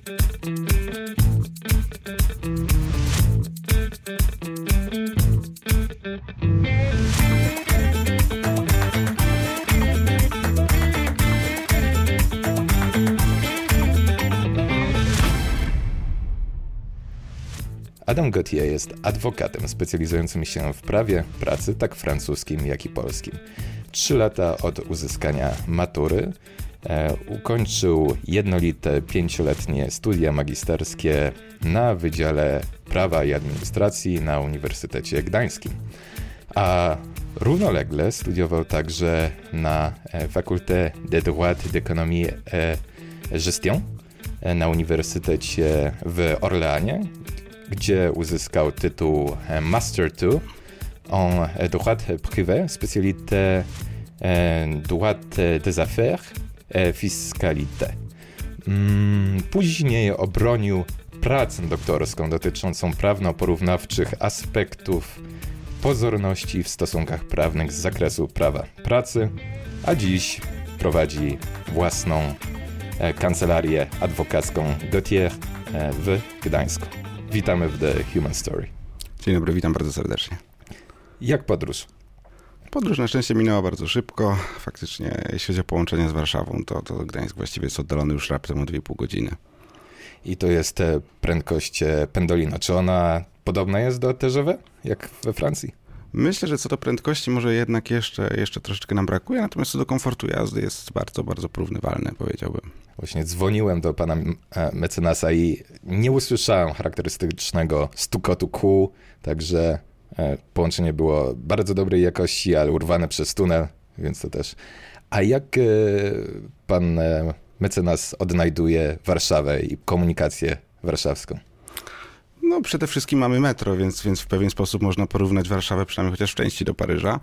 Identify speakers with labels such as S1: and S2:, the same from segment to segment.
S1: Adam Gauthier jest adwokatem specjalizującym się w prawie pracy, tak francuskim, jak i polskim. 3 lata od uzyskania matury ukończył jednolite 5-letnie studia magisterskie na Wydziale Prawa i Administracji na Uniwersytecie Gdańskim. A równolegle studiował także na Faculté de Droit, d'Économie et Gestion na Uniwersytecie w Orleanie, gdzie uzyskał tytuł Master 2 en droit privé, spécialité droit des affaires et fiscalité. Później obronił pracę doktorską dotyczącą prawno-porównawczych aspektów pozorności w stosunkach prawnych z zakresu prawa pracy, a dziś prowadzi własną kancelarię adwokacką Gauthier w Gdańsku. Witamy w The Human Story.
S2: Dzień dobry, witam bardzo serdecznie.
S1: Jak podróż?
S2: Podróż na szczęście minęła bardzo szybko. Faktycznie, jeśli chodzi o połączenie z Warszawą, to Gdańsk właściwie jest oddalony już raptem o 2,5 godziny.
S1: I to jest prędkość Pendolino. Czy ona podobna jest do TGV, jak we Francji?
S2: Myślę, że co do prędkości może jednak jeszcze troszeczkę nam brakuje, natomiast co do komfortu jazdy jest bardzo, bardzo porównywalny, powiedziałbym.
S1: Właśnie dzwoniłem do pana mecenasa i nie usłyszałem charakterystycznego stukotu kół, także połączenie było bardzo dobrej jakości, ale urwane przez tunel, więc to też. A jak pan mecenas odnajduje Warszawę i komunikację warszawską?
S2: No przede wszystkim mamy metro, więc w pewien sposób można porównać Warszawę przynajmniej chociaż w części do Paryża.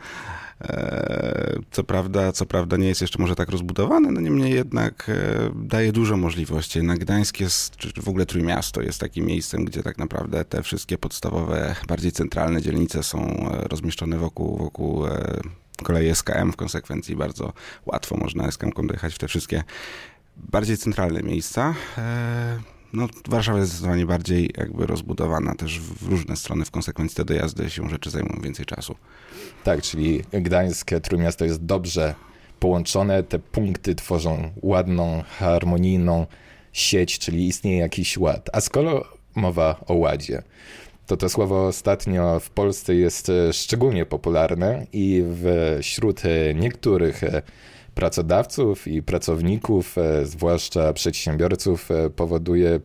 S2: Co prawda nie jest jeszcze może tak rozbudowane, no niemniej jednak daje dużo możliwości. Na Gdańsk jest, czy w ogóle Trójmiasto jest takim miejscem, gdzie tak naprawdę te wszystkie podstawowe, bardziej centralne dzielnice są rozmieszczone wokół kolei SKM. W konsekwencji bardzo łatwo można SKM-ką dojechać w te wszystkie bardziej centralne miejsca. No, Warszawa jest zdecydowanie bardziej jakby rozbudowana też w różne strony. W konsekwencji te dojazdy siłą rzeczy zajmują więcej czasu.
S1: Tak, czyli Gdańsk, Trójmiasto jest dobrze połączone. Te punkty tworzą ładną, harmonijną sieć, czyli istnieje jakiś ład. A skoro mowa o ładzie, to słowo ostatnio w Polsce jest szczególnie popularne i wśród niektórych pracodawców i pracowników, zwłaszcza przedsiębiorców, powoduje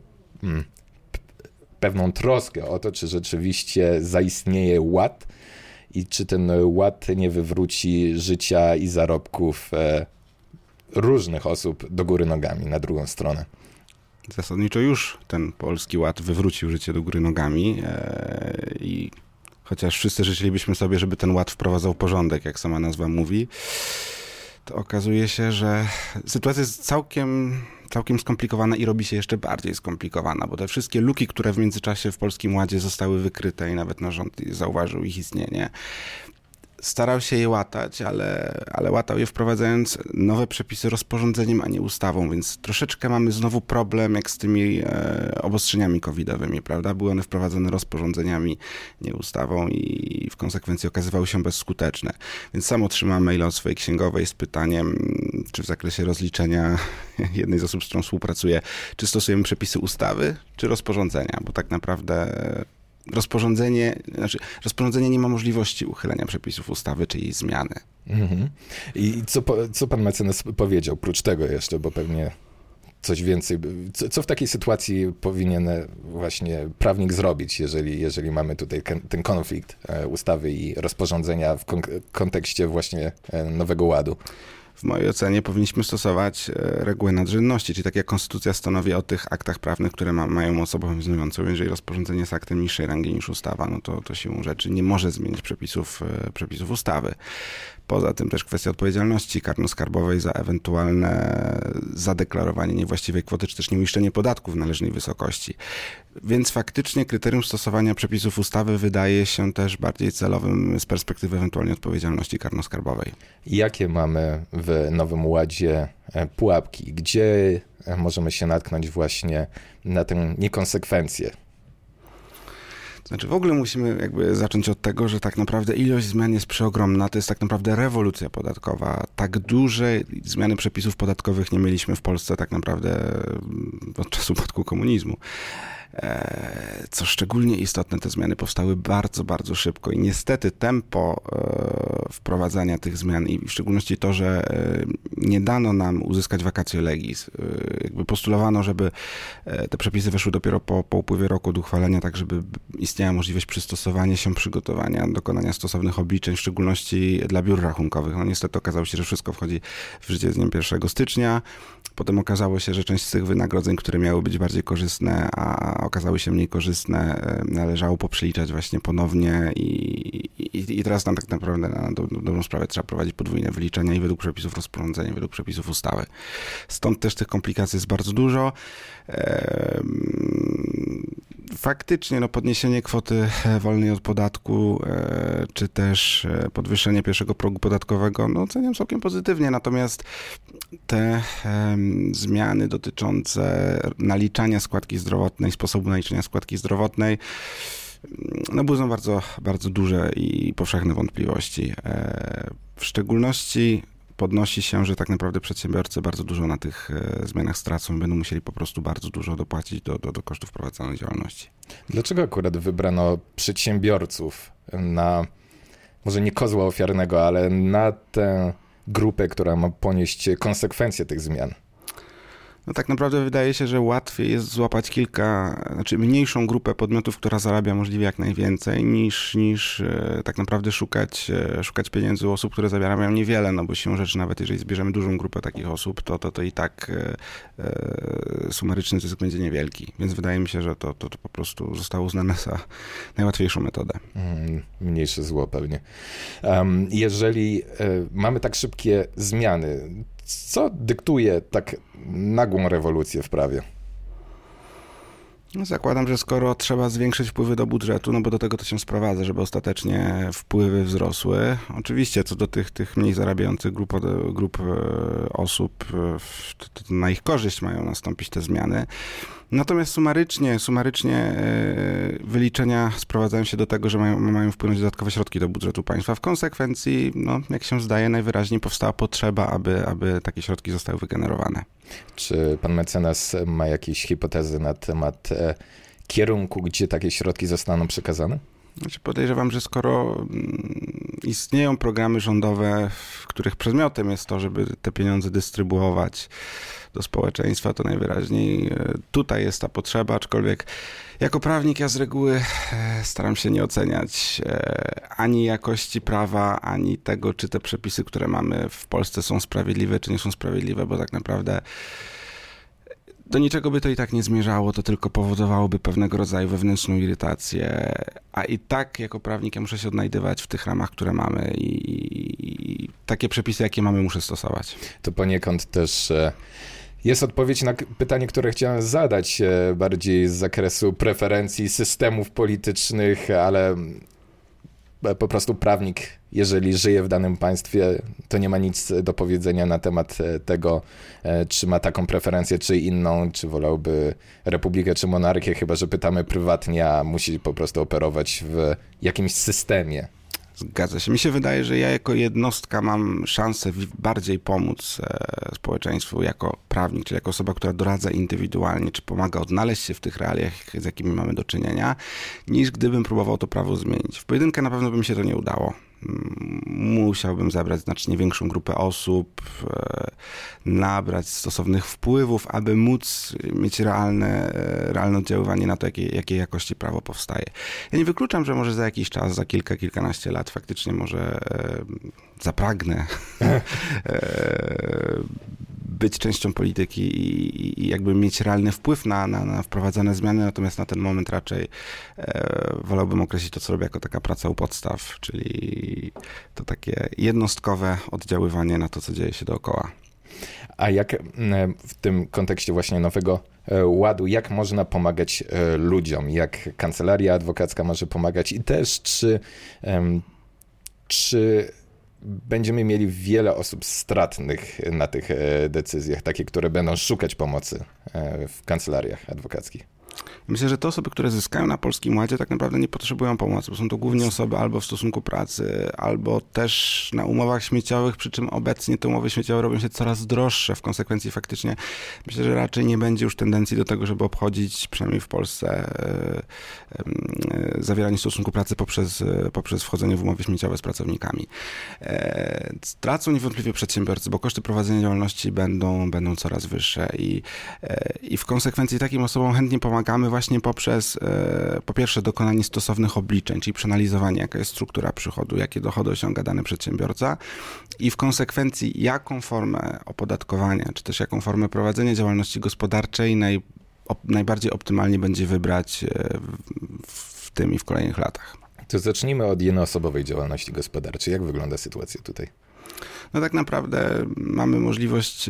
S1: pewną troskę o to, czy rzeczywiście zaistnieje ład i czy ten ład nie wywróci życia i zarobków różnych osób do góry nogami na drugą stronę.
S2: Zasadniczo już ten polski ład wywrócił życie do góry nogami i chociaż wszyscy życzylibyśmy sobie, żeby ten ład wprowadzał porządek, jak sama nazwa mówi, to okazuje się, że sytuacja jest całkiem skomplikowana i robi się jeszcze bardziej skomplikowana, bo te wszystkie luki, które w międzyczasie w Polskim Ładzie zostały wykryte i nawet nasz rząd zauważył ich istnienie, starał się je łatać, ale łatał je wprowadzając nowe przepisy rozporządzeniem, a nie ustawą, więc troszeczkę mamy znowu problem jak z tymi obostrzeniami covidowymi, prawda? Były one wprowadzone rozporządzeniami, nie ustawą i w konsekwencji okazywały się bezskuteczne. Więc sam otrzymałem maila od swojej księgowej z pytaniem, czy w zakresie rozliczenia jednej z osób, z którą współpracuję, czy stosujemy przepisy ustawy, czy rozporządzenia, bo tak naprawdę rozporządzenie nie ma możliwości uchylenia przepisów ustawy czy jej zmiany.
S1: Mhm. I co pan mecenas powiedział, prócz tego jeszcze, bo pewnie coś więcej, co w takiej sytuacji powinien właśnie prawnik zrobić, jeżeli mamy tutaj ten konflikt ustawy i rozporządzenia w kontekście właśnie Nowego Ładu?
S2: W mojej ocenie powinniśmy stosować regułę nadrzędności, czyli tak jak konstytucja stanowi o tych aktach prawnych, które mają moc obowiązującą. Jeżeli rozporządzenie jest aktem niższej rangi niż ustawa, no to siłą rzeczy nie może zmienić przepisów ustawy. Poza tym też kwestia odpowiedzialności karno-skarbowej za ewentualne zadeklarowanie niewłaściwej kwoty, czy też nieuiszczenie podatków w należnej wysokości. Więc faktycznie kryterium stosowania przepisów ustawy wydaje się też bardziej celowym z perspektywy ewentualnej odpowiedzialności karno-skarbowej.
S1: Jakie mamy w Nowym Ładzie pułapki? Gdzie możemy się natknąć właśnie na tę niekonsekwencję?
S2: Znaczy w ogóle musimy jakby zacząć od tego, że tak naprawdę ilość zmian jest przeogromna. To jest tak naprawdę rewolucja podatkowa. Tak duże zmiany przepisów podatkowych nie mieliśmy w Polsce tak naprawdę od czasu upadku komunizmu. Co szczególnie istotne, te zmiany powstały bardzo, bardzo szybko i niestety tempo wprowadzania tych zmian i w szczególności to, że nie dano nam uzyskać vacatio legis. Jakby postulowano, żeby te przepisy weszły dopiero po upływie roku od uchwalenia, tak żeby istniała możliwość przystosowania się, przygotowania, dokonania stosownych obliczeń, w szczególności dla biur rachunkowych. No niestety okazało się, że wszystko wchodzi w życie z dniem 1 stycznia. Potem okazało się, że część z tych wynagrodzeń, które miały być bardziej korzystne, a okazały się mniej korzystne, należało poprzeliczać właśnie ponownie i teraz nam tak naprawdę na dobrą sprawę trzeba prowadzić podwójne wyliczenia i według przepisów rozporządzenia, i według przepisów ustawy. Stąd też tych komplikacji jest bardzo dużo. Faktycznie podniesienie kwoty wolnej od podatku, czy też podwyższenie pierwszego progu podatkowego, oceniam całkiem pozytywnie, natomiast te zmiany dotyczące naliczania składki zdrowotnej, sposobu naliczania składki zdrowotnej, budzą bardzo, bardzo duże i powszechne wątpliwości. W szczególności podnosi się, że tak naprawdę przedsiębiorcy bardzo dużo na tych zmianach stracą i będą musieli po prostu bardzo dużo dopłacić do kosztów prowadzonej działalności.
S1: Dlaczego akurat wybrano przedsiębiorców na, może nie kozła ofiarnego, ale na tę grupę, która ma ponieść konsekwencje tych zmian?
S2: Tak naprawdę wydaje się, że łatwiej jest złapać mniejszą grupę podmiotów, która zarabia możliwie jak najwięcej, niż tak naprawdę szukać pieniędzy u osób, które zarabiają niewiele, bo siłą rzeczy nawet jeżeli zbierzemy dużą grupę takich osób, to i tak sumaryczny zysk będzie niewielki. Więc wydaje mi się, że to po prostu zostało uznane za najłatwiejszą metodę.
S1: Mniejsze zło pewnie. Jeżeli mamy tak szybkie zmiany, co dyktuje tak nagłą rewolucję w prawie?
S2: Zakładam, że skoro trzeba zwiększyć wpływy do budżetu, bo do tego to się sprowadza, żeby ostatecznie wpływy wzrosły. Oczywiście co do tych mniej zarabiających grup osób, to na ich korzyść mają nastąpić te zmiany. Natomiast sumarycznie wyliczenia sprowadzają się do tego, że mają wpłynąć dodatkowe środki do budżetu państwa. W konsekwencji, jak się zdaje, najwyraźniej powstała potrzeba, aby takie środki zostały wygenerowane.
S1: Czy pan mecenas ma jakieś hipotezy na temat kierunku, gdzie takie środki zostaną przekazane?
S2: Podejrzewam, że skoro istnieją programy rządowe, w których przedmiotem jest to, żeby te pieniądze dystrybuować do społeczeństwa, to najwyraźniej tutaj jest ta potrzeba, aczkolwiek jako prawnik ja z reguły staram się nie oceniać ani jakości prawa, ani tego, czy te przepisy, które mamy w Polsce są sprawiedliwe, czy nie są sprawiedliwe, bo tak naprawdę do niczego by to i tak nie zmierzało, to tylko powodowałoby pewnego rodzaju wewnętrzną irytację, a i tak jako prawnik ja muszę się odnajdywać w tych ramach, które mamy i takie przepisy, jakie mamy, muszę stosować.
S1: To poniekąd też jest odpowiedź na pytanie, które chciałem zadać, bardziej z zakresu preferencji systemów politycznych, ale po prostu prawnik, jeżeli żyje w danym państwie, to nie ma nic do powiedzenia na temat tego, czy ma taką preferencję, czy inną, czy wolałby republikę, czy monarchię, chyba że pytamy prywatnie, a musi po prostu operować w jakimś systemie.
S2: Zgadza się. Mi się wydaje, że ja jako jednostka mam szansę bardziej pomóc społeczeństwu jako prawnik, czyli jako osoba, która doradza indywidualnie, czy pomaga odnaleźć się w tych realiach, z jakimi mamy do czynienia, niż gdybym próbował to prawo zmienić. W pojedynkę na pewno by mi się to nie udało. Musiałbym zebrać znacznie większą grupę osób, nabrać stosownych wpływów, aby móc mieć realne oddziaływanie na to, jakiej jakości prawo powstaje. Ja nie wykluczam, że może za jakiś czas, za kilkanaście lat faktycznie może zapragnę być częścią polityki i jakby mieć realny wpływ na wprowadzane zmiany, natomiast na ten moment raczej wolałbym określić to, co robię, jako taka praca u podstaw, czyli to takie jednostkowe oddziaływanie na to, co dzieje się dookoła.
S1: A jak w tym kontekście właśnie Nowego Ładu, jak można pomagać ludziom? Jak kancelaria adwokacka może pomagać? I też czy będziemy mieli wiele osób stratnych na tych decyzjach, takie, które będą szukać pomocy w kancelariach adwokackich.
S2: Myślę, że te osoby, które zyskają na Polskim Ładzie, tak naprawdę nie potrzebują pomocy, bo są to głównie osoby albo w stosunku pracy, albo też na umowach śmieciowych, przy czym obecnie te umowy śmieciowe robią się coraz droższe. W konsekwencji faktycznie myślę, że raczej nie będzie już tendencji do tego, żeby obchodzić, przynajmniej w Polsce, zawieranie stosunku pracy poprzez wchodzenie w umowy śmieciowe z pracownikami. Stracą niewątpliwie przedsiębiorcy, bo koszty prowadzenia działalności będą coraz wyższe i w konsekwencji takim osobom chętnie pomagamy właśnie poprzez, po pierwsze, dokonanie stosownych obliczeń, czyli przeanalizowanie, jaka jest struktura przychodu, jakie dochody osiąga dany przedsiębiorca i w konsekwencji, jaką formę opodatkowania, czy też jaką formę prowadzenia działalności gospodarczej najbardziej optymalnie będzie wybrać w tym i w kolejnych latach.
S1: To zacznijmy od jednoosobowej działalności gospodarczej. Jak wygląda sytuacja tutaj?
S2: No tak naprawdę mamy możliwość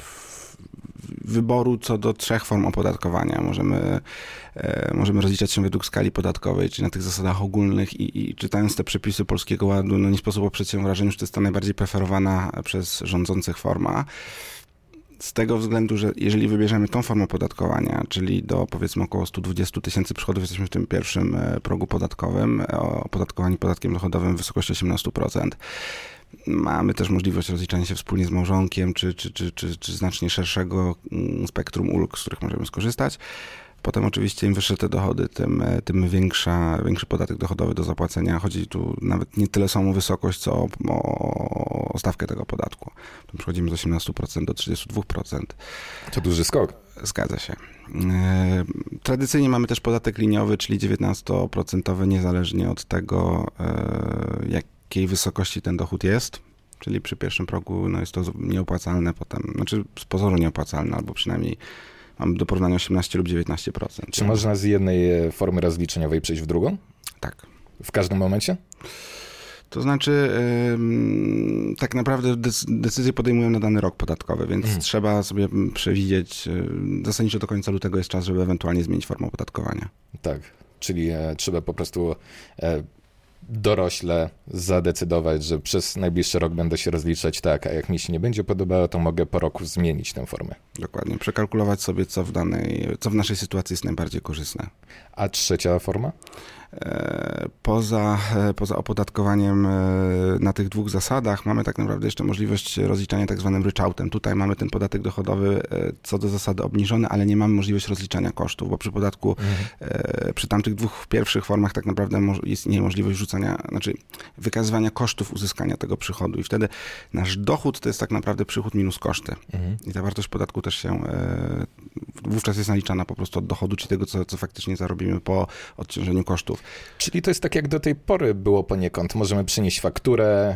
S2: wyboru co do 3 form opodatkowania. Możemy rozliczać się według skali podatkowej, czyli na tych zasadach ogólnych i czytając te przepisy Polskiego Ładu, no nie sposób oprzeć się wrażeniu, że to jest ta najbardziej preferowana przez rządzących forma. Z tego względu, że jeżeli wybierzemy tą formę opodatkowania, czyli do powiedzmy około 120 000 przychodów, jesteśmy w tym pierwszym progu podatkowym, opodatkowani podatkiem dochodowym w wysokości 18%. Mamy też możliwość rozliczania się wspólnie z małżonkiem, czy znacznie szerszego spektrum ulg, z których możemy skorzystać. Potem oczywiście im wyższe te dochody, tym większy podatek dochodowy do zapłacenia. Chodzi tu nawet nie tyle samą wysokość, co o stawkę tego podatku. Tu przechodzimy z 18% do 32%.
S1: To duży skok.
S2: Zgadza się. Tradycyjnie mamy też podatek liniowy, czyli 19% niezależnie od tego, jakiej wysokości ten dochód jest. Czyli przy pierwszym progu no jest to nieopłacalne potem, znaczy z pozoru nieopłacalne, albo przynajmniej mamy do porównania 18 lub 19%.
S1: Czy można z jednej formy rozliczeniowej przejść w drugą?
S2: Tak.
S1: W każdym momencie?
S2: To znaczy tak naprawdę decyzję podejmują na dany rok podatkowy, więc trzeba sobie przewidzieć, zasadniczo do końca lutego jest czas, żeby ewentualnie zmienić formę opodatkowania.
S1: Tak, czyli trzeba po prostu dorośle zadecydować, że przez najbliższy rok będę się rozliczać tak, a jak mi się nie będzie podobało, to mogę po roku zmienić tę formę.
S2: Dokładnie, przekalkulować sobie, co w naszej sytuacji jest najbardziej korzystne.
S1: A trzecia forma?
S2: Poza opodatkowaniem na tych 2 zasadach mamy tak naprawdę jeszcze możliwość rozliczania tak zwanym ryczałtem. Tutaj mamy ten podatek dochodowy co do zasady obniżony, ale nie mamy możliwości rozliczania kosztów, bo przy podatku, przy tamtych 2 pierwszych formach tak naprawdę istnieje możliwość wykazywania kosztów uzyskania tego przychodu i wtedy nasz dochód to jest tak naprawdę przychód minus koszty. I ta wartość podatku też się wówczas jest naliczana po prostu od dochodu, czy tego, co faktycznie zarobimy po odciążeniu kosztów.
S1: Czyli to jest tak, jak do tej pory było poniekąd. Możemy przynieść fakturę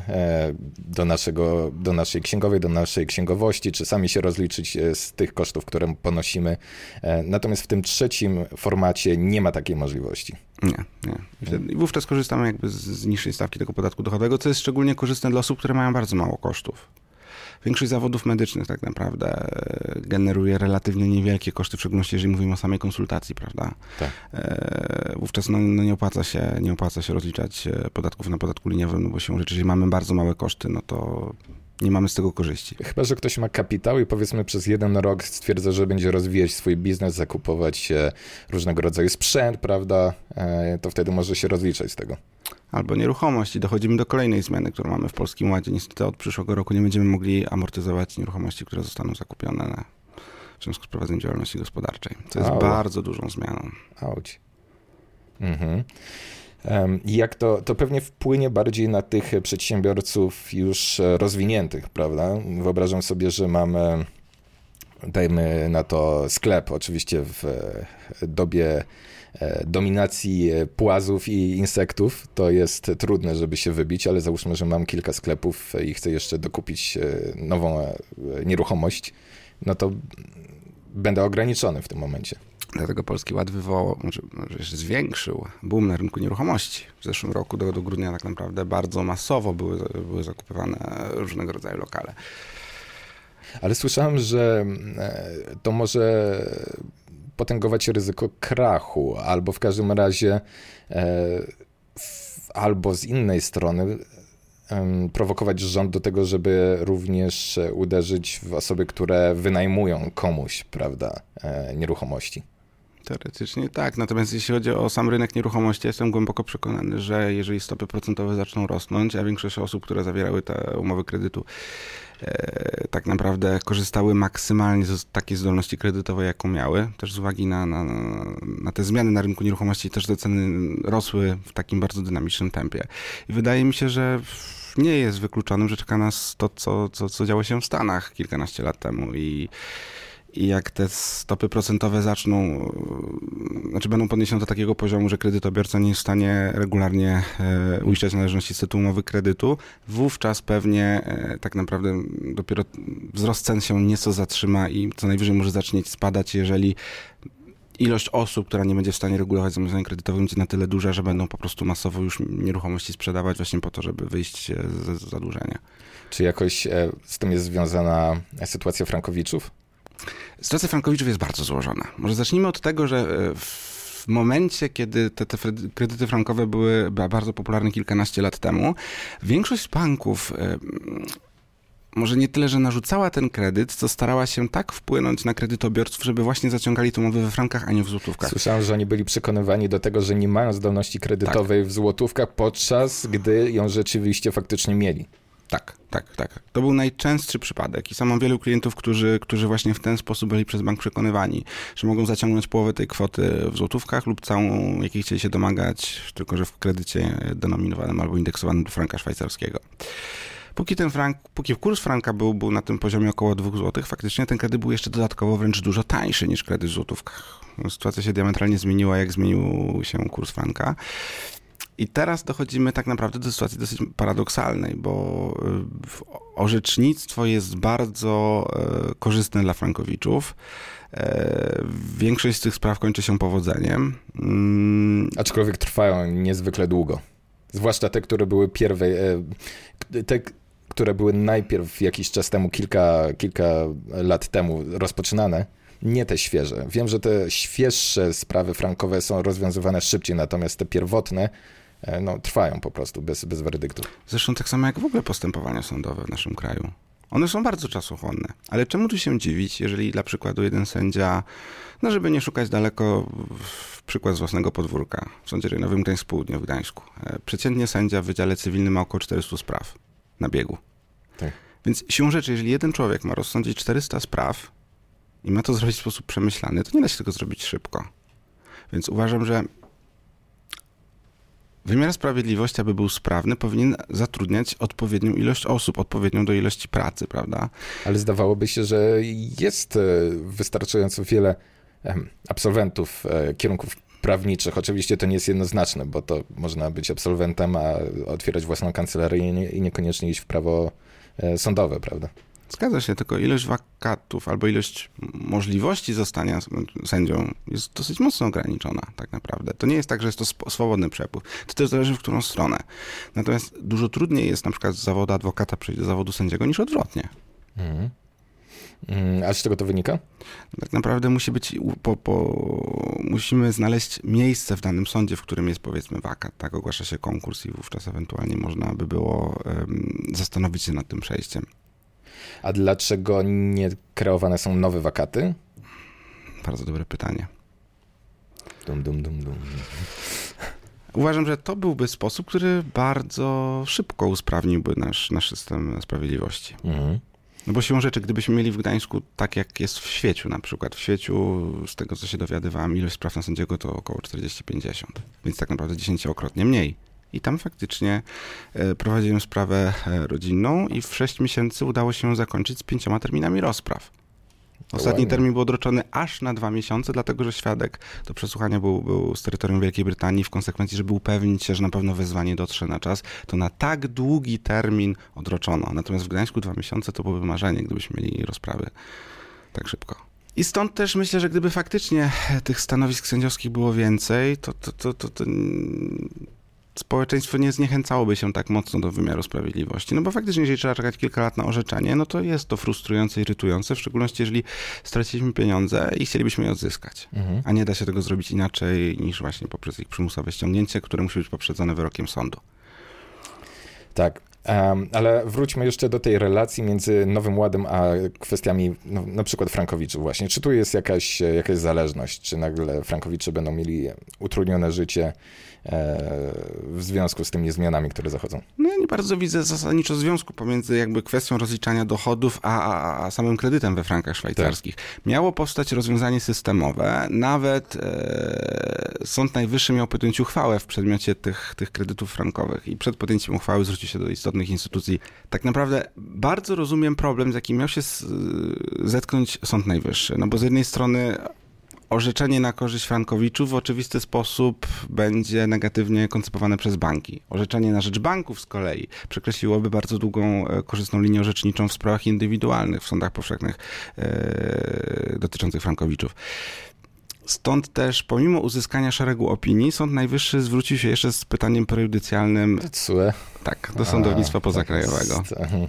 S1: do naszej księgowej, do naszej księgowości, czy sami się rozliczyć z tych kosztów, które ponosimy. Natomiast w tym trzecim formacie nie ma takiej możliwości.
S2: Nie. I wówczas korzystamy jakby z niższej stawki tego podatku dochodowego, co jest szczególnie korzystne dla osób, które mają bardzo mało kosztów. Większość zawodów medycznych tak naprawdę generuje relatywnie niewielkie koszty, w szczególności jeżeli mówimy o samej konsultacji, prawda?
S1: Tak.
S2: Wówczas nie opłaca się rozliczać podatków na podatku liniowym, no bo siłą rzeczy, jeżeli mamy bardzo małe koszty, no to nie mamy z tego korzyści.
S1: Chyba że ktoś ma kapitał i powiedzmy przez 1 rok stwierdza, że będzie rozwijać swój biznes, zakupować różnego rodzaju sprzęt, prawda? To wtedy może się rozliczać z tego.
S2: Albo nieruchomości. Dochodzimy do kolejnej zmiany, którą mamy w Polskim Ładzie. Niestety od przyszłego roku nie będziemy mogli amortyzować nieruchomości, które zostaną zakupione w związku z prowadzeniem działalności gospodarczej. Co jest bardzo dużą zmianą.
S1: Auć. Jak to pewnie wpłynie bardziej na tych przedsiębiorców już rozwiniętych, prawda? Wyobrażam sobie, że mamy, dajmy na to sklep, oczywiście w dobie dominacji płazów i insektów, to jest trudne, żeby się wybić, ale załóżmy, że mam kilka sklepów i chcę jeszcze dokupić nową nieruchomość, no to będę ograniczony w tym momencie.
S2: Dlatego Polski Ład zwiększył boom na rynku nieruchomości. W zeszłym roku do grudnia tak naprawdę bardzo masowo były zakupywane różnego rodzaju lokale.
S1: Ale słyszałem, że to może potęgować ryzyko krachu, albo w każdym razie albo z innej strony prowokować rząd do tego, żeby również uderzyć w osoby, które wynajmują komuś, prawda, nieruchomości.
S2: Teoretycznie tak, natomiast jeśli chodzi o sam rynek nieruchomości, jestem głęboko przekonany, że jeżeli stopy procentowe zaczną rosnąć, a większość osób, które zawierały te umowy kredytu, tak naprawdę korzystały maksymalnie z takiej zdolności kredytowej, jaką miały, też z uwagi na te zmiany na rynku nieruchomości, też te ceny rosły w takim bardzo dynamicznym tempie. I wydaje mi się, że nie jest wykluczonym, że czeka nas to, co działo się w Stanach kilkanaście lat temu i jak te stopy procentowe będą podniesione do takiego poziomu, że kredytobiorca nie jest w stanie regularnie uiszczać należności z tytułu umowy kredytu, wówczas pewnie tak naprawdę dopiero wzrost cen się nieco zatrzyma i co najwyżej może zacznie spadać, jeżeli ilość osób, która nie będzie w stanie regulować zobowiązań kredytowych, będzie na tyle duża, że będą po prostu masowo już nieruchomości sprzedawać właśnie po to, żeby wyjść z zadłużenia.
S1: Czy jakoś z tym jest związana sytuacja frankowiczów?
S2: Sytuacja frankowiczów jest bardzo złożona. Może zacznijmy od tego, że w momencie, kiedy te kredyty frankowe były bardzo popularne kilkanaście lat temu, większość banków może nie tyle, że narzucała ten kredyt, co starała się tak wpłynąć na kredytobiorców, żeby właśnie zaciągali te umowy we frankach, a nie w złotówkach.
S1: Słyszałem, że oni byli przekonywani do tego, że nie mają zdolności kredytowej w złotówkach, podczas gdy ją rzeczywiście faktycznie mieli.
S2: Tak. To był najczęstszy przypadek i sam mam wielu klientów, którzy właśnie w ten sposób byli przez bank przekonywani, że mogą zaciągnąć połowę tej kwoty w złotówkach lub całą, jakiej chcieli się domagać, tylko że w kredycie denominowanym albo indeksowanym do franka szwajcarskiego. Póki kurs franka był na tym poziomie około 2 zł, faktycznie ten kredyt był jeszcze dodatkowo wręcz dużo tańszy niż kredyt w złotówkach. Sytuacja się diametralnie zmieniła, jak zmienił się kurs franka. I teraz dochodzimy tak naprawdę do sytuacji dosyć paradoksalnej, bo orzecznictwo jest bardzo korzystne dla frankowiczów. Większość z tych spraw kończy się powodzeniem.
S1: Aczkolwiek trwają niezwykle długo. Zwłaszcza te, które były które były najpierw jakiś czas temu, kilka lat temu rozpoczynane. Nie te świeże. Wiem, że te świeższe sprawy frankowe są rozwiązywane szybciej, natomiast te pierwotne trwają po prostu bez werdyktu.
S2: Zresztą tak samo jak w ogóle postępowania sądowe w naszym kraju. One są bardzo czasochłonne. Ale czemu tu się dziwić, jeżeli dla przykładu jeden sędzia, żeby nie szukać daleko, przykład z własnego podwórka, w Sądzie Rejonowym Gdańsk Południe w Gdańsku. Przeciętnie sędzia w Wydziale Cywilnym ma około 400 spraw na biegu.
S1: Tak.
S2: Więc siłą rzeczy, jeżeli jeden człowiek ma rozsądzić 400 spraw i ma to zrobić w sposób przemyślany, to nie da się tego zrobić szybko. Więc uważam, że wymiar sprawiedliwości, aby był sprawny, powinien zatrudniać odpowiednią ilość osób, odpowiednią do ilości pracy, prawda?
S1: Ale zdawałoby się, że jest wystarczająco wiele absolwentów kierunków prawniczych. Oczywiście to nie jest jednoznaczne, bo to można być absolwentem, a otwierać własną kancelarię i niekoniecznie iść w prawo sądowe, prawda?
S2: Zgadza się, tylko ilość wakatów albo ilość możliwości zostania sędzią jest dosyć mocno ograniczona tak naprawdę. To nie jest tak, że jest to swobodny przepływ. To też zależy, w którą stronę. Natomiast dużo trudniej jest na przykład z zawodu adwokata przejść do zawodu sędziego niż odwrotnie.
S1: A z czego to wynika?
S2: Tak naprawdę musi być, musimy znaleźć miejsce w danym sądzie, w którym jest powiedzmy wakat. Tak, ogłasza się konkurs i wówczas ewentualnie można by było zastanowić się nad tym przejściem.
S1: A dlaczego nie kreowane są nowe wakaty?
S2: Bardzo dobre pytanie.
S1: Dum.
S2: Uważam, że to byłby sposób, który bardzo szybko usprawniłby nasz system sprawiedliwości. No bo siłą rzeczy, gdybyśmy mieli w Gdańsku tak jak jest w Świeciu na przykład. W Świeciu, z tego co się dowiadywałem, ilość spraw na sędziego to około 40-50. Więc tak naprawdę 10-krotnie mniej. I tam faktycznie prowadziłem sprawę rodzinną i w 6 miesięcy udało się zakończyć z 5 terminami rozpraw. Ostatni termin był odroczony aż na 2 miesiące, dlatego że świadek do przesłuchania był z terytorium Wielkiej Brytanii. W konsekwencji, żeby upewnić się, że na pewno wezwanie dotrze na czas, to na tak długi termin odroczono. Natomiast w Gdańsku 2 miesiące to byłoby marzenie, gdybyśmy mieli rozprawy tak szybko. I stąd też myślę, że gdyby faktycznie tych stanowisk sędziowskich było więcej, to społeczeństwo nie zniechęcałoby się tak mocno do wymiaru sprawiedliwości. No bo faktycznie, jeżeli trzeba czekać kilka lat na orzeczenie, no to jest to frustrujące, irytujące, w szczególności jeżeli straciliśmy pieniądze i chcielibyśmy je odzyskać. A nie da się tego zrobić inaczej niż właśnie poprzez ich przymusowe ściągnięcie, które musi być poprzedzone wyrokiem sądu.
S1: Tak. Ale wróćmy jeszcze do tej relacji między Nowym Ładem a kwestiami na przykład frankowiczów właśnie. Czy tu jest jakaś zależność? Czy nagle frankowicze będą mieli utrudnione życie w związku z tymi zmianami, które zachodzą?
S2: No ja nie bardzo widzę zasadniczo związku pomiędzy jakby kwestią rozliczania dochodów, a samym kredytem we frankach szwajcarskich. Tak. Miało powstać rozwiązanie systemowe. Nawet Sąd Najwyższy miał podjąć uchwałę w przedmiocie tych kredytów frankowych i przed podjęciem uchwały zwrócił się do istotnych instytucji. Tak naprawdę bardzo rozumiem problem, z jakim miał się zetknąć Sąd Najwyższy. No bo z jednej strony orzeczenie na korzyść frankowiczów w oczywisty sposób będzie negatywnie koncypowane przez banki. Orzeczenie na rzecz banków z kolei przekreśliłoby bardzo długą, korzystną linię orzeczniczą w sprawach indywidualnych w sądach powszechnych dotyczących frankowiczów. Stąd też, pomimo uzyskania szeregu opinii, Sąd Najwyższy zwrócił się jeszcze z pytaniem prejudycjalnym tak, do sądownictwa pozakrajowego.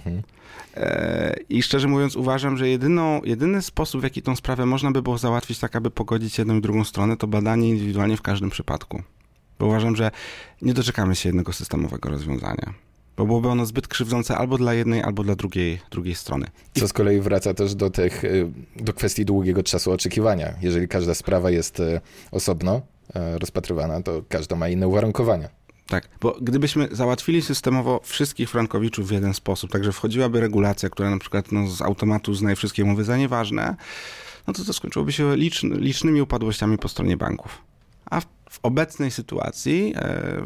S2: I szczerze mówiąc uważam, że jedyny sposób, w jaki tą sprawę można by było załatwić tak, aby pogodzić jedną i drugą stronę, to badanie indywidualnie w każdym przypadku. Bo uważam, że nie doczekamy się jednego systemowego rozwiązania. Bo byłoby ono zbyt krzywdzące albo dla jednej, albo dla drugiej strony.
S1: Co z kolei wraca też do kwestii długiego czasu oczekiwania. Jeżeli każda sprawa jest osobno rozpatrywana, to każda ma inne uwarunkowania.
S2: Tak, bo gdybyśmy załatwili systemowo wszystkich frankowiczów w jeden sposób, także wchodziłaby regulacja, która na przykład z automatu uznaje wszystkie umowy za nieważne, no to skończyłoby się licznymi upadłościami po stronie banków. A w obecnej sytuacji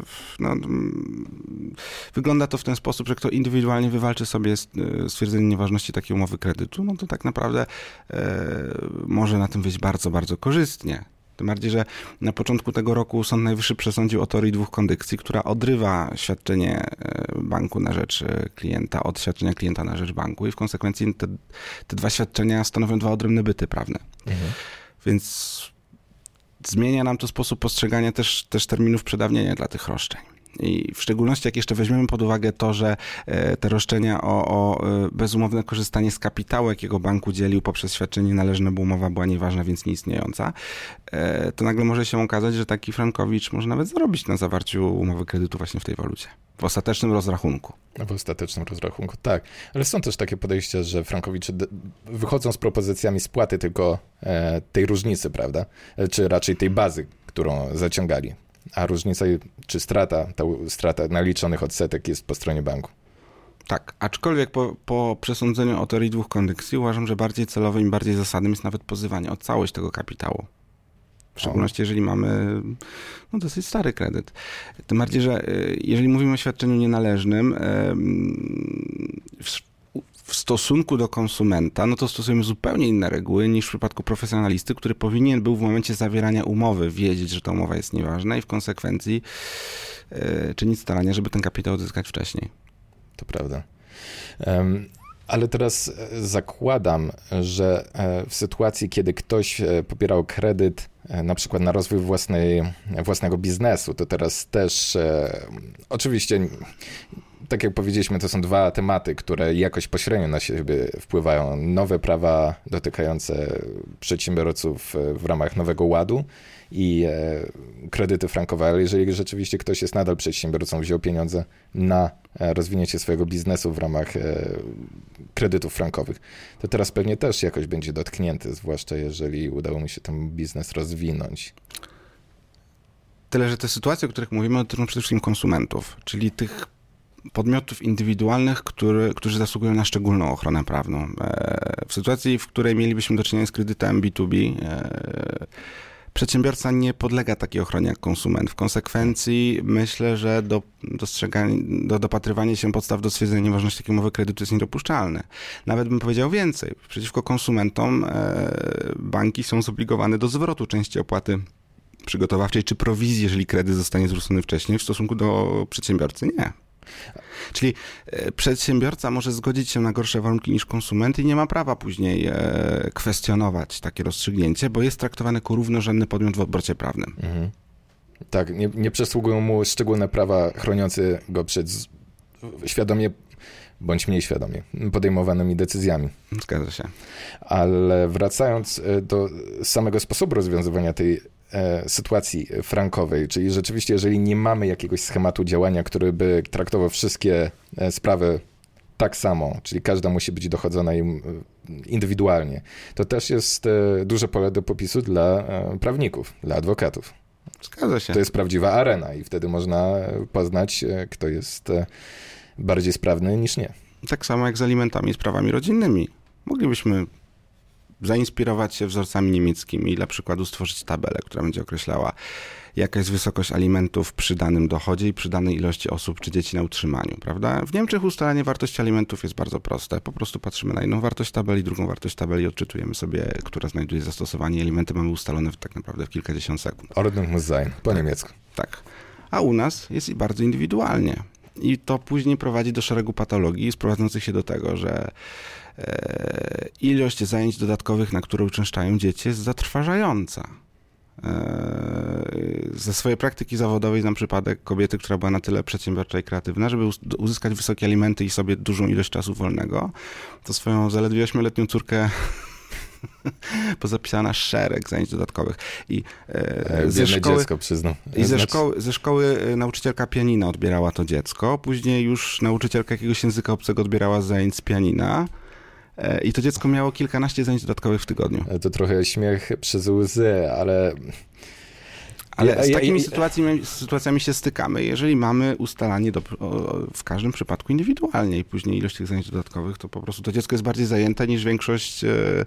S2: wygląda to w ten sposób, że kto indywidualnie wywalczy sobie stwierdzenie nieważności takiej umowy kredytu, no to tak naprawdę może na tym wyjść bardzo, bardzo korzystnie. Tym bardziej, że na początku tego roku Sąd Najwyższy przesądził o teorii dwóch kondykcji, która odrywa świadczenie banku na rzecz klienta od świadczenia klienta na rzecz banku i w konsekwencji te dwa świadczenia stanowią dwa odrębne byty prawne. Mhm. Więc zmienia nam to sposób postrzegania też terminów przedawnienia dla tych roszczeń. I w szczególności jak jeszcze weźmiemy pod uwagę to, że te roszczenia o bezumowne korzystanie z kapitału, jakiego bank udzielił poprzez świadczenie należne, bo umowa była nieważna, więc nieistniejąca, to nagle może się okazać, że taki frankowicz może nawet zarobić na zawarciu umowy kredytu właśnie w tej walucie. W ostatecznym rozrachunku.
S1: W ostatecznym rozrachunku, tak. Ale są też takie podejścia, że frankowicze wychodzą z propozycjami spłaty tylko tej różnicy, prawda? Czy raczej tej bazy, którą zaciągali. A różnica czy ta strata naliczonych odsetek jest po stronie banku.
S2: Tak, aczkolwiek po przesądzeniu o teorii dwóch kondykcji uważam, że bardziej celowym i bardziej zasadnym jest nawet pozywanie o całość tego kapitału. W szczególności jeżeli mamy dosyć stary kredyt. Tym bardziej, że jeżeli mówimy o świadczeniu nienależnym, w stosunku do konsumenta, no to stosujemy zupełnie inne reguły niż w przypadku profesjonalisty, który powinien był w momencie zawierania umowy wiedzieć, że ta umowa jest nieważna i w konsekwencji czynić starania, żeby ten kapitał odzyskać wcześniej.
S1: To prawda. Ale teraz zakładam, że w sytuacji, kiedy ktoś pobierał kredyt na przykład na rozwój własnego biznesu, to teraz też oczywiście, tak jak powiedzieliśmy, to są dwa tematy, które jakoś pośrednio na siebie wpływają. Nowe prawa dotykające przedsiębiorców w ramach Nowego Ładu i kredyty frankowe, ale jeżeli rzeczywiście ktoś jest nadal przedsiębiorcą, wziął pieniądze na rozwinięcie swojego biznesu w ramach kredytów frankowych, to teraz pewnie też jakoś będzie dotknięty, zwłaszcza jeżeli udało mu się ten biznes rozwinąć.
S2: Tyle, że te sytuacje, o których mówimy, dotyczą przede wszystkim konsumentów, czyli tych podmiotów indywidualnych, którzy zasługują na szczególną ochronę prawną. W sytuacji, w której mielibyśmy do czynienia z kredytem B2B, przedsiębiorca nie podlega takiej ochronie jak konsument. W konsekwencji myślę, że dopatrywanie się podstaw do stwierdzenia nieważności takiej umowy kredytu jest niedopuszczalne. Nawet bym powiedział więcej. Przeciwko konsumentom banki są zobligowane do zwrotu części opłaty przygotowawczej czy prowizji, jeżeli kredyt zostanie zwrócony wcześniej. W stosunku do przedsiębiorcy nie. Czyli przedsiębiorca może zgodzić się na gorsze warunki niż konsument i nie ma prawa później kwestionować takie rozstrzygnięcie, bo jest traktowany jako równorzędny podmiot w obrocie prawnym. Mhm.
S1: Tak, nie przysługują mu szczególne prawa chroniące go przed świadomie bądź mniej świadomie podejmowanymi decyzjami.
S2: Zgadza się.
S1: Ale wracając do samego sposobu rozwiązywania tej sytuacji frankowej, czyli rzeczywiście, jeżeli nie mamy jakiegoś schematu działania, który by traktował wszystkie sprawy tak samo, czyli każda musi być dochodzona im indywidualnie, to też jest duże pole do popisu dla prawników, dla adwokatów.
S2: Zgadza się.
S1: To jest prawdziwa arena i wtedy można poznać, kto jest bardziej sprawny niż nie.
S2: Tak samo jak z alimentami i sprawami rodzinnymi. Moglibyśmy zainspirować się wzorcami niemieckimi i dla przykładu stworzyć tabelę, która będzie określała, jaka jest wysokość alimentów przy danym dochodzie i przy danej ilości osób czy dzieci na utrzymaniu, prawda? W Niemczech ustalanie wartości alimentów jest bardzo proste. Po prostu patrzymy na jedną wartość tabeli, drugą wartość tabeli, odczytujemy sobie, która znajduje zastosowanie. Alimenty mamy ustalone tak naprawdę w kilkadziesiąt sekund.
S1: Ordnung muss sein, po niemiecku.
S2: Tak. A u nas jest bardzo indywidualnie. I to później prowadzi do szeregu patologii sprowadzących się do tego, że ilość zajęć dodatkowych, na które uczęszczają dzieci, jest zatrważająca. Ze swojej praktyki zawodowej znam przypadek kobiety, która była na tyle przedsiębiorcza i kreatywna, żeby uzyskać wysokie alimenty i sobie dużą ilość czasu wolnego, to swoją zaledwie 8-letnią córkę pozapisała na szereg zajęć dodatkowych. I
S1: dziecko, przyznam.
S2: Ze szkoły nauczycielka pianina odbierała to dziecko, później już nauczycielka jakiegoś języka obcego odbierała z zajęć z pianina. I to dziecko miało kilkanaście zajęć dodatkowych w tygodniu.
S1: To trochę śmiech przez łzy, ale...
S2: Ale z takimi sytuacjami się stykamy, jeżeli mamy ustalanie w każdym przypadku indywidualnie i później ilość tych zajęć dodatkowych, to po prostu to dziecko jest bardziej zajęte niż większość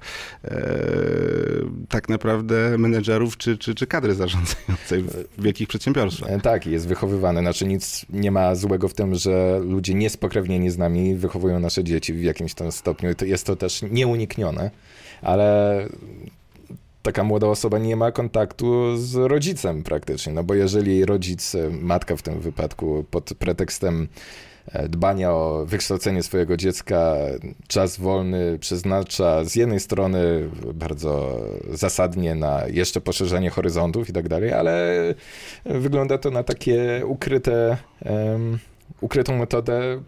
S2: tak naprawdę menedżerów czy kadry zarządzającej w wielkich przedsiębiorstwach.
S1: Tak, jest wychowywane. Znaczy nic nie ma złego w tym, że ludzie niespokrewnieni z nami wychowują nasze dzieci w jakimś tam stopniu. Jest to też nieuniknione, ale... Taka młoda osoba nie ma kontaktu z rodzicem praktycznie, no bo jeżeli rodzic, matka w tym wypadku pod pretekstem dbania o wykształcenie swojego dziecka czas wolny przeznacza z jednej strony bardzo zasadnie na jeszcze poszerzanie horyzontów i tak dalej, ale wygląda to na takie ukrytą metodę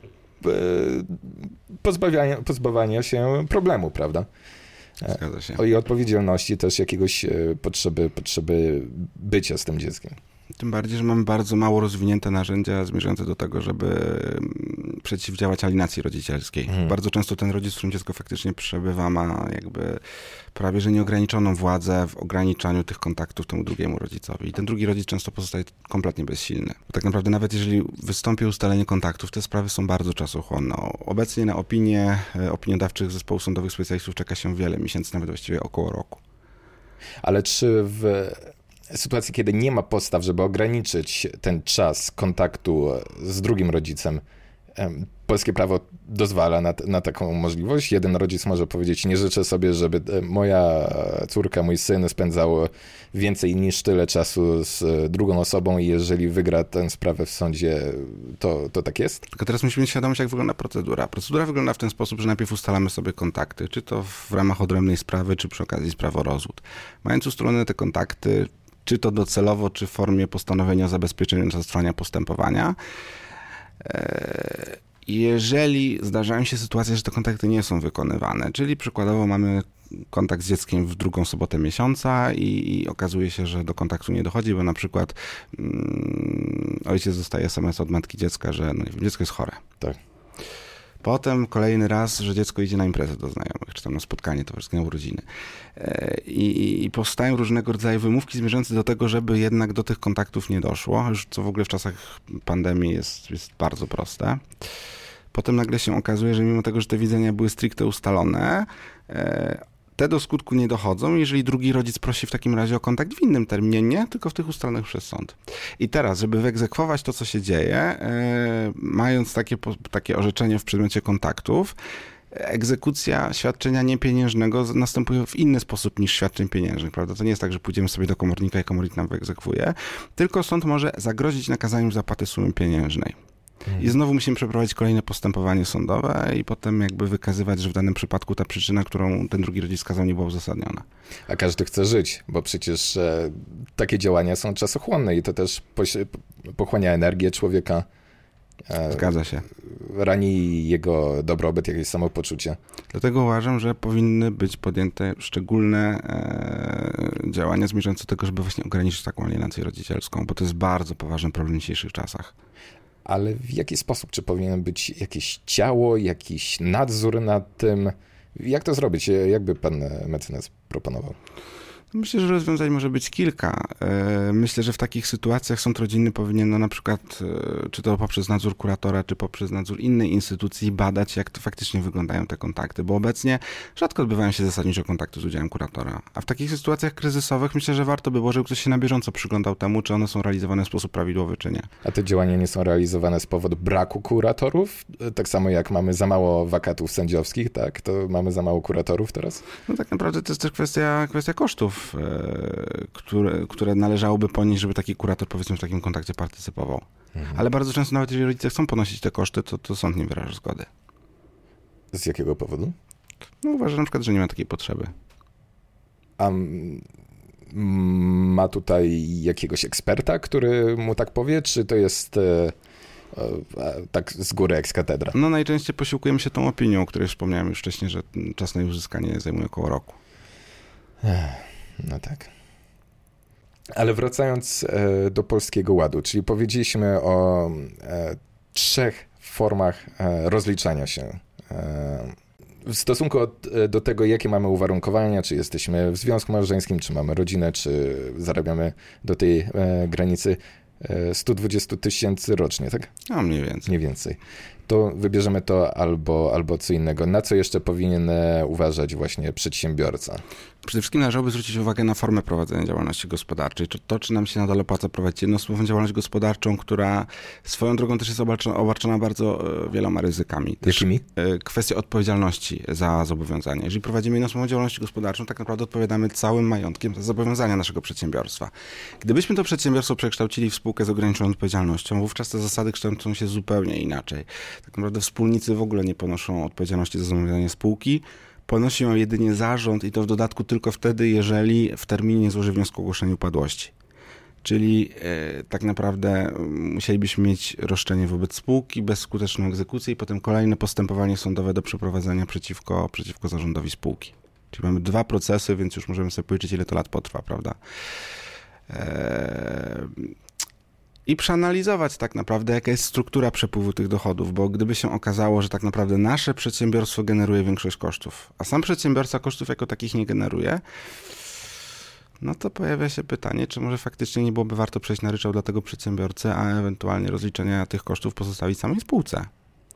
S1: pozbawiania się problemu, prawda?
S2: Zgadza się.
S1: I odpowiedzialności też jakiegoś potrzeby bycia z tym dzieckiem.
S2: Tym bardziej, że mamy bardzo mało rozwinięte narzędzia zmierzające do tego, żeby przeciwdziałać alienacji rodzicielskiej. Bardzo często ten rodzic, z którym dziecko faktycznie przebywa, ma jakby prawie że nieograniczoną władzę w ograniczaniu tych kontaktów temu drugiemu rodzicowi. I ten drugi rodzic często pozostaje kompletnie bezsilny. Bo tak naprawdę nawet jeżeli wystąpi ustalenie kontaktów, te sprawy są bardzo czasochłonne. Obecnie na opinie opiniodawczych zespołów sądowych specjalistów czeka się wiele miesięcy, nawet właściwie około roku.
S1: Ale czy w sytuacji, kiedy nie ma podstaw, żeby ograniczyć ten czas kontaktu z drugim rodzicem, polskie prawo dozwala na taką możliwość? Jeden rodzic może powiedzieć, nie życzę sobie, żeby moja córka, mój syn spędzał więcej niż tyle czasu z drugą osobą i jeżeli wygra tę sprawę w sądzie, to tak jest?
S2: Tylko teraz musimy mieć świadomość, jak wygląda procedura. Procedura wygląda w ten sposób, że najpierw ustalamy sobie kontakty, czy to w ramach odrębnej sprawy, czy przy okazji sprawy o rozwód. Mając ustalone te kontakty, czy to docelowo, czy w formie postanowienia o zabezpieczeniu zastosowania postępowania. Jeżeli zdarzają się sytuacje, że te kontakty nie są wykonywane, czyli przykładowo mamy kontakt z dzieckiem w drugą sobotę miesiąca i okazuje się, że do kontaktu nie dochodzi, bo na przykład ojciec dostaje SMS od matki dziecka, że no, dziecko jest chore.
S1: Tak.
S2: Potem kolejny raz, że dziecko idzie na imprezę do znajomych, czy tam na spotkanie towarzyskie, na urodziny. I powstają różnego rodzaju wymówki zmierzające do tego, żeby jednak do tych kontaktów nie doszło, już co w ogóle w czasach pandemii jest bardzo proste. Potem nagle się okazuje, że mimo tego, że te widzenia były stricte ustalone, te do skutku nie dochodzą, jeżeli drugi rodzic prosi w takim razie o kontakt w innym terminie, nie, tylko w tych ustalonych przez sąd. I teraz, żeby wyegzekwować to, co się dzieje, mając takie orzeczenie w przedmiocie kontaktów, egzekucja świadczenia niepieniężnego następuje w inny sposób niż świadczeń pieniężnych, prawda? To nie jest tak, że pójdziemy sobie do komornika i komornik nam wyegzekwuje, tylko sąd może zagrozić nakazaniem zapłaty sumy pieniężnej. I znowu musimy przeprowadzić kolejne postępowanie sądowe i potem jakby wykazywać, że w danym przypadku ta przyczyna, którą ten drugi rodzic skazał, nie była uzasadniona.
S1: A każdy chce żyć, bo przecież takie działania są czasochłonne i to też pochłania energię człowieka.
S2: Zgadza się.
S1: Rani jego dobrobyt, jakieś samopoczucie.
S2: Dlatego uważam, że powinny być podjęte szczególne działania zmierzające do tego, żeby właśnie ograniczyć taką alienację rodzicielską, bo to jest bardzo poważny problem w dzisiejszych czasach.
S1: Ale w jaki sposób? Czy powinien być jakieś ciało, jakiś nadzór nad tym? Jak to zrobić? Jakby pan mecenas proponował?
S2: Myślę, że rozwiązań może być kilka. Myślę, że w takich sytuacjach sąd rodzinny powinien na przykład, czy to poprzez nadzór kuratora, czy poprzez nadzór innej instytucji badać, jak to faktycznie wyglądają te kontakty, bo obecnie rzadko odbywają się zasadniczo kontakty z udziałem kuratora. A w takich sytuacjach kryzysowych myślę, że warto by było, żeby ktoś się na bieżąco przyglądał temu, czy one są realizowane w sposób prawidłowy, czy nie.
S1: A te działania nie są realizowane z powodu braku kuratorów? Tak samo jak mamy za mało wakatów sędziowskich, tak? To mamy za mało kuratorów teraz?
S2: No tak naprawdę to jest też kwestia kosztów, które należałoby ponieść, żeby taki kurator, powiedzmy, w takim kontakcie partycypował. Ale bardzo często, nawet jeżeli rodzice chcą ponosić te koszty, to sąd nie wyraża zgody.
S1: Z jakiego powodu?
S2: No uważa na przykład, że nie ma takiej potrzeby.
S1: A ma tutaj jakiegoś eksperta, który mu tak powie, czy to jest tak z góry ex cathedra?
S2: No najczęściej posiłkujemy się tą opinią, o której wspomniałem już wcześniej, że czas na jej uzyskanie zajmuje około roku.
S1: No tak. Ale wracając do Polskiego Ładu, czyli powiedzieliśmy o 3 formach rozliczania się. W stosunku do tego, jakie mamy uwarunkowania, czy jesteśmy w związku małżeńskim, czy mamy rodzinę, czy zarabiamy do tej granicy 120 000 rocznie, tak?
S2: No mniej więcej.
S1: Mniej więcej. To wybierzemy to albo co innego. Na co jeszcze powinien uważać właśnie przedsiębiorca?
S2: Przede wszystkim należałoby zwrócić uwagę na formę prowadzenia działalności gospodarczej. Czy nam się nadal opłaca prowadzić jednoosobową działalność gospodarczą, która swoją drogą też jest obarczona bardzo wieloma ryzykami.
S1: Jakimi?
S2: Kwestia odpowiedzialności za zobowiązania. Jeżeli prowadzimy jednoosobową działalność gospodarczą, tak naprawdę odpowiadamy całym majątkiem za zobowiązania naszego przedsiębiorstwa. Gdybyśmy to przedsiębiorstwo przekształcili w spółkę z ograniczoną odpowiedzialnością, wówczas te zasady kształtują się zupełnie inaczej. Tak naprawdę wspólnicy w ogóle nie ponoszą odpowiedzialności za zobowiązania spółki, ponosi ją jedynie zarząd i to w dodatku tylko wtedy, jeżeli w terminie nie złoży wniosku o ogłoszenie upadłości. Czyli tak naprawdę musielibyśmy mieć roszczenie wobec spółki, bezskuteczną egzekucję i potem kolejne postępowanie sądowe do przeprowadzenia przeciwko zarządowi spółki. Czyli mamy 2 procesy, więc już możemy sobie policzyć, ile to lat potrwa, prawda? I przeanalizować tak naprawdę, jaka jest struktura przepływu tych dochodów, bo gdyby się okazało, że tak naprawdę nasze przedsiębiorstwo generuje większość kosztów, a sam przedsiębiorca kosztów jako takich nie generuje, no to pojawia się pytanie, czy może faktycznie nie byłoby warto przejść na ryczałt dla tego przedsiębiorcy, a ewentualnie rozliczenia tych kosztów pozostawić samej spółce.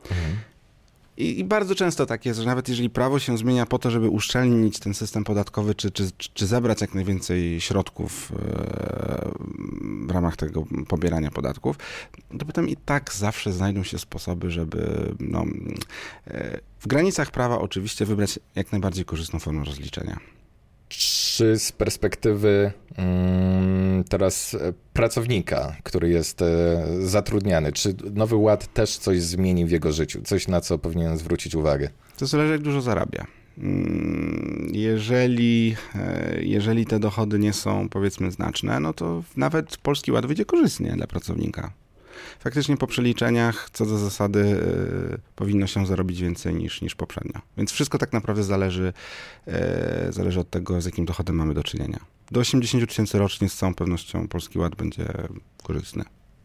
S2: I bardzo często tak jest, że nawet jeżeli prawo się zmienia po to, żeby uszczelnić ten system podatkowy, czy zebrać jak najwięcej środków w ramach tego pobierania podatków, to potem i tak zawsze znajdą się sposoby, żeby w granicach prawa oczywiście wybrać jak najbardziej korzystną formę rozliczenia.
S1: Czy z perspektywy teraz pracownika, który jest zatrudniany, czy Nowy Ład też coś zmieni w jego życiu? Coś, na co powinien zwrócić uwagę?
S2: To zależy, jak dużo zarabia. Jeżeli te dochody nie są, powiedzmy, znaczne, no to nawet Polski Ład wyjdzie korzystnie dla pracownika. Faktycznie po przeliczeniach, co do zasady, powinno się zarobić więcej niż poprzednio. Więc wszystko tak naprawdę zależy od tego, z jakim dochodem mamy do czynienia. Do 80 000 rocznie z całą pewnością Polski Ład będzie korzystny.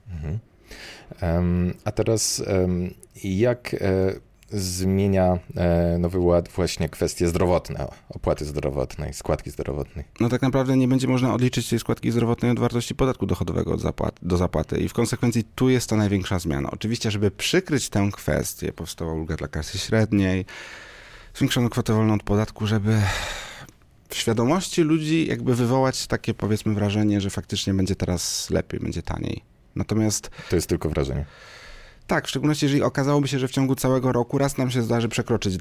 S1: A teraz jak zmienia Nowy Ład właśnie kwestie zdrowotne, opłaty zdrowotnej, składki zdrowotnej?
S2: No tak naprawdę nie będzie można odliczyć tej składki zdrowotnej od wartości podatku dochodowego do zapłaty i w konsekwencji tu jest ta największa zmiana. Oczywiście, żeby przykryć tę kwestię, powstała ulga dla klasy średniej, zwiększono kwotę wolną od podatku, żeby w świadomości ludzi jakby wywołać takie, powiedzmy, wrażenie, że faktycznie będzie teraz lepiej, będzie taniej. Natomiast
S1: to jest tylko wrażenie.
S2: Tak, w szczególności jeżeli okazałoby się, że w ciągu całego roku raz nam się zdarzy przekroczyć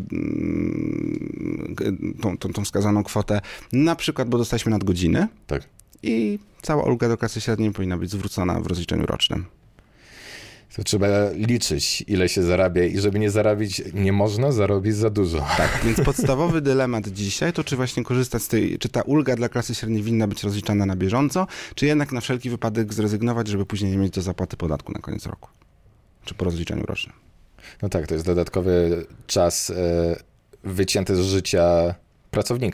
S2: tą wskazaną kwotę, na przykład, bo dostaliśmy nadgodziny.
S1: Tak.
S2: I cała ulga do klasy średniej powinna być zwrócona w rozliczeniu rocznym.
S1: To trzeba liczyć, ile się zarabia i żeby nie zarabiać, nie można zarobić za dużo.
S2: Tak, więc podstawowy dylemat dzisiaj to czy właśnie korzystać z tej, czy ta ulga dla klasy średniej winna być rozliczana na bieżąco, czy jednak na wszelki wypadek zrezygnować, żeby później nie mieć do zapłaty podatku na koniec roku. Czy po rozliczeniu rocznym.
S1: No tak, to jest dodatkowy czas wycięty z życia pracownika.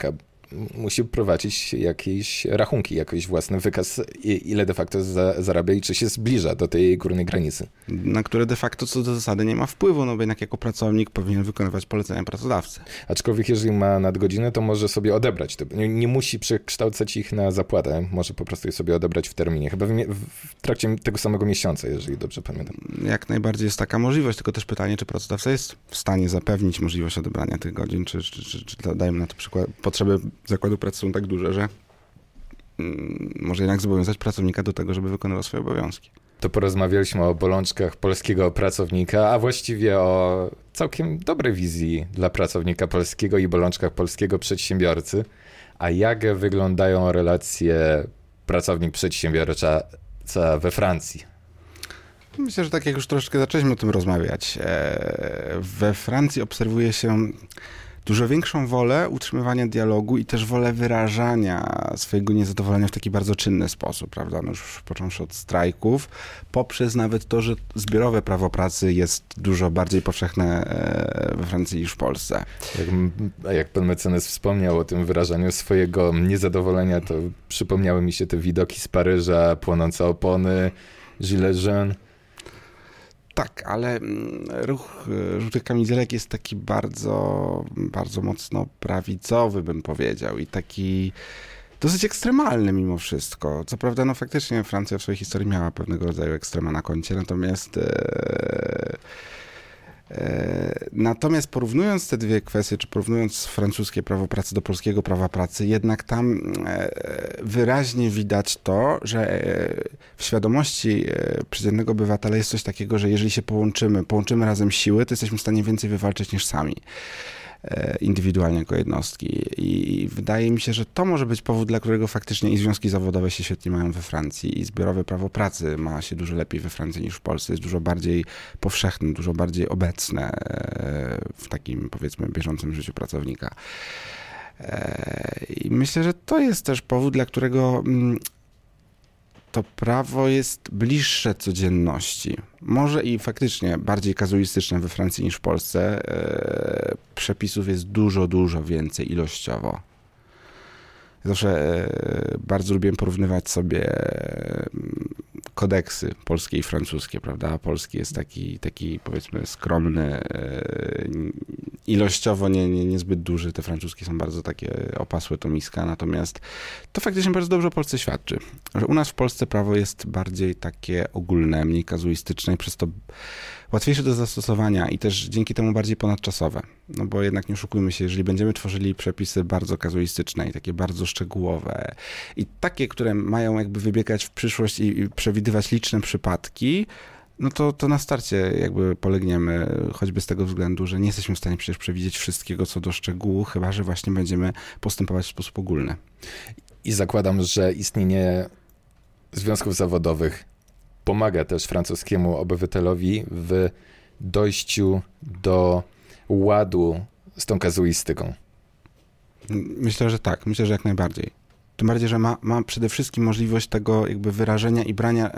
S1: musi prowadzić jakieś rachunki, jakiś własny wykaz, ile de facto zarabia i czy się zbliża do tej górnej granicy.
S2: Na które de facto co do zasady nie ma wpływu, no bo jednak jako pracownik powinien wykonywać polecenia pracodawcy.
S1: Aczkolwiek jeżeli ma nadgodziny, to może sobie odebrać. Nie musi przekształcać ich na zapłatę, może po prostu je sobie odebrać w terminie. Chyba w trakcie tego samego miesiąca, jeżeli dobrze pamiętam.
S2: Jak najbardziej jest taka możliwość, tylko też pytanie, czy pracodawca jest w stanie zapewnić możliwość odebrania tych godzin, czy dajmy na to przykład, potrzeby zakładu pracy są tak duże, że może jednak zobowiązać pracownika do tego, żeby wykonywał swoje obowiązki.
S1: To porozmawialiśmy o bolączkach polskiego pracownika, a właściwie o całkiem dobrej wizji dla pracownika polskiego i bolączkach polskiego przedsiębiorcy. A jak wyglądają relacje pracownik-przedsiębiorca we Francji?
S2: Myślę, że tak jak już troszeczkę zaczęliśmy o tym rozmawiać, we Francji obserwuje się dużo większą wolę utrzymywania dialogu i też wolę wyrażania swojego niezadowolenia w taki bardzo czynny sposób, prawda? No już począwszy od strajków, poprzez nawet to, że zbiorowe prawo pracy jest dużo bardziej powszechne we Francji niż w Polsce.
S1: Jak pan mecenas wspomniał o tym wyrażaniu swojego niezadowolenia, to przypomniały mi się te widoki z Paryża, płonące opony, gilets jaunes.
S2: Tak, ale ruch żółtych kamizelek jest taki bardzo, bardzo mocno prawicowy, bym powiedział, i taki dosyć ekstremalny mimo wszystko. Co prawda, no faktycznie Francja w swojej historii miała pewnego rodzaju ekstrema na koncie, natomiast porównując te dwie kwestie, czy porównując francuskie prawo pracy do polskiego prawa pracy, jednak tam wyraźnie widać to, że w świadomości przeciętnego obywatela jest coś takiego, że jeżeli się połączymy razem siły, to jesteśmy w stanie więcej wywalczyć niż sami. Indywidualnie jako jednostki. I wydaje mi się, że to może być powód, dla którego faktycznie i związki zawodowe się świetnie mają we Francji, i zbiorowe prawo pracy ma się dużo lepiej we Francji niż w Polsce. Jest dużo bardziej powszechne, dużo bardziej obecne w takim, powiedzmy, bieżącym życiu pracownika. I myślę, że to jest też powód, dla którego to prawo jest bliższe codzienności. Może i faktycznie bardziej kazuistyczne we Francji niż w Polsce. Przepisów jest dużo, dużo więcej ilościowo. Zawsze bardzo lubię porównywać sobie kodeksy polskie i francuskie, prawda? Polski jest taki powiedzmy skromny, ilościowo niezbyt duży. Te francuskie są bardzo takie opasłe, to miska. Natomiast to faktycznie bardzo dobrze o Polsce świadczy, że u nas w Polsce prawo jest bardziej takie ogólne, mniej kazuistyczne i przez to łatwiejsze do zastosowania i też dzięki temu bardziej ponadczasowe. No bo jednak nie oszukujmy się, jeżeli będziemy tworzyli przepisy bardzo kazuistyczne i takie bardzo szczegółowe i takie, które mają jakby wybiegać w przyszłość i przewidywać liczne przypadki, no to na starcie jakby polegniemy, choćby z tego względu, że nie jesteśmy w stanie przecież przewidzieć wszystkiego co do szczegółu, chyba że właśnie będziemy postępować w sposób ogólny.
S1: I zakładam, że istnienie związków zawodowych pomaga też francuskiemu obywatelowi w dojściu do ładu z tą kazuistyką.
S2: Myślę, że tak. Myślę, że jak najbardziej. Tym bardziej, że ma przede wszystkim możliwość tego jakby wyrażenia i brania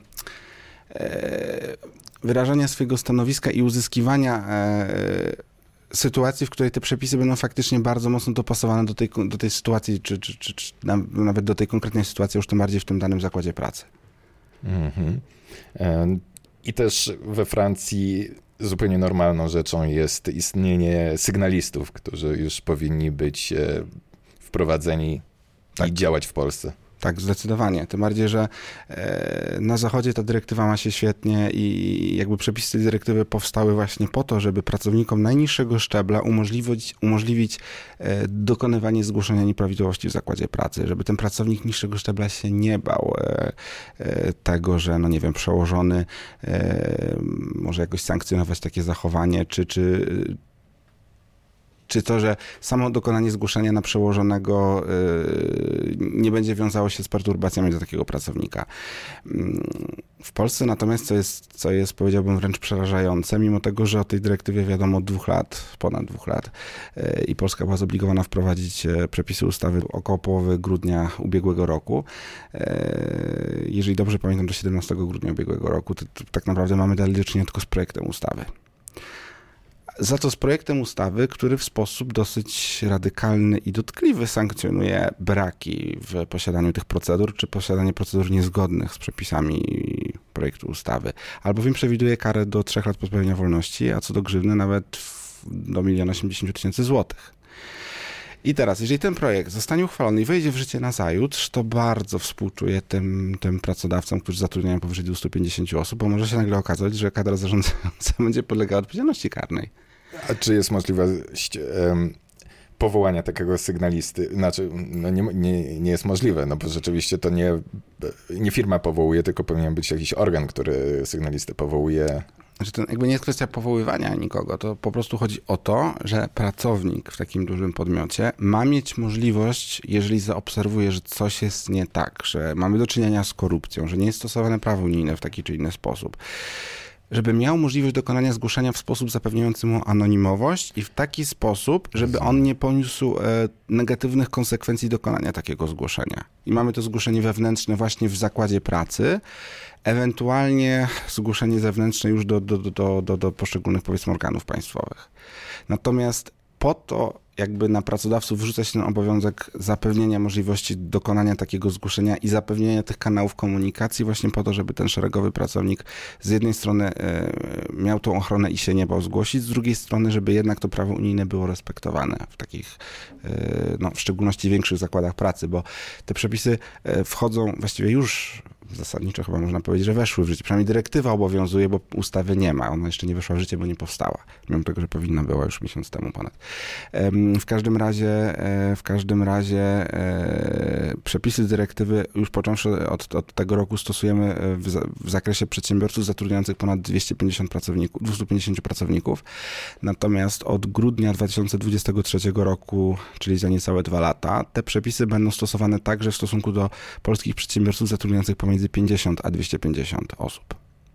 S2: wyrażania swojego stanowiska i uzyskiwania sytuacji, w której te przepisy będą faktycznie bardzo mocno dopasowane do tej sytuacji, czy nawet do tej konkretnej sytuacji, już tym bardziej w tym danym zakładzie pracy.
S1: Mhm. I też we Francji zupełnie normalną rzeczą jest istnienie sygnalistów, którzy już powinni być wprowadzeni i działać w Polsce.
S2: Tak, zdecydowanie. Tym bardziej, że na Zachodzie ta dyrektywa ma się świetnie i jakby przepisy tej dyrektywy powstały właśnie po to, żeby pracownikom najniższego szczebla umożliwić dokonywanie zgłoszenia nieprawidłowości w zakładzie pracy, żeby ten pracownik niższego szczebla się nie bał tego, że no nie wiem, przełożony może jakoś sankcjonować takie zachowanie, czy to, że samo dokonanie zgłoszenia na przełożonego nie będzie wiązało się z perturbacjami do takiego pracownika. W Polsce natomiast, co jest powiedziałbym wręcz przerażające, mimo tego, że o tej dyrektywie wiadomo od 2 lat, ponad 2 lat i Polska była zobligowana wprowadzić przepisy ustawy około połowy grudnia ubiegłego roku. Jeżeli dobrze pamiętam, do 17 grudnia ubiegłego roku, to tak naprawdę mamy dalej do czynienia tylko z projektem ustawy. za to z projektem ustawy, który w sposób dosyć radykalny i dotkliwy sankcjonuje braki w posiadaniu tych procedur, czy posiadanie procedur niezgodnych z przepisami projektu ustawy. Albowiem przewiduje karę do 3 lat pozbawienia wolności, a co do grzywny nawet do 1 080 000 złotych. I teraz, jeżeli ten projekt zostanie uchwalony i wejdzie w życie nazajutrz, to bardzo współczuję tym pracodawcom, którzy zatrudniają powyżej 250 osób, bo może się nagle okazać, że kadra zarządzająca będzie podlegała odpowiedzialności karnej.
S1: A czy jest możliwość powołania takiego sygnalisty? Znaczy, no nie jest możliwe, no bo rzeczywiście to nie firma powołuje, tylko powinien być jakiś organ, który sygnalistę powołuje.
S2: Znaczy to jakby nie jest kwestia powoływania nikogo, to po prostu chodzi o to, że pracownik w takim dużym podmiocie ma mieć możliwość, jeżeli zaobserwuje, że coś jest nie tak, że mamy do czynienia z korupcją, że nie jest stosowane prawo unijne w taki czy inny sposób, żeby miał możliwość dokonania zgłoszenia w sposób zapewniający mu anonimowość i w taki sposób, żeby on nie poniósł negatywnych konsekwencji dokonania takiego zgłoszenia. I mamy to zgłoszenie wewnętrzne właśnie w zakładzie pracy, ewentualnie zgłoszenie zewnętrzne już do poszczególnych, powiedzmy, organów państwowych. Natomiast po to jakby na pracodawców wrzuca się ten obowiązek zapewnienia możliwości dokonania takiego zgłoszenia i zapewnienia tych kanałów komunikacji właśnie po to, żeby ten szeregowy pracownik z jednej strony miał tą ochronę i się nie bał zgłosić, z drugiej strony, żeby jednak to prawo unijne było respektowane w takich, no, w szczególności większych zakładach pracy, bo te przepisy wchodzą właściwie już zasadniczo chyba można powiedzieć, że weszły w życie. Przynajmniej dyrektywa obowiązuje, bo ustawy nie ma. Ona jeszcze nie weszła w życie, bo nie powstała. Mimo tego, że powinna była już miesiąc temu ponad. W każdym razie przepisy dyrektywy już począwszy od tego roku stosujemy w zakresie przedsiębiorców zatrudniających ponad 250 pracowników. Natomiast od grudnia 2023 roku, czyli za niecałe 2 lata, te przepisy będą stosowane także w stosunku do polskich przedsiębiorców zatrudniających pomiędzy 50 a 250 osób.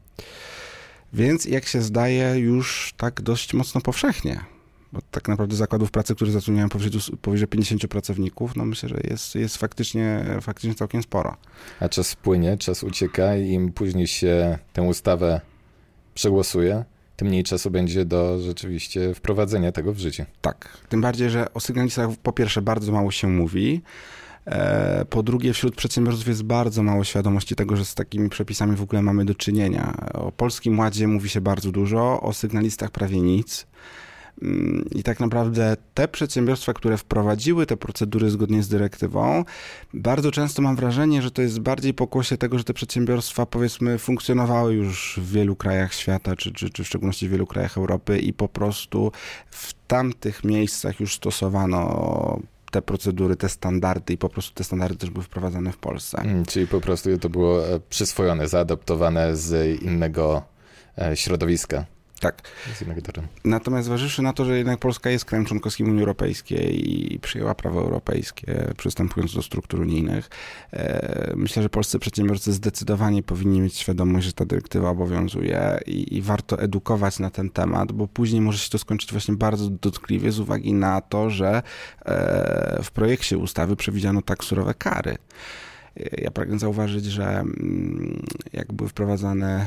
S2: Więc jak się zdaje już tak dość mocno powszechnie, bo tak naprawdę zakładów pracy, które zatrudniają powyżej 50 pracowników, no myślę, że jest faktycznie całkiem sporo.
S1: A czas płynie, czas ucieka i im później się tę ustawę przegłosuje, tym mniej czasu będzie do rzeczywiście wprowadzenia tego w życie.
S2: Tak, tym bardziej, że o sygnalistach po pierwsze bardzo mało się mówi, po drugie, wśród przedsiębiorców jest bardzo mało świadomości tego, że z takimi przepisami w ogóle mamy do czynienia. O Polskim Ładzie mówi się bardzo dużo, o sygnalistach prawie nic. I tak naprawdę te przedsiębiorstwa, które wprowadziły te procedury zgodnie z dyrektywą, bardzo często mam wrażenie, że to jest bardziej pokłosie tego, że te przedsiębiorstwa, powiedzmy, funkcjonowały już w wielu krajach świata, czy w szczególności w wielu krajach Europy i po prostu w tamtych miejscach już stosowano te procedury, te standardy i po prostu te standardy też były wprowadzane w Polsce.
S1: Czyli po prostu to było przyswojone, zaadoptowane z innego środowiska.
S2: Tak. Natomiast zważywszy na to, że jednak Polska jest krajem członkowskim Unii Europejskiej i przyjęła prawo europejskie, przystępując do struktur unijnych, myślę, że polscy przedsiębiorcy zdecydowanie powinni mieć świadomość, że ta dyrektywa obowiązuje i warto edukować na ten temat, bo później może się to skończyć właśnie bardzo dotkliwie z uwagi na to, że w projekcie ustawy przewidziano tak surowe kary. Ja pragnę zauważyć, że jak były wprowadzane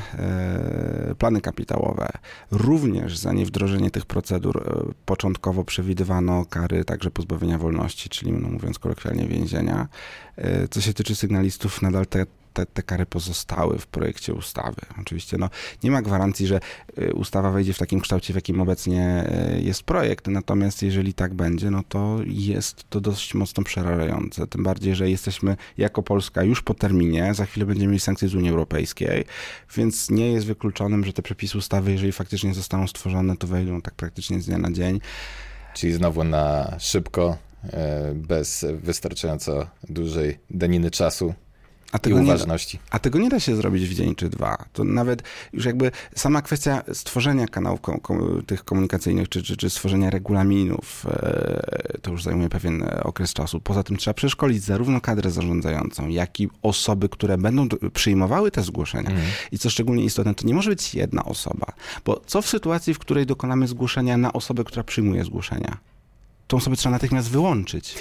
S2: plany kapitałowe, również za niewdrożenie tych procedur początkowo przewidywano kary także pozbawienia wolności, czyli no mówiąc kolokwialnie więzienia. Co się tyczy sygnalistów, nadal te kary pozostały w projekcie ustawy. Oczywiście no, nie ma gwarancji, że ustawa wejdzie w takim kształcie, w jakim obecnie jest projekt, natomiast jeżeli tak będzie, no to jest to dość mocno przerażające. Tym bardziej, że jesteśmy jako Polska już po terminie, za chwilę będziemy mieli sankcje z Unii Europejskiej, więc nie jest wykluczonym, że te przepisy ustawy, jeżeli faktycznie zostaną stworzone, to wejdą tak praktycznie z dnia na dzień.
S1: Czyli znowu na szybko, bez wystarczająco dużej daniny czasu. I uważności.
S2: A tego nie da się zrobić w dzień czy dwa. To nawet już jakby sama kwestia stworzenia kanałów tych komunikacyjnych, czy stworzenia regulaminów, to już zajmuje pewien okres czasu. Poza tym trzeba przeszkolić zarówno kadrę zarządzającą, jak i osoby, które będą przyjmowały te zgłoszenia. I co szczególnie istotne, to nie może być jedna osoba. Bo co w sytuacji, w której dokonamy zgłoszenia na osobę, która przyjmuje zgłoszenia? Tą osobę trzeba natychmiast wyłączyć.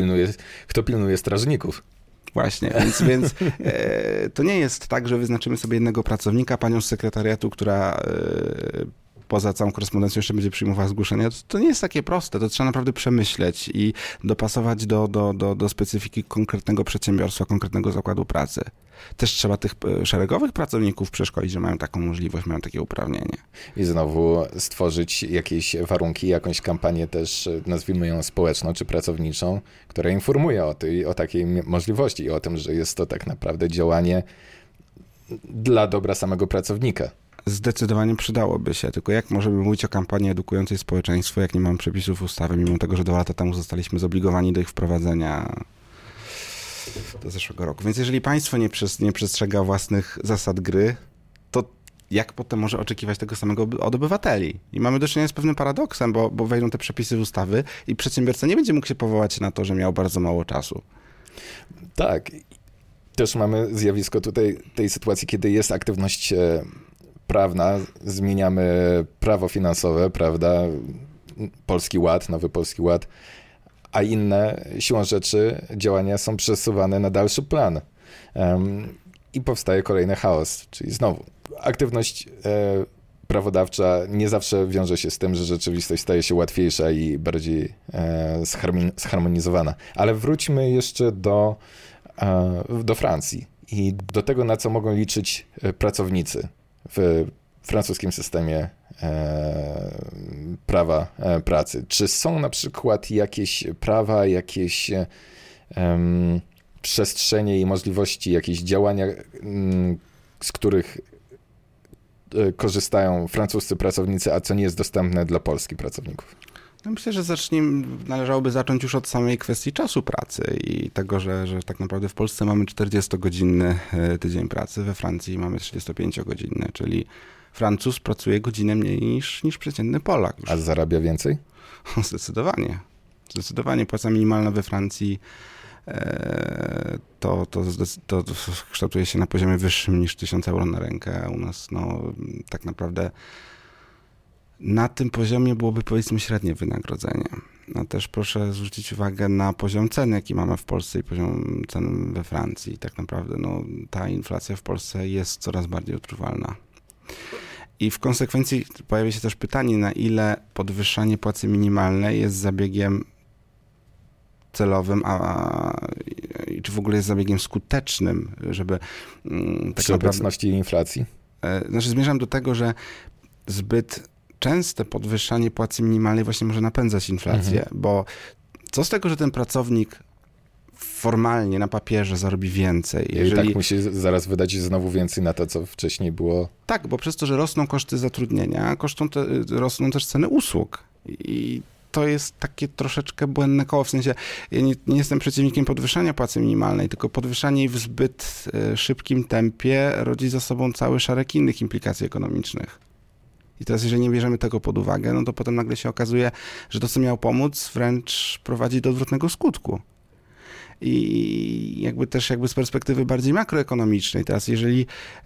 S1: Kto pilnuje strażników?
S2: Właśnie, więc to nie jest tak, że wyznaczymy sobie jednego pracownika, panią z sekretariatu, która poza całą korespondencją jeszcze będzie przyjmowała zgłoszenia, to nie jest takie proste. To trzeba naprawdę przemyśleć i dopasować do specyfiki konkretnego przedsiębiorstwa, konkretnego zakładu pracy. Też trzeba tych szeregowych pracowników przeszkolić, że mają taką możliwość, mają takie uprawnienie.
S1: I znowu stworzyć jakieś warunki, jakąś kampanię też, nazwijmy ją społeczną czy pracowniczą, która informuje o takiej możliwości i o tym, że jest to tak naprawdę działanie dla dobra samego pracownika.
S2: Zdecydowanie przydałoby się, tylko jak możemy mówić o kampanii edukującej społeczeństwo, jak nie mamy przepisów ustawy, mimo tego, że 2 lata temu zostaliśmy zobligowani do ich wprowadzenia do zeszłego roku. Więc jeżeli państwo nie przestrzega własnych zasad gry, to jak potem może oczekiwać tego samego od obywateli? I mamy do czynienia z pewnym paradoksem, bo wejdą te przepisy w ustawy i przedsiębiorca nie będzie mógł się powołać na to, że miał bardzo mało czasu.
S1: Tak. Też mamy zjawisko tutaj tej sytuacji, kiedy jest aktywność prawna, zmieniamy prawo finansowe, prawda, Polski Ład, nowy Polski Ład, a inne siłą rzeczy działania są przesuwane na dalszy plan. I powstaje kolejny chaos, czyli znowu aktywność prawodawcza nie zawsze wiąże się z tym, że rzeczywistość staje się łatwiejsza i bardziej zharmonizowana. Ale wróćmy jeszcze do Francji i do tego, na co mogą liczyć pracownicy w francuskim systemie prawa pracy. Czy są na przykład jakieś prawa, jakieś przestrzenie i możliwości, jakieś działania, z których korzystają francuscy pracownicy, a co nie jest dostępne dla polskich pracowników?
S2: No myślę, że należałoby zacząć już od samej kwestii czasu pracy i tego, że tak naprawdę w Polsce mamy 40-godzinny tydzień pracy, we Francji mamy 35-godzinny, czyli Francuz pracuje godzinę mniej niż przeciętny Polak.
S1: A zarabia więcej?
S2: Zdecydowanie. Zdecydowanie płaca minimalna we Francji to kształtuje się na poziomie wyższym niż 1000 euro na rękę. U nas tak naprawdę na tym poziomie byłoby, powiedzmy, średnie wynagrodzenie. No też proszę zwrócić uwagę na poziom cen, jaki mamy w Polsce i poziom cen we Francji. Tak naprawdę ta inflacja w Polsce jest coraz bardziej odczuwalna. I w konsekwencji pojawia się też pytanie, na ile podwyższanie płacy minimalnej jest zabiegiem celowym, czy w ogóle jest zabiegiem skutecznym, żeby
S1: przy obecności inflacji?
S2: Znaczy zmierzam do tego, że zbyt częste podwyższanie płacy minimalnej właśnie może napędzać inflację, bo co z tego, że ten pracownik formalnie na papierze zarobi więcej.
S1: Jeżeli... I tak musi zaraz wydać znowu więcej na to, co wcześniej było.
S2: Tak, bo przez to, że rosną koszty zatrudnienia, rosną też ceny usług. I to jest takie troszeczkę błędne koło, w sensie ja nie jestem przeciwnikiem podwyższania płacy minimalnej, tylko podwyższanie jej w zbyt szybkim tempie rodzi za sobą cały szereg innych implikacji ekonomicznych. I teraz jeżeli nie bierzemy tego pod uwagę, no to potem nagle się okazuje, że to, co miało pomóc, wręcz prowadzi do odwrotnego skutku. I jakby z perspektywy bardziej makroekonomicznej, teraz jeżeli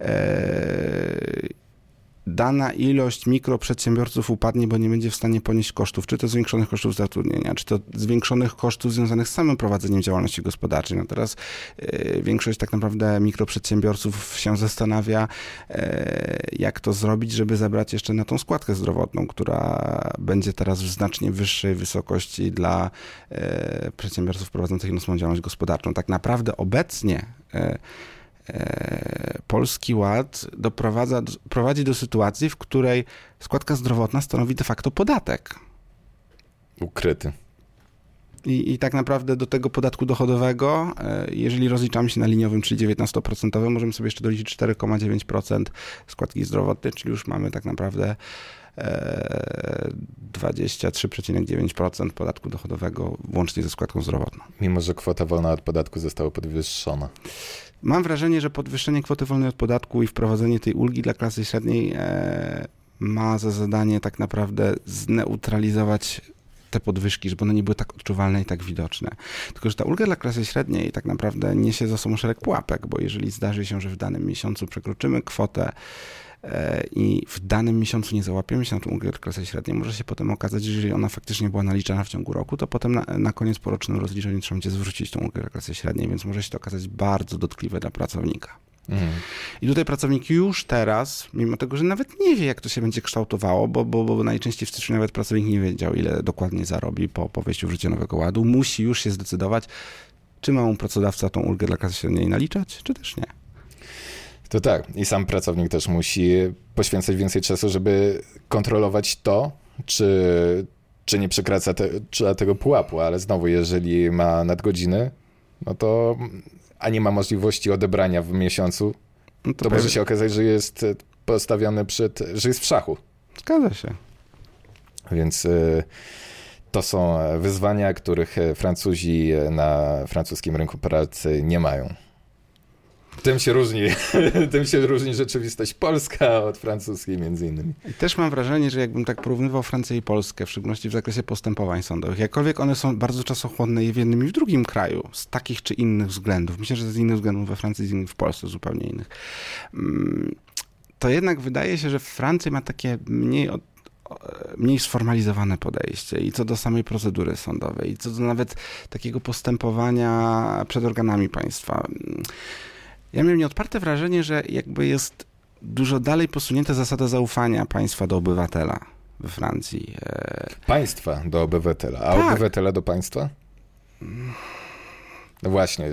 S2: dana ilość mikroprzedsiębiorców upadnie, bo nie będzie w stanie ponieść kosztów, czy to zwiększonych kosztów zatrudnienia, czy to zwiększonych kosztów związanych z samym prowadzeniem działalności gospodarczej. No teraz większość tak naprawdę mikroprzedsiębiorców się zastanawia, jak to zrobić, żeby zabrać jeszcze na tą składkę zdrowotną, która będzie teraz w znacznie wyższej wysokości dla przedsiębiorców prowadzących jednoosobową działalność gospodarczą. Tak naprawdę obecnie Polski Ład prowadzi do sytuacji, w której składka zdrowotna stanowi de facto podatek.
S1: Ukryty.
S2: I tak naprawdę do tego podatku dochodowego, jeżeli rozliczamy się na liniowym, czyli 19%, możemy sobie jeszcze doliczyć 4,9% składki zdrowotnej, czyli już mamy tak naprawdę 23,9% podatku dochodowego włącznie ze składką zdrowotną.
S1: Mimo że kwota wolna od podatku została podwyższona.
S2: Mam wrażenie, że podwyższenie kwoty wolnej od podatku i wprowadzenie tej ulgi dla klasy średniej ma za zadanie tak naprawdę zneutralizować te podwyżki, żeby one nie były tak odczuwalne i tak widoczne. Tylko że ta ulga dla klasy średniej tak naprawdę niesie za sobą szereg pułapek, bo jeżeli zdarzy się, że w danym miesiącu przekroczymy kwotę i w danym miesiącu nie załapiemy się na tą ulgę dla klasy średniej, może się potem okazać, że jeżeli ona faktycznie była naliczana w ciągu roku, to potem na koniec po rocznym rozliczeniu trzeba będzie zwrócić tą ulgę dla klasy średniej, więc może się to okazać bardzo dotkliwe dla pracownika. I tutaj pracownik już teraz, mimo tego, że nawet nie wie, jak to się będzie kształtowało, bo najczęściej w styczniu nawet pracownik nie wiedział, ile dokładnie zarobi po wejściu w życie Nowego Ładu, musi już się zdecydować, czy ma mu pracodawca tą ulgę dla klasy średniej naliczać, czy też nie.
S1: To tak. I sam pracownik też musi poświęcać więcej czasu, żeby kontrolować to, czy nie przekracza tego pułapu, ale znowu, jeżeli ma nadgodziny, no to a nie ma możliwości odebrania w miesiącu, no to może się okazać, że jest postawiony że jest w szachu.
S2: Zgadza się.
S1: Więc to są wyzwania, których Francuzi na francuskim rynku pracy nie mają. Tym się różni rzeczywistość polska od francuskiej między innymi.
S2: I też mam wrażenie, że jakbym tak porównywał Francję i Polskę, w szczególności w zakresie postępowań sądowych, jakkolwiek one są bardzo czasochłonne i w jednym i w drugim kraju, z takich czy innych względów, myślę, że z innych względów we Francji, z innych w Polsce, zupełnie innych, to jednak wydaje się, że Francja ma takie mniej sformalizowane podejście i co do samej procedury sądowej, i co do nawet takiego postępowania przed organami państwa. Ja miałem nieodparte wrażenie, że jakby jest dużo dalej posunięta zasada zaufania państwa do obywatela we Francji.
S1: Państwa do obywatela, a tak. Obywatela do państwa? No właśnie.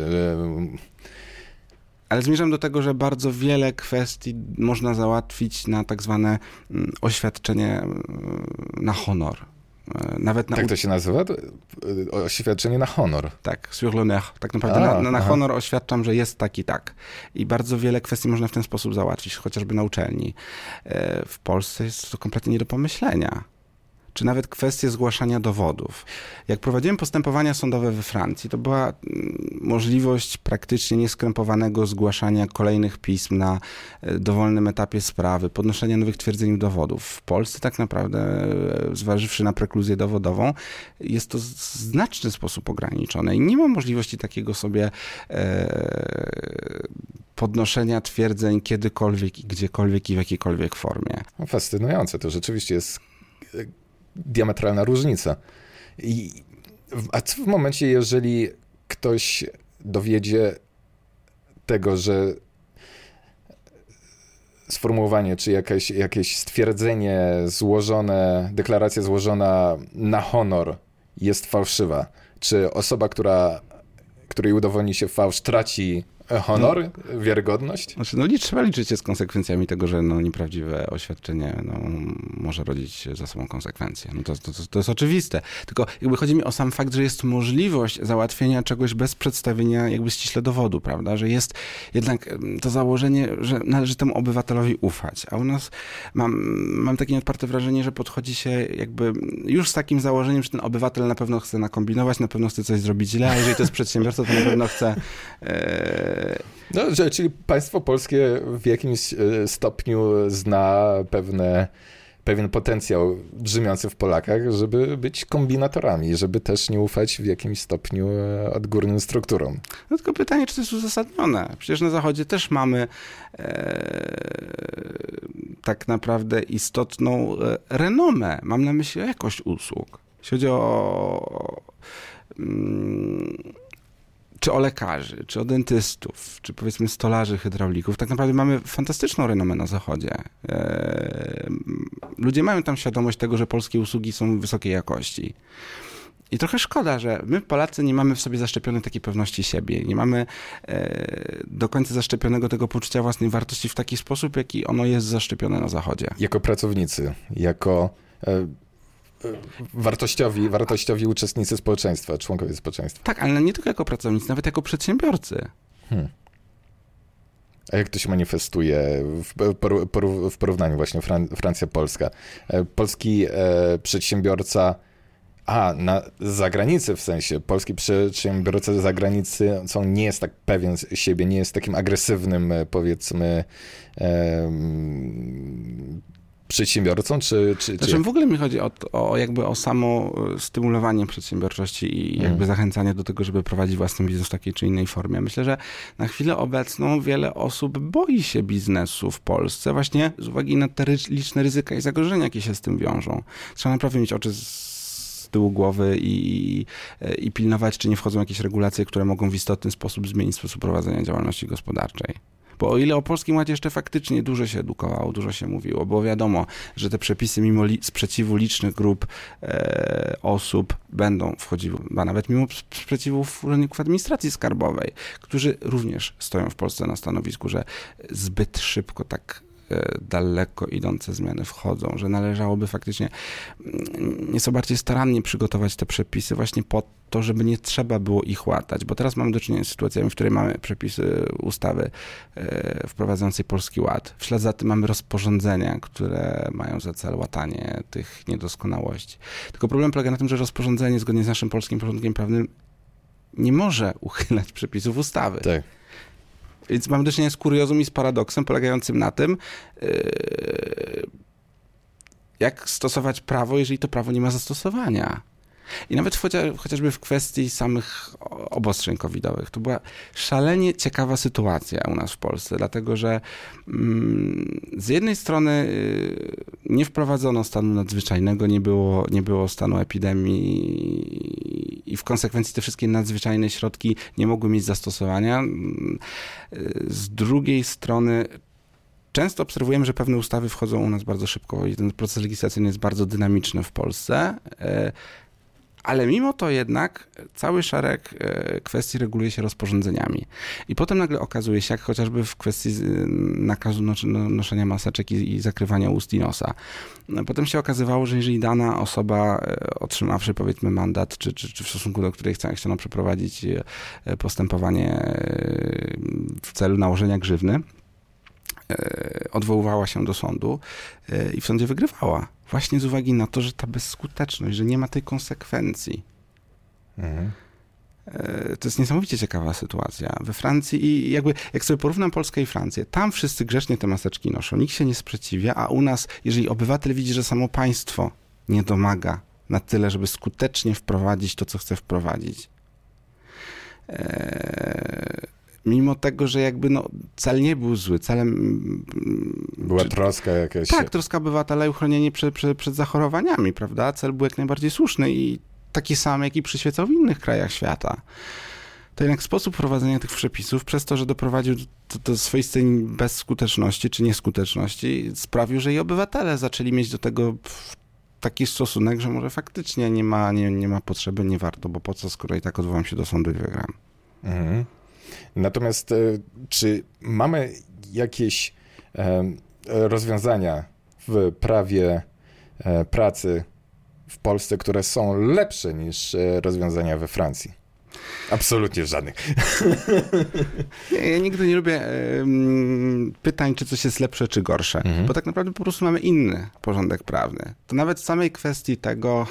S2: Ale zmierzam do tego, że bardzo wiele kwestii można załatwić na tak zwane oświadczenie na honor. Nawet
S1: tak to się nazywa? Oświadczenie na honor.
S2: Tak, sur l'honneur. Tak naprawdę na honor oświadczam, że jest tak i tak. I bardzo wiele kwestii można w ten sposób załatwić, chociażby na uczelni. W Polsce jest to kompletnie nie do pomyślenia. Czy nawet kwestie zgłaszania dowodów. Jak prowadziłem postępowania sądowe we Francji, to była możliwość praktycznie nieskrępowanego zgłaszania kolejnych pism na dowolnym etapie sprawy, podnoszenia nowych twierdzeń dowodów. W Polsce tak naprawdę, zważywszy na prekluzję dowodową, jest to w znaczny sposób ograniczone i nie ma możliwości takiego sobie podnoszenia twierdzeń kiedykolwiek i gdziekolwiek i w jakiejkolwiek formie.
S1: Fascynujące, to rzeczywiście jest diametralna różnica. A co w momencie, jeżeli ktoś dowiedzie tego, że sformułowanie, czy jakieś stwierdzenie złożone, deklaracja złożona na honor jest fałszywa? Czy osoba, której udowodni się fałsz, traci honor, wiarygodność?
S2: Znaczy, trzeba liczyć się z konsekwencjami tego, że nieprawdziwe oświadczenie może rodzić za sobą konsekwencje. To jest oczywiste. Tylko jakby chodzi mi o sam fakt, że jest możliwość załatwienia czegoś bez przedstawienia jakby ściśle dowodu, prawda? Że jest jednak to założenie, że należy temu obywatelowi ufać. A u nas mam takie nieodparte wrażenie, że podchodzi się jakby już z takim założeniem, że ten obywatel na pewno chce nakombinować, na pewno chce coś zrobić źle, a jeżeli to jest przedsiębiorca, to na pewno chce
S1: czyli państwo polskie w jakimś stopniu zna pewien potencjał drzemiący w Polakach, żeby być kombinatorami, żeby też nie ufać w jakimś stopniu odgórnym strukturom.
S2: No tylko pytanie, czy to jest uzasadnione? Przecież na Zachodzie też mamy tak naprawdę istotną renomę. Mam na myśli jakość usług. Jeśli chodzi czy o lekarzy, czy o dentystów, czy powiedzmy stolarzy, hydraulików. Tak naprawdę mamy fantastyczną renomę na Zachodzie. Ludzie mają tam świadomość tego, że polskie usługi są wysokiej jakości. I trochę szkoda, że my Polacy nie mamy w sobie zaszczepionej takiej pewności siebie. Nie mamy do końca zaszczepionego tego poczucia własnej wartości w taki sposób, jaki ono jest zaszczepione na Zachodzie.
S1: Jako pracownicy, jako wartościowi uczestnicy społeczeństwa, członkowie społeczeństwa.
S2: Tak, ale nie tylko jako pracownicy, nawet jako przedsiębiorcy.
S1: A jak to się manifestuje w porównaniu właśnie Francja-Polska? Polski przedsiębiorca, na zagranicy w sensie, polski przedsiębiorca za granicą nie jest tak pewien siebie, nie jest takim agresywnym, powiedzmy, przedsiębiorcą, czy...
S2: Znaczy w ogóle mi chodzi o samo stymulowanie przedsiębiorczości i jakby zachęcanie do tego, żeby prowadzić własny biznes w takiej czy innej formie. Myślę, że na chwilę obecną wiele osób boi się biznesu w Polsce właśnie z uwagi na te liczne ryzyka i zagrożenia, jakie się z tym wiążą. Trzeba naprawdę mieć oczy z tyłu głowy i pilnować, czy nie wchodzą jakieś regulacje, które mogą w istotny sposób zmienić sposób prowadzenia działalności gospodarczej. Bo o ile o Polskim Ładzie jeszcze faktycznie dużo się edukowało, dużo się mówiło, było wiadomo, że te przepisy mimo sprzeciwu licznych grup osób będą wchodziły, a nawet mimo sprzeciwów urzędników administracji skarbowej, którzy również stoją w Polsce na stanowisku, że zbyt szybko tak daleko idące zmiany wchodzą, że należałoby faktycznie nieco bardziej starannie przygotować te przepisy właśnie po to, żeby nie trzeba było ich łatać, bo teraz mamy do czynienia z sytuacjami, w której mamy przepisy ustawy wprowadzającej Polski Ład. W ślad za tym mamy rozporządzenia, które mają za cel łatanie tych niedoskonałości. Tylko problem polega na tym, że rozporządzenie zgodnie z naszym polskim porządkiem prawnym nie może uchylać przepisów ustawy.
S1: Tak.
S2: Więc mamy do czynienia z kuriozum i z paradoksem polegającym na tym, jak stosować prawo, jeżeli to prawo nie ma zastosowania. I nawet chociażby w kwestii samych obostrzeń covidowych. To była szalenie ciekawa sytuacja u nas w Polsce, dlatego że z jednej strony nie wprowadzono stanu nadzwyczajnego, nie było stanu epidemii i w konsekwencji te wszystkie nadzwyczajne środki nie mogły mieć zastosowania. Z drugiej strony często obserwujemy, że pewne ustawy wchodzą u nas bardzo szybko i ten proces legislacyjny jest bardzo dynamiczny w Polsce. Ale mimo to jednak cały szereg kwestii reguluje się rozporządzeniami. I potem nagle okazuje się, jak chociażby w kwestii nakazu noszenia maseczek i zakrywania ust i nosa. Potem się okazywało, że jeżeli dana osoba otrzymawszy powiedzmy mandat, czy w stosunku do której chciano przeprowadzić postępowanie w celu nałożenia grzywny, odwoływała się do sądu i w sądzie wygrywała. Właśnie z uwagi na to, że ta bezskuteczność, że nie ma tej konsekwencji. To jest niesamowicie ciekawa sytuacja. We Francji i jakby, jak sobie porównam Polskę i Francję, tam wszyscy grzecznie te maseczki noszą, nikt się nie sprzeciwia, a u nas, jeżeli obywatel widzi, że samo państwo nie domaga na tyle, żeby skutecznie wprowadzić to, co chce wprowadzić, mimo tego, że jakby cel nie był zły, celem...
S1: Była troska jakaś.
S2: Tak, troska obywatela i uchronienie przed zachorowaniami, prawda? Cel był jak najbardziej słuszny i taki sam, jaki przyświecał w innych krajach świata. To jednak sposób wprowadzenia tych przepisów, przez to, że doprowadził do swoistej bezskuteczności czy nieskuteczności, sprawił, że i obywatele zaczęli mieć do tego taki stosunek, że może faktycznie nie ma potrzeby, nie warto, bo po co, skoro i tak odwołam się do sądu i wygram.
S1: Mhm. Natomiast czy mamy jakieś rozwiązania w prawie pracy w Polsce, które są lepsze niż rozwiązania we Francji? Absolutnie żadnych.
S2: Ja nigdy nie lubię pytań, czy coś jest lepsze, czy gorsze, bo tak naprawdę po prostu mamy inny porządek prawny. To nawet w samej kwestii tego,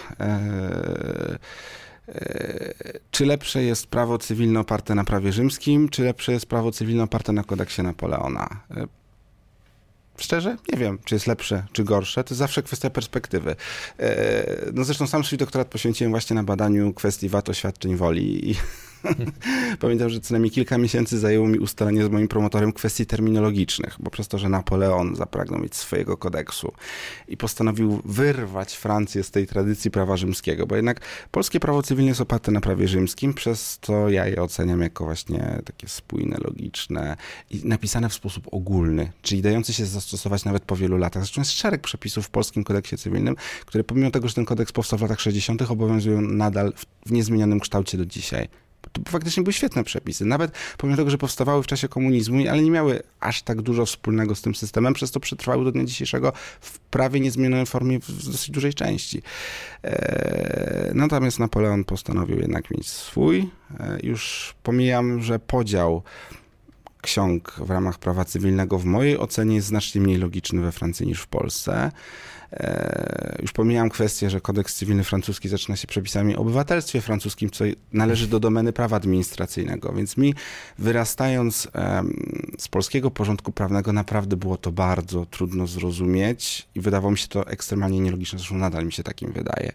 S2: czy lepsze jest prawo cywilne oparte na prawie rzymskim, czy lepsze jest prawo cywilne oparte na kodeksie Napoleona. Szczerze? Nie wiem, czy jest lepsze, czy gorsze. To jest zawsze kwestia perspektywy. No zresztą sam swój doktorat poświęciłem właśnie na badaniu kwestii VAT oświadczeń woli i pamiętam, że co najmniej kilka miesięcy zajęło mi ustalenie z moim promotorem kwestii terminologicznych, bo przez to, że Napoleon zapragnął mieć swojego kodeksu i postanowił wyrwać Francję z tej tradycji prawa rzymskiego, bo jednak polskie prawo cywilne jest oparte na prawie rzymskim, przez to ja je oceniam jako właśnie takie spójne, logiczne i napisane w sposób ogólny, czyli dające się zastosować nawet po wielu latach. Zresztą jest szereg przepisów w polskim kodeksie cywilnym, które pomimo tego, że ten kodeks powstał w latach 60., obowiązują nadal w niezmienionym kształcie do dzisiaj. To faktycznie były świetne przepisy, nawet pomimo tego, że powstawały w czasie komunizmu, ale nie miały aż tak dużo wspólnego z tym systemem, przez to przetrwały do dnia dzisiejszego w prawie niezmienionej formie w dosyć dużej części. Natomiast Napoleon postanowił jednak mieć swój. Już pomijam, że podział ksiąg w ramach prawa cywilnego w mojej ocenie jest znacznie mniej logiczny we Francji niż w Polsce. Już pomijam kwestię, że kodeks cywilny francuski zaczyna się przepisami o obywatelstwie francuskim, co należy do domeny prawa administracyjnego, więc mi wyrastając z polskiego porządku prawnego naprawdę było to bardzo trudno zrozumieć i wydawało mi się to ekstremalnie nielogiczne, zresztą nadal mi się takim wydaje.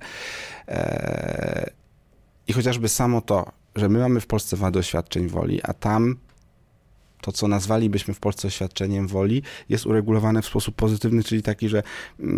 S2: I chociażby samo to, że my mamy w Polsce wadę oświadczeń woli, a tam to, co nazwalibyśmy w Polsce oświadczeniem woli, jest uregulowane w sposób pozytywny, czyli taki, że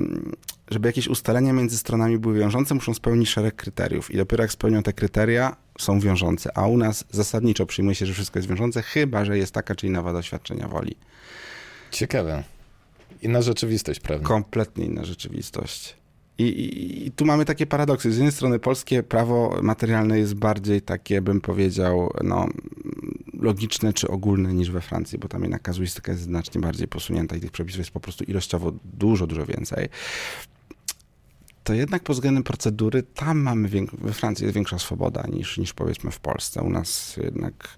S2: żeby jakieś ustalenia między stronami były wiążące, muszą spełnić szereg kryteriów i dopiero jak spełnią te kryteria, są wiążące, a u nas zasadniczo przyjmuje się, że wszystko jest wiążące, chyba że jest taka czy inna wada świadczenia woli.
S1: Ciekawe. Inna rzeczywistość, prawda?
S2: Kompletnie inna rzeczywistość. I tu mamy takie paradoksy. Z jednej strony polskie prawo materialne jest bardziej takie, bym powiedział, logiczne czy ogólne niż we Francji, bo tam jednak kazuistyka jest znacznie bardziej posunięta i tych przepisów jest po prostu ilościowo dużo więcej. To jednak pod względem procedury tam mamy, we Francji jest większa swoboda niż powiedzmy w Polsce. U nas jednak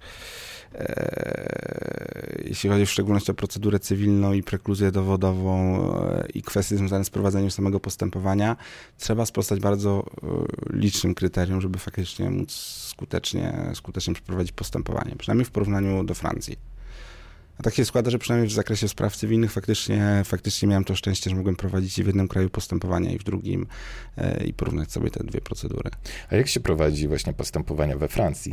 S2: jeśli chodzi w szczególności o procedurę cywilną i prekluzję dowodową i kwestie związane z prowadzeniem samego postępowania, trzeba sprostać bardzo licznym kryterium, żeby faktycznie móc skutecznie przeprowadzić postępowanie, przynajmniej w porównaniu do Francji. A tak się składa, że przynajmniej w zakresie spraw cywilnych faktycznie miałem to szczęście, że mogłem prowadzić i w jednym kraju postępowania i w drugim i porównać sobie te dwie procedury.
S1: A jak się prowadzi właśnie postępowania we Francji?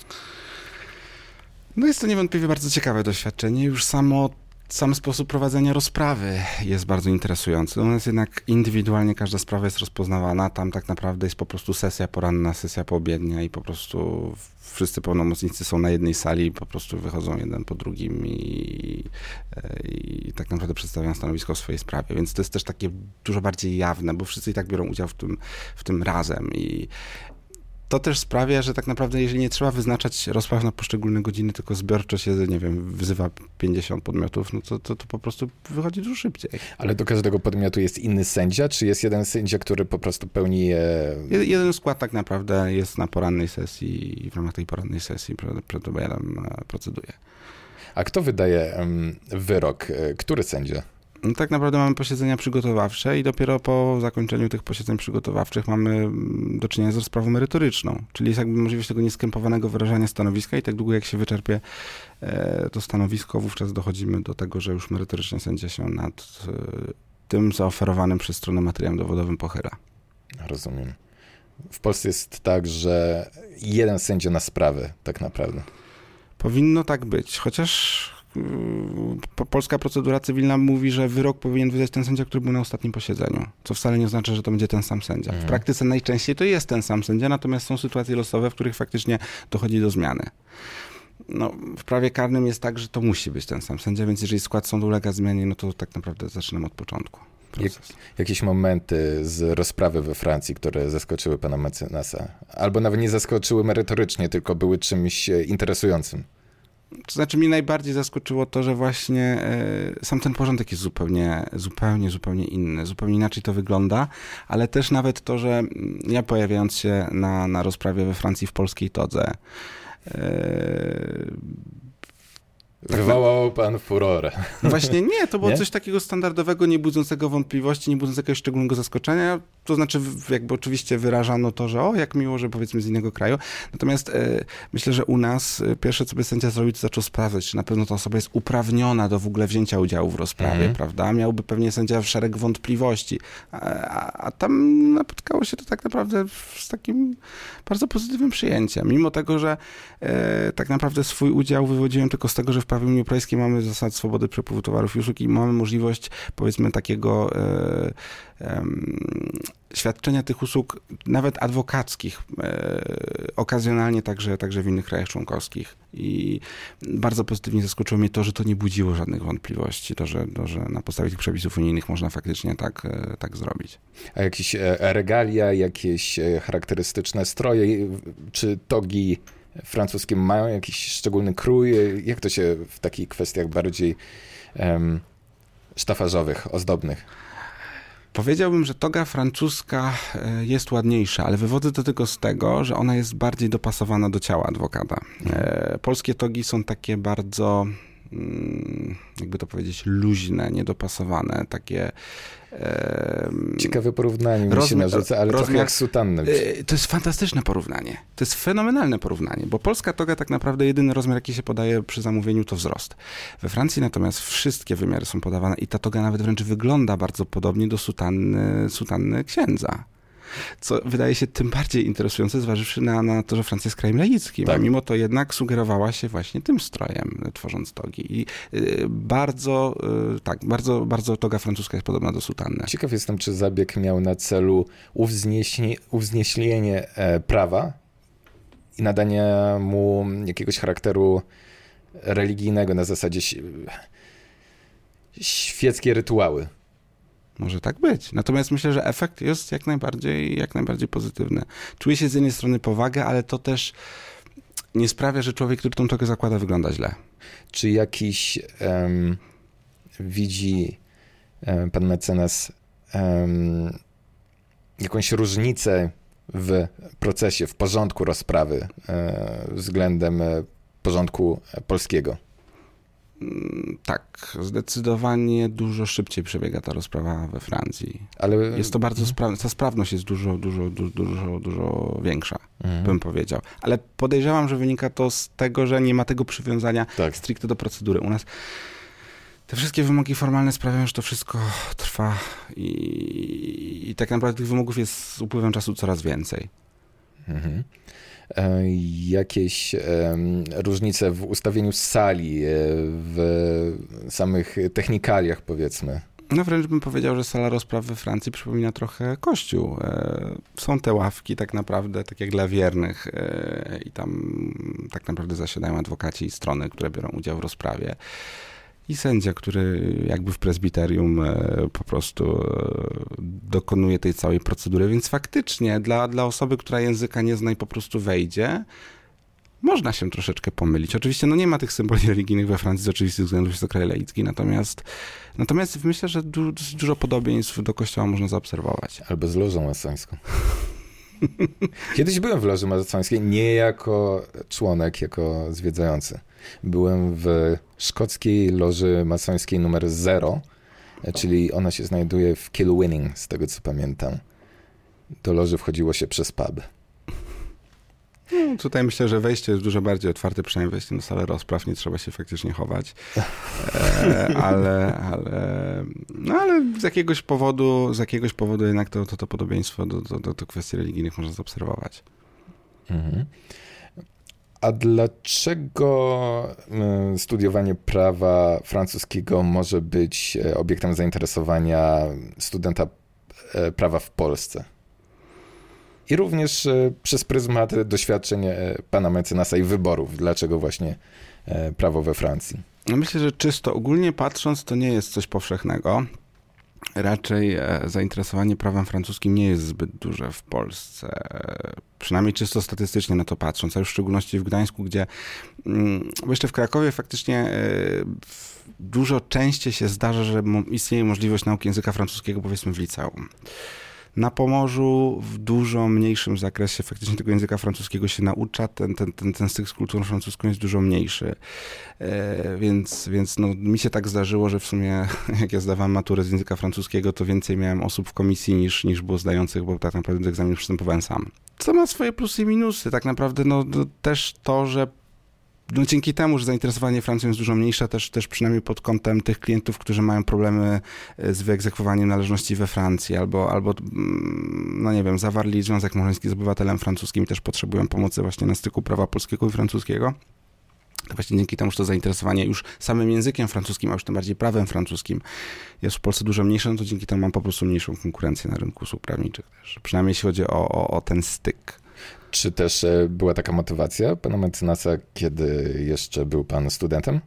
S2: No jest to niewątpliwie bardzo ciekawe doświadczenie. Już sam sposób prowadzenia rozprawy jest bardzo interesujący. U nas jednak indywidualnie każda sprawa jest rozpoznawana. Tam tak naprawdę jest po prostu sesja poranna, sesja poobiednia i po prostu wszyscy pełnomocnicy są na jednej sali i po prostu wychodzą jeden po drugim i tak naprawdę przedstawiają stanowisko w swojej sprawie. Więc to jest też takie dużo bardziej jawne, bo wszyscy i tak biorą udział w tym razem i to też sprawia, że tak naprawdę jeżeli nie trzeba wyznaczać rozpraw na poszczególne godziny, tylko zbiorczo się, nie wiem, wzywa 50 podmiotów, no to po prostu wychodzi dużo szybciej.
S1: Ale do każdego podmiotu jest inny sędzia, czy jest jeden sędzia, który po prostu pełni...
S2: Jeden skład tak naprawdę jest na porannej sesji i w ramach tej porannej sesji proceduje.
S1: A kto wydaje wyrok? Który sędzia?
S2: No tak naprawdę mamy posiedzenia przygotowawcze i dopiero po zakończeniu tych posiedzeń przygotowawczych mamy do czynienia z rozprawą merytoryczną, czyli jest jakby możliwość tego nieskrępowanego wyrażania stanowiska i tak długo jak się wyczerpie to stanowisko, wówczas dochodzimy do tego, że już merytorycznie sędzia się nad tym zaoferowanym przez stronę materiałem dowodowym pochyla.
S1: Rozumiem. W Polsce jest tak, że jeden sędzia na sprawę tak naprawdę.
S2: Powinno tak być, chociaż polska procedura cywilna mówi, że wyrok powinien wydać ten sędzia, który był na ostatnim posiedzeniu, co wcale nie oznacza, że to będzie ten sam sędzia. W praktyce najczęściej to jest ten sam sędzia, natomiast są sytuacje losowe, w których faktycznie dochodzi do zmiany. No, w prawie karnym jest tak, że to musi być ten sam sędzia, więc jeżeli skład sądu ulega zmianie, no to tak naprawdę zaczynamy od początku.
S1: Jakieś momenty z rozprawy we Francji, które zaskoczyły pana mecenasa? Albo nawet nie zaskoczyły merytorycznie, tylko były czymś interesującym?
S2: To znaczy mnie najbardziej zaskoczyło to, że właśnie sam ten porządek jest zupełnie inny. Zupełnie inaczej to wygląda, ale też nawet to, że ja pojawiając się na rozprawie we Francji w polskiej todze,
S1: wywołał pan furorę.
S2: No właśnie nie, to było coś takiego standardowego, nie budzącego wątpliwości, nie budzącego jakiegoś szczególnego zaskoczenia. To znaczy jakby oczywiście wyrażano to, że jak miło, że powiedzmy z innego kraju. Natomiast myślę, że u nas pierwsze, co by sędzia zrobił, to zaczął sprawdzać, czy na pewno ta osoba jest uprawniona do w ogóle wzięcia udziału w rozprawie, prawda? Miałby pewnie sędzia szereg wątpliwości. A tam napotkało się to tak naprawdę z takim bardzo pozytywnym przyjęciem. Mimo tego, że tak naprawdę swój udział wywodziłem tylko z tego, że w prawie Unii Europejskiej mamy zasad swobody przepływu towarów i usług i mamy możliwość, powiedzmy, takiego świadczenia tych usług, nawet adwokackich, okazjonalnie także w innych krajach członkowskich. I bardzo pozytywnie zaskoczyło mnie to, że to nie budziło żadnych wątpliwości, to, że na podstawie tych przepisów unijnych można faktycznie tak zrobić.
S1: A jakieś regalia, jakieś charakterystyczne stroje, czy togi francuskie mają jakiś szczególny krój? Jak to się w takich kwestiach bardziej sztafarzowych, ozdobnych?
S2: Powiedziałbym, że toga francuska jest ładniejsza, ale wywodzę to tylko z tego, że ona jest bardziej dopasowana do ciała adwokata. Polskie togi są takie bardzo, jakby to powiedzieć, luźne, niedopasowane, takie...
S1: Ciekawe porównanie mi się narzuca, ale trochę jak sutanny.
S2: To jest fantastyczne porównanie. To jest fenomenalne porównanie, bo polska toga tak naprawdę jedyny rozmiar, jaki się podaje przy zamówieniu, to wzrost. We Francji natomiast wszystkie wymiary są podawane i ta toga nawet wręcz wygląda bardzo podobnie do sutanny księdza. Co wydaje się tym bardziej interesujące, zważywszy na to, że Francja jest krajem laickim. Tak. A mimo to jednak sugerowała się właśnie tym strojem, tworząc togi. I bardzo toga francuska jest podobna do sutanny.
S1: Ciekaw jestem, czy zabieg miał na celu uwznieślenie prawa i nadanie mu jakiegoś charakteru religijnego na zasadzie świeckie rytuały.
S2: Może tak być. Natomiast myślę, że efekt jest jak najbardziej pozytywny. Czuję się z jednej strony powagę, ale to też nie sprawia, że człowiek, który tą tokę zakłada, wygląda źle.
S1: Czy jakiś widzi pan mecenas jakąś różnicę w procesie, w porządku rozprawy względem porządku polskiego?
S2: Tak, zdecydowanie dużo szybciej przebiega ta rozprawa we Francji.
S1: Ale
S2: jest to bardzo ta sprawność jest dużo większa, bym powiedział. Ale podejrzewam, że wynika to z tego, że nie ma tego przywiązania stricte do procedury. U nas te wszystkie wymogi formalne sprawiają, że to wszystko trwa i tak naprawdę tych wymogów jest z upływem czasu coraz więcej.
S1: Jakieś różnice w ustawieniu sali, w samych technikaliach, powiedzmy?
S2: No wręcz bym powiedział, że sala rozpraw we Francji przypomina trochę kościół. Są te ławki tak naprawdę, tak jak dla wiernych i tam tak naprawdę zasiadają adwokaci i strony, które biorą udział w rozprawie. I sędzia, który jakby w prezbiterium po prostu dokonuje tej całej procedury. Więc faktycznie dla osoby, która języka nie zna i po prostu wejdzie, można się troszeczkę pomylić. Oczywiście nie ma tych symboli religijnych we Francji z oczywistych względów, jest to kraj laicki, natomiast myślę, że dosyć dużo podobieństw do kościoła można zaobserwować.
S1: Albo z lożą masońską. Kiedyś byłem w loży masońskiej, nie jako członek, jako zwiedzający. Byłem w szkockiej loży masońskiej numer 0, czyli ona się znajduje w Kilwinning, z tego co pamiętam. Do loży wchodziło się przez pub.
S2: No, tutaj myślę, że wejście jest dużo bardziej otwarte, przynajmniej wejście na salę rozpraw, nie trzeba się faktycznie chować. Ale z jakiegoś powodu jednak to podobieństwo do kwestii religijnych można zaobserwować.
S1: Mhm. A dlaczego studiowanie prawa francuskiego może być obiektem zainteresowania studenta prawa w Polsce? I również przez pryzmat doświadczeń pana mecenasa i wyborów. Dlaczego właśnie prawo we Francji?
S2: No myślę, że czysto ogólnie patrząc, to nie jest coś powszechnego. Raczej zainteresowanie prawem francuskim nie jest zbyt duże w Polsce. Przynajmniej czysto statystycznie na to patrząc, a już w szczególności w Gdańsku, gdzie, bo jeszcze w Krakowie faktycznie dużo częściej się zdarza, że istnieje możliwość nauki języka francuskiego, powiedzmy w liceum. Na Pomorzu w dużo mniejszym zakresie faktycznie tego języka francuskiego się naucza, ten styk z kulturą francuską jest dużo mniejszy. Więc mi się tak zdarzyło, że w sumie jak ja zdawałem maturę z języka francuskiego, to więcej miałem osób w komisji niż było zdających, bo tak naprawdę do egzaminu przystępowałem sam. Co ma swoje plusy i minusy. Tak naprawdę też to, że dzięki temu, że zainteresowanie Francją jest dużo mniejsze, też przynajmniej pod kątem tych klientów, którzy mają problemy z wyegzekwowaniem należności we Francji albo nie wiem, zawarli związek małżeński z obywatelem francuskim i też potrzebują pomocy właśnie na styku prawa polskiego i francuskiego. To właśnie dzięki temu, że to zainteresowanie już samym językiem francuskim, a już tym bardziej prawem francuskim jest w Polsce dużo mniejsze, no to dzięki temu mam po prostu mniejszą konkurencję na rynku usług prawniczych też. Przynajmniej jeśli chodzi o ten styk.
S1: Czy też była taka motywacja pana mecenasa, kiedy jeszcze był pan studentem?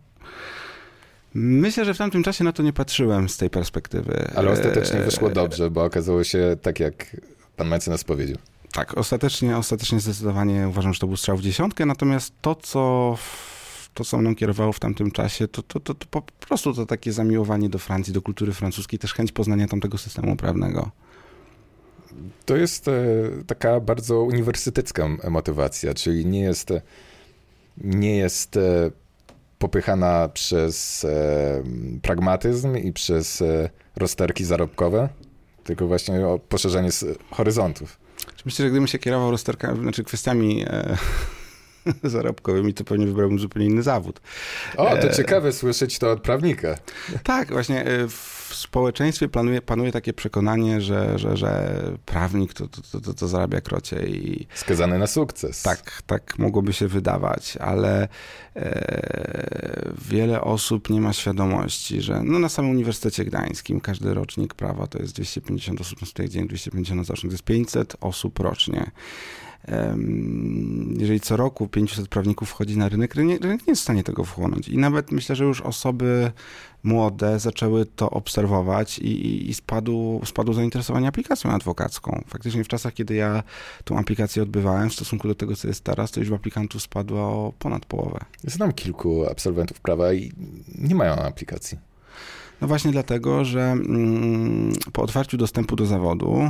S2: Myślę, że w tamtym czasie na to nie patrzyłem z tej perspektywy.
S1: Ale ostatecznie wyszło dobrze, bo okazało się tak, jak pan mecenas powiedział.
S2: Tak, ostatecznie zdecydowanie uważam, że to był strzał w dziesiątkę, natomiast to, co mną kierowało w tamtym czasie, to po prostu to takie zamiłowanie do Francji, do kultury francuskiej, też chęć poznania tamtego systemu prawnego.
S1: To jest taka bardzo uniwersytecka motywacja, czyli nie jest popychana przez pragmatyzm i przez rozterki zarobkowe, tylko właśnie o poszerzanie horyzontów.
S2: Myślę, że gdybym się kierował rozterkami, kwestiami zarobkowymi, to pewnie wybrałbym zupełnie inny zawód.
S1: O, to ciekawe słyszeć to od prawnika.
S2: Tak, właśnie w społeczeństwie panuje takie przekonanie, że prawnik to zarabia krocie i...
S1: Skazany na sukces.
S2: Tak mogłoby się wydawać, ale wiele osób nie ma świadomości, że na samym Uniwersytecie Gdańskim każdy rocznik prawa to jest 250 osób na studiach dziennych, 250 na zaocznych, to jest 500 osób rocznie. jeżeli co roku 500 prawników wchodzi na rynek, rynek nie jest w stanie tego wchłonąć. I nawet myślę, że już osoby młode zaczęły to obserwować i spadło zainteresowanie aplikacją adwokacką. Faktycznie w czasach, kiedy ja tą aplikację odbywałem, w stosunku do tego, co jest teraz, to liczba aplikantów spadła o ponad połowę.
S1: Znam kilku absolwentów prawa i nie mają aplikacji.
S2: No właśnie dlatego, że po otwarciu dostępu do zawodu,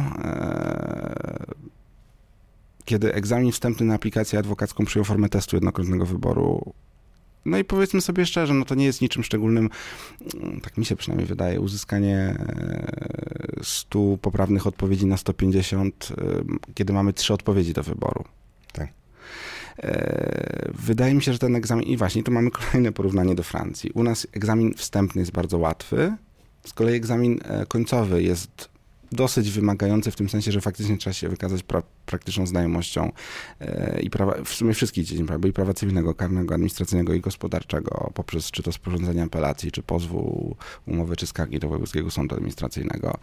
S2: kiedy egzamin wstępny na aplikację adwokacką przyjął formę testu jednokrotnego wyboru, no i powiedzmy sobie szczerze, no to nie jest niczym szczególnym, tak mi się przynajmniej wydaje, uzyskanie 100 poprawnych odpowiedzi na 150, kiedy mamy 3 odpowiedzi do wyboru.
S1: Tak.
S2: Wydaje mi się, że ten egzamin, i właśnie tu mamy kolejne porównanie do Francji. U nas egzamin wstępny jest bardzo łatwy, z kolei egzamin końcowy jest dosyć wymagający w tym sensie, że faktycznie trzeba się wykazać praktyczną znajomością i prawa, w sumie wszystkich dziedzin prawa, i prawa cywilnego, karnego, administracyjnego i gospodarczego, poprzez czy to sporządzenie apelacji, czy pozwu, umowy, czy skargi do Wojewódzkiego Sądu Administracyjnego.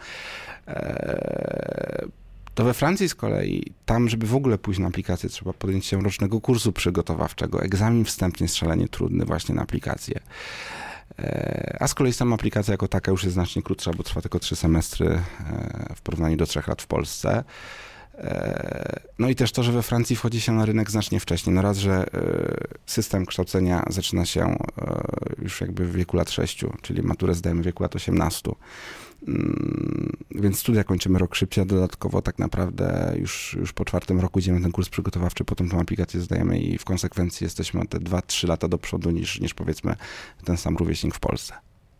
S2: To we Francji z kolei, tam, żeby w ogóle pójść na aplikację, trzeba podjąć się rocznego kursu przygotowawczego. Egzamin wstępny jest szalenie trudny właśnie na aplikację. A z kolei sama aplikacja jako taka już jest znacznie krótsza, bo trwa tylko 3 semestry w porównaniu do 3 lat w Polsce. No i też to, że we Francji wchodzi się na rynek znacznie wcześniej. No raz, że system kształcenia zaczyna się już jakby w wieku lat 6, czyli maturę zdajemy w wieku lat 18. Więc studia kończymy rok szybciej, a dodatkowo tak naprawdę już po 4. roku idziemy ten kurs przygotowawczy, potem tą aplikację zdajemy i w konsekwencji jesteśmy o te 2-3 lata do przodu niż powiedzmy ten sam rówieśnik w Polsce.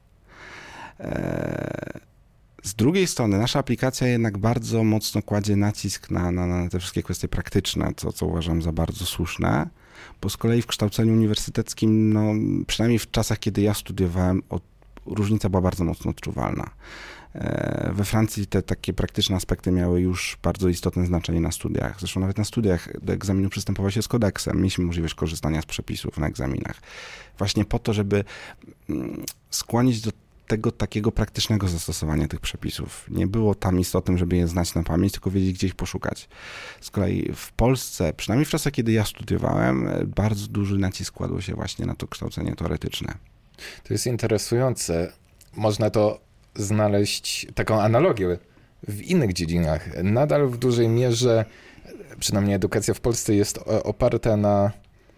S2: Z drugiej strony nasza aplikacja jednak bardzo mocno kładzie nacisk na te wszystkie kwestie praktyczne, co uważam za bardzo słuszne, bo z kolei w kształceniu uniwersyteckim, no, przynajmniej w czasach, kiedy ja studiowałem, różnica była bardzo mocno odczuwalna. We Francji te takie praktyczne aspekty miały już bardzo istotne znaczenie na studiach. Zresztą nawet na studiach do egzaminu przystępowało się z kodeksem. Mieliśmy możliwość korzystania z przepisów na egzaminach. Właśnie po to, żeby skłonić do tego takiego praktycznego zastosowania tych przepisów. Nie było tam istotnym, żeby je znać na pamięć, tylko wiedzieć, gdzie ich poszukać. Z kolei w Polsce, przynajmniej w czasach, kiedy ja studiowałem, bardzo duży nacisk kładło się właśnie na to kształcenie teoretyczne.
S1: To jest interesujące. Można to znaleźć, taką analogię w innych dziedzinach. Nadal w dużej mierze, przynajmniej edukacja w Polsce jest oparta na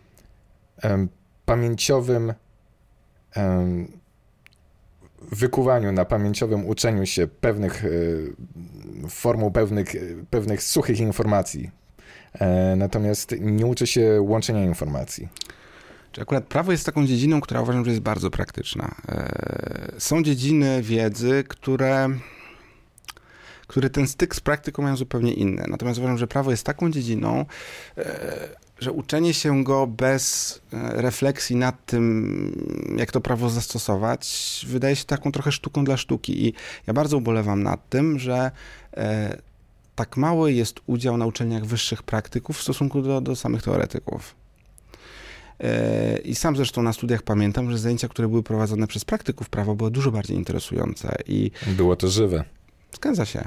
S1: pamięciowym wykuwaniu, na pamięciowym uczeniu się pewnych formuł, pewnych suchych informacji. Natomiast nie uczy się łączenia informacji.
S2: Czy akurat prawo jest taką dziedziną, która uważam, że jest bardzo praktyczna. Są dziedziny wiedzy, które ten styk z praktyką mają zupełnie inny. Natomiast uważam, że prawo jest taką dziedziną, że uczenie się go bez refleksji nad tym, jak to prawo zastosować, wydaje się taką trochę sztuką dla sztuki. I ja bardzo ubolewam nad tym, że tak mały jest udział na uczelniach wyższych praktyków w stosunku do samych teoretyków. I sam zresztą na studiach pamiętam, że zajęcia, które były prowadzone przez praktyków prawa, były dużo bardziej interesujące.
S1: Było to żywe.
S2: Zgadza się.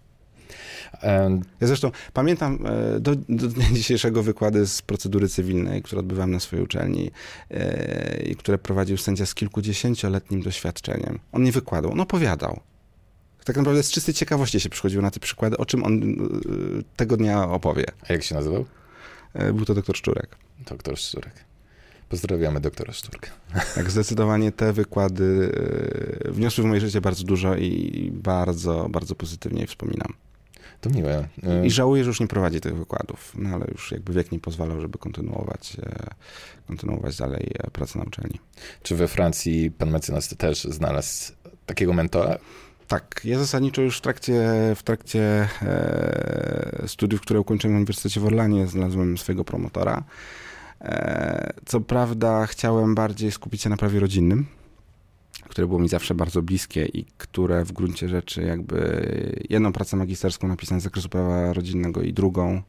S2: Ja zresztą pamiętam do dnia dzisiejszego wykłady z procedury cywilnej, które odbywałem na swojej uczelni i które prowadził sędzia z kilkudziesięcioletnim doświadczeniem. On nie wykładał, on opowiadał. Tak naprawdę z czystej ciekawości się przychodziło na te przykłady, o czym on tego dnia opowie.
S1: A jak się nazywał?
S2: Był to doktor Szczurek.
S1: Doktor Szczurek. Pozdrawiamy doktora Szczurka.
S2: Tak, zdecydowanie te wykłady wniosły w moje życie bardzo dużo i bardzo, bardzo pozytywnie je wspominam.
S1: To miłe.
S2: I żałuję, że już nie prowadzi tych wykładów, no ale już jakby wiek nie pozwalał, żeby kontynuować dalej pracę na uczelni.
S1: Czy we Francji pan mecenas też znalazł takiego mentora?
S2: Tak, ja zasadniczo już w trakcie studiów, które ukończyłem na Uniwersytecie w Orlanie, znalazłem swojego promotora. Co prawda chciałem bardziej skupić się na prawie rodzinnym, które było mi zawsze bardzo bliskie i które w gruncie rzeczy jakby jedną pracę magisterską napisałem z zakresu prawa rodzinnego i drugą,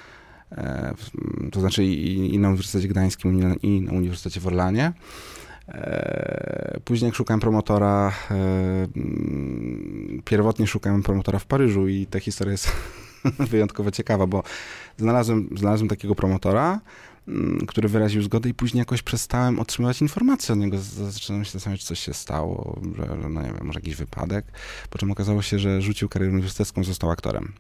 S2: to znaczy i na Uniwersytecie Gdańskim i na Uniwersytecie w Orlanie. Później jak szukałem promotora, pierwotnie szukałem promotora w Paryżu i ta historia jest wyjątkowo ciekawa, bo Znalazłem takiego promotora, który wyraził zgodę i później jakoś przestałem otrzymywać informacje od niego. Zaczynałem się zastanawiać, czy coś się stało, że no nie wiem, może jakiś wypadek. Po czym okazało się, że rzucił karierę uniwersytecką i został aktorem.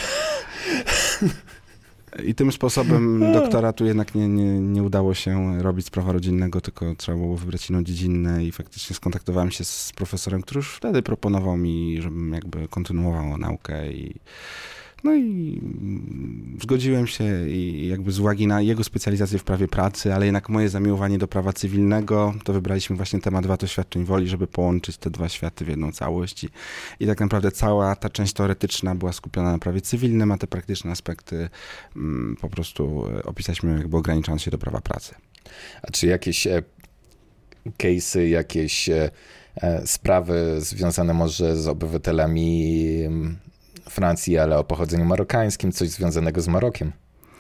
S2: I tym sposobem doktoratu jednak nie udało się robić z prawa rodzinnego, tylko trzeba było wybrać inną dziedzinę i faktycznie skontaktowałem się z profesorem, który już wtedy proponował mi, żebym jakby kontynuował naukę no i zgodziłem się i jakby z uwagi na jego specjalizację w prawie pracy, ale jednak moje zamiłowanie do prawa cywilnego, to wybraliśmy właśnie temat VAT oświadczeń woli, żeby połączyć te dwa światy w jedną całość. I tak naprawdę cała ta część teoretyczna była skupiona na prawie cywilnym, a te praktyczne aspekty po prostu opisaliśmy jakby ograniczając się do prawa pracy.
S1: A czy jakieś case'y, jakieś sprawy związane może z obywatelami Francji, ale o pochodzeniu marokańskim, coś związanego z Marokiem?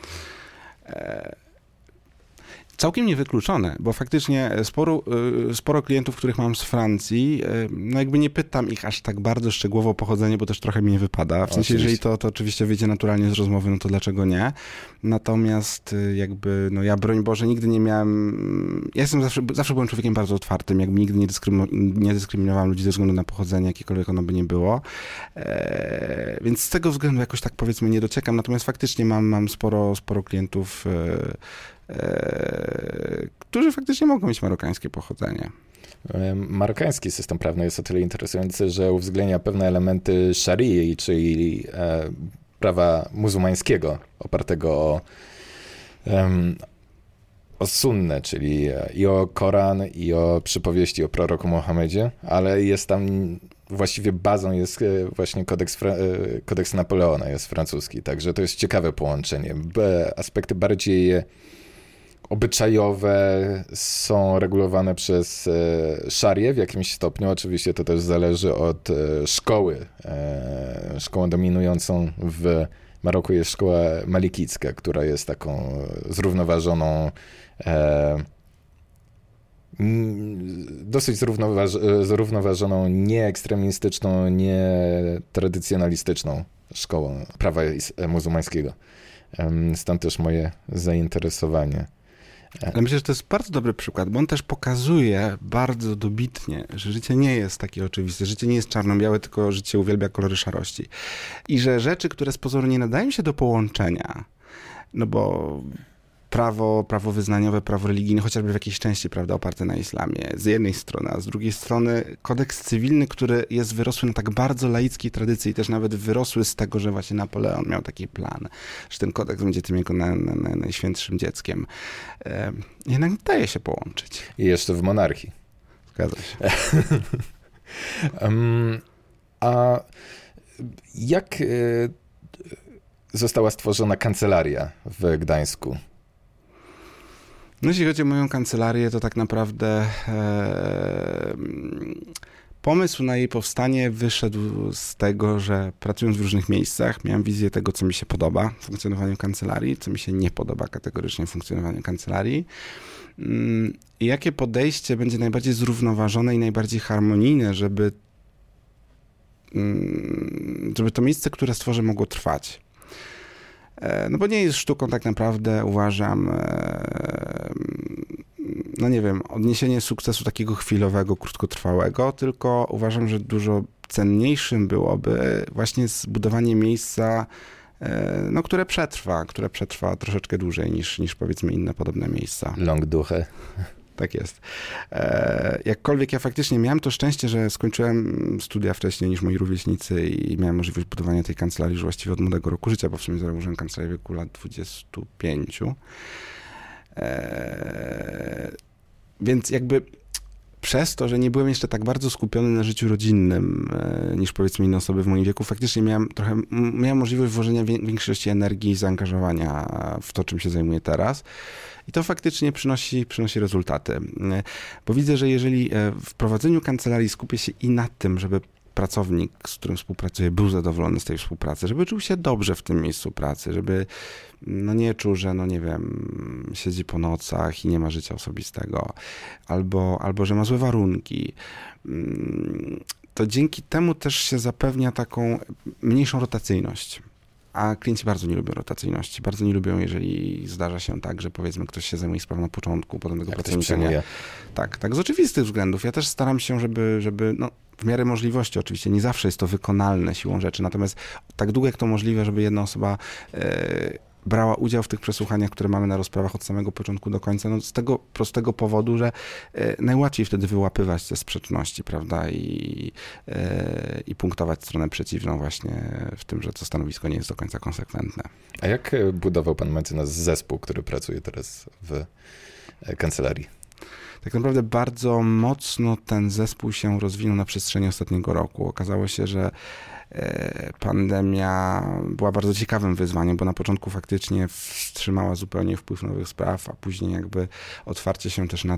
S2: Całkiem niewykluczone, bo faktycznie sporo klientów, których mam z Francji, no jakby nie pytam ich aż tak bardzo szczegółowo o pochodzenie, bo też trochę mi nie wypada. W sensie, jeżeli to oczywiście wyjdzie naturalnie z rozmowy, no to dlaczego nie? Natomiast jakby, no ja broń Boże nigdy nie miałem, ja zawsze byłem człowiekiem bardzo otwartym, jakby nigdy nie dyskryminowałem ludzi ze względu na pochodzenie, jakiekolwiek ono by nie było. Więc z tego względu jakoś tak powiedzmy nie dociekam, natomiast faktycznie mam sporo klientów, którzy faktycznie mogą mieć marokańskie pochodzenie.
S1: Marokański system prawny jest o tyle interesujący, że uwzględnia pewne elementy szarii, czyli prawa muzułmańskiego, opartego o sunnę, czyli i o Koran, i o przypowieści o proroku Mohamedzie, ale jest tam właściwie bazą jest właśnie kodeks Napoleona, jest francuski, także to jest ciekawe połączenie. Aspekty bardziej obyczajowe są regulowane przez szarię w jakimś stopniu. Oczywiście to też zależy od szkoły. Szkołą dominującą w Maroku jest szkoła malikicka, która jest taką zrównoważoną, dosyć zrównoważoną, nie ekstremistyczną, nie tradycjonalistyczną szkołą prawa muzułmańskiego. Stąd też moje zainteresowanie.
S2: Ale myślę, że to jest bardzo dobry przykład, bo on też pokazuje bardzo dobitnie, że życie nie jest takie oczywiste, życie nie jest czarno-białe, tylko życie uwielbia kolory szarości. I że rzeczy, które z pozoru nie nadają się do połączenia, no bo prawo wyznaniowe, prawo religijne, chociażby w jakiejś części, prawda, oparte na islamie, z jednej strony, a z drugiej strony kodeks cywilny, który jest wyrosły na tak bardzo laickiej tradycji i też nawet wyrosły z tego, że właśnie Napoleon miał taki plan, że ten kodeks będzie tym jego najświętszym dzieckiem. Jednak daje się połączyć.
S1: I jeszcze w monarchii.
S2: Zgadza się.
S1: A jak została stworzona kancelaria w Gdańsku?
S2: No jeśli chodzi o moją kancelarię, to tak naprawdę pomysł na jej powstanie wyszedł z tego, że pracując w różnych miejscach, miałem wizję tego, co mi się podoba w funkcjonowaniu kancelarii, co mi się nie podoba kategorycznie w funkcjonowaniu kancelarii i jakie podejście będzie najbardziej zrównoważone i najbardziej harmonijne, żeby to miejsce, które stworzę, mogło trwać. No bo nie jest sztuką tak naprawdę, uważam, no nie wiem, odniesienie sukcesu takiego chwilowego, krótkotrwałego, tylko uważam, że dużo cenniejszym byłoby właśnie zbudowanie miejsca, no, które przetrwa troszeczkę dłużej niż powiedzmy inne podobne miejsca.
S1: Languedoc.
S2: Tak jest. Jakkolwiek ja faktycznie miałem to szczęście, że skończyłem studia wcześniej niż moi rówieśnicy i miałem możliwość budowania tej kancelarii już właściwie od młodego roku życia, bo w sumie założyłem kancelarię w wieku lat 25. Więc jakby przez to, że nie byłem jeszcze tak bardzo skupiony na życiu rodzinnym niż powiedzmy inne osoby w moim wieku, faktycznie miałem możliwość włożenia większości energii i zaangażowania w to, czym się zajmuję teraz. I to faktycznie przynosi rezultaty. Bo widzę, że jeżeli w prowadzeniu kancelarii skupię się i na tym, żeby pracownik, z którym współpracuję, był zadowolony z tej współpracy, żeby czuł się dobrze w tym miejscu pracy, żeby no nie czuł, że no nie wiem, siedzi po nocach i nie ma życia osobistego, albo że ma złe warunki, to dzięki temu też się zapewnia taką mniejszą rotacyjność. A klienci bardzo nie lubią rotacyjności. Bardzo nie lubią, jeżeli zdarza się tak, że powiedzmy ktoś się zajmuje sprawą na początku, potem tego pracownika nie. Tak, z oczywistych względów. Ja też staram się, żeby w miarę możliwości oczywiście, nie zawsze jest to wykonalne siłą rzeczy, natomiast tak długo jak to możliwe, żeby jedna osoba brała udział w tych przesłuchaniach, które mamy na rozprawach od samego początku do końca, z tego prostego powodu, że najłatwiej wtedy wyłapywać te sprzeczności, prawda, i punktować stronę przeciwną właśnie w tym, że to stanowisko nie jest do końca konsekwentne.
S1: A jak budował pan mecenas zespół, który pracuje teraz w kancelarii?
S2: Tak naprawdę bardzo mocno ten zespół się rozwinął na przestrzeni ostatniego roku. Okazało się, że pandemia była bardzo ciekawym wyzwaniem, bo na początku faktycznie wstrzymała zupełnie wpływ nowych spraw, a później jakby otwarcie się też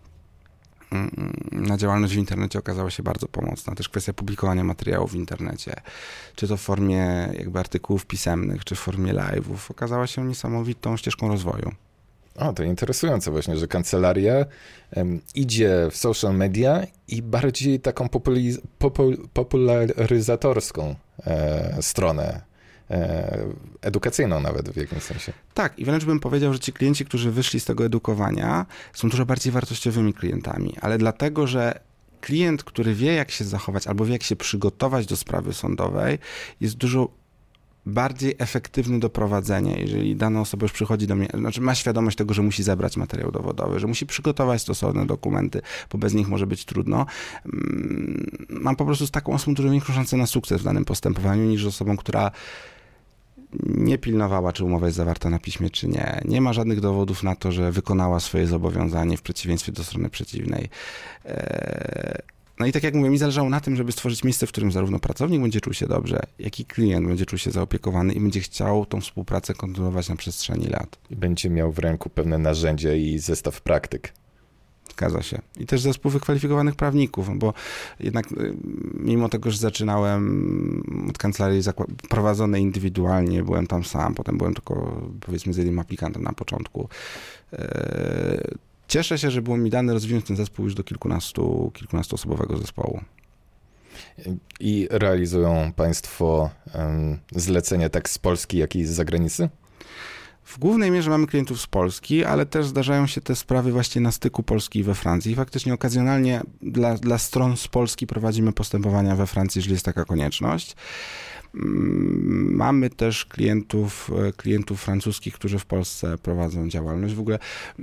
S2: na działalność w internecie okazało się bardzo pomocna. Też kwestia publikowania materiałów w internecie, czy to w formie jakby artykułów pisemnych, czy w formie live'ów, okazała się niesamowitą ścieżką rozwoju.
S1: O, to interesujące właśnie, że kancelaria idzie w social media i bardziej taką popularyzatorską stronę, edukacyjną nawet w jakimś sensie.
S2: Tak, i wręcz bym powiedział, że ci klienci, którzy wyszli z tego edukowania, są dużo bardziej wartościowymi klientami, ale dlatego, że klient, który wie, jak się zachować albo wie, jak się przygotować do sprawy sądowej, jest dużo bardziej efektywny do prowadzenia, jeżeli dana osoba już przychodzi do mnie, znaczy ma świadomość tego, że musi zebrać materiał dowodowy, że musi przygotować stosowne dokumenty, bo bez nich może być trudno. Mam po prostu z taką osobą dużo większą szansę na sukces w danym postępowaniu niż z osobą, która nie pilnowała, czy umowa jest zawarta na piśmie, czy nie. Nie ma żadnych dowodów na to, że wykonała swoje zobowiązanie w przeciwieństwie do strony przeciwnej. No i tak jak mówię, mi zależało na tym, żeby stworzyć miejsce, w którym zarówno pracownik będzie czuł się dobrze, jak i klient będzie czuł się zaopiekowany i będzie chciał tą współpracę kontynuować na przestrzeni lat.
S1: I będzie miał w ręku pewne narzędzia i zestaw praktyk.
S2: Zgadza się. I też zespół wykwalifikowanych prawników, bo jednak mimo tego, że zaczynałem od kancelarii prowadzonej indywidualnie, byłem tam sam, potem byłem tylko powiedzmy z jednym aplikantem na początku. Cieszę się, że było mi dane rozwinąć ten zespół już do kilkunastoosobowego zespołu.
S1: I realizują państwo zlecenia tak z Polski, jak i z zagranicy?
S2: W głównej mierze mamy klientów z Polski, ale też zdarzają się te sprawy właśnie na styku Polski i we Francji. I faktycznie okazjonalnie dla stron z Polski prowadzimy postępowania we Francji, jeżeli jest taka konieczność. Mamy też klientów francuskich, którzy w Polsce prowadzą działalność. W ogóle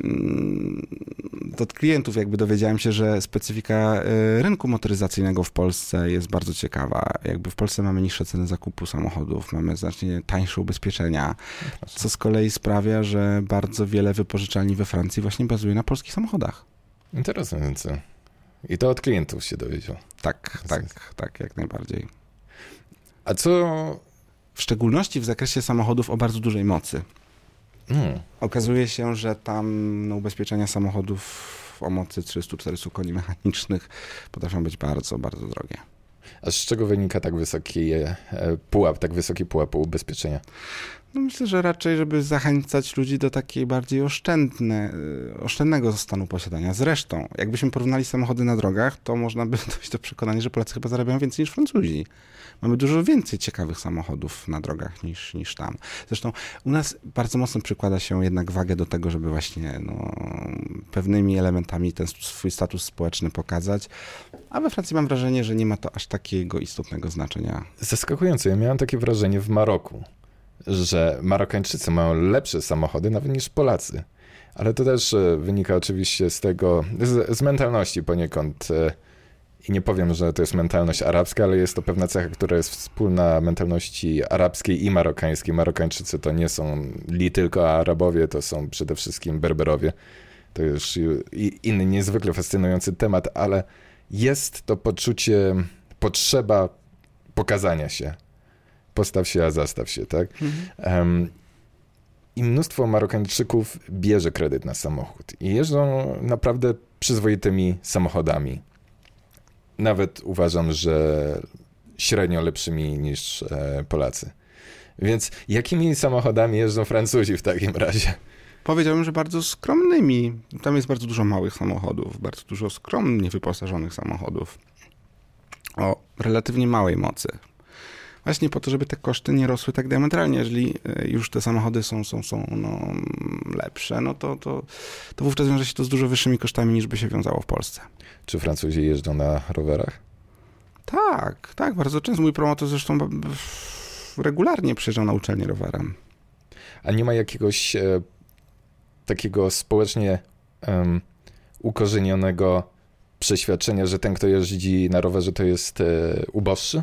S2: od klientów jakby dowiedziałem się, że specyfika rynku motoryzacyjnego w Polsce jest bardzo ciekawa. Jakby w Polsce mamy niższe ceny zakupu samochodów, mamy znacznie tańsze ubezpieczenia, co z kolei sprawia, że bardzo wiele wypożyczalni we Francji właśnie bazuje na polskich samochodach.
S1: Interesujące. I to od klientów się dowiedział.
S2: Tak, jak najbardziej.
S1: A co...
S2: W szczególności w zakresie samochodów o bardzo dużej mocy. Okazuje się, że tam ubezpieczenia samochodów o mocy 300-400 koni mechanicznych potrafią być bardzo, bardzo drogie.
S1: A z czego wynika tak wysoki pułap ubezpieczenia?
S2: No myślę, że raczej, żeby zachęcać ludzi do takiej bardziej oszczędnego stanu posiadania. Zresztą, jakbyśmy porównali samochody na drogach, to można by dojść do przekonania, że Polacy chyba zarabiają więcej niż Francuzi. Mamy dużo więcej ciekawych samochodów na drogach niż tam. Zresztą u nas bardzo mocno przykłada się jednak wagę do tego, żeby właśnie pewnymi elementami ten swój status społeczny pokazać, a we Francji mam wrażenie, że nie ma to aż takiego istotnego znaczenia.
S1: Zaskakujące. Ja miałem takie wrażenie w Maroku, że Marokańczycy mają lepsze samochody nawet niż Polacy. Ale to też wynika oczywiście z tego, z mentalności poniekąd. I nie powiem, że to jest mentalność arabska, ale jest to pewna cecha, która jest wspólna mentalności arabskiej i marokańskiej. Marokańczycy to nie są tylko Arabowie, to są przede wszystkim Berberowie. To już inny niezwykle fascynujący temat, ale jest to poczucie, potrzeba pokazania się. Postaw się, a zastaw się, tak? I mnóstwo Marokańczyków bierze kredyt na samochód i jeżdżą naprawdę przyzwoitymi samochodami. Nawet uważam, że średnio lepszymi niż Polacy. Więc jakimi samochodami jeżdżą Francuzi w takim razie?
S2: Powiedziałbym, że bardzo skromnymi. Tam jest bardzo dużo małych samochodów, bardzo dużo skromnie wyposażonych samochodów o relatywnie małej mocy. Właśnie po to, żeby te koszty nie rosły tak diametralnie. Jeżeli już te samochody są lepsze, no to wówczas wiąże się to z dużo wyższymi kosztami, niż by się wiązało w Polsce.
S1: Czy Francuzi jeżdżą na rowerach?
S2: Tak, bardzo często. Mój promotor zresztą regularnie przyjeżdżał na uczelnię rowerem.
S1: A nie ma jakiegoś takiego społecznie ukorzenionego przeświadczenia, że ten, kto jeździ na rowerze, to jest uboższy?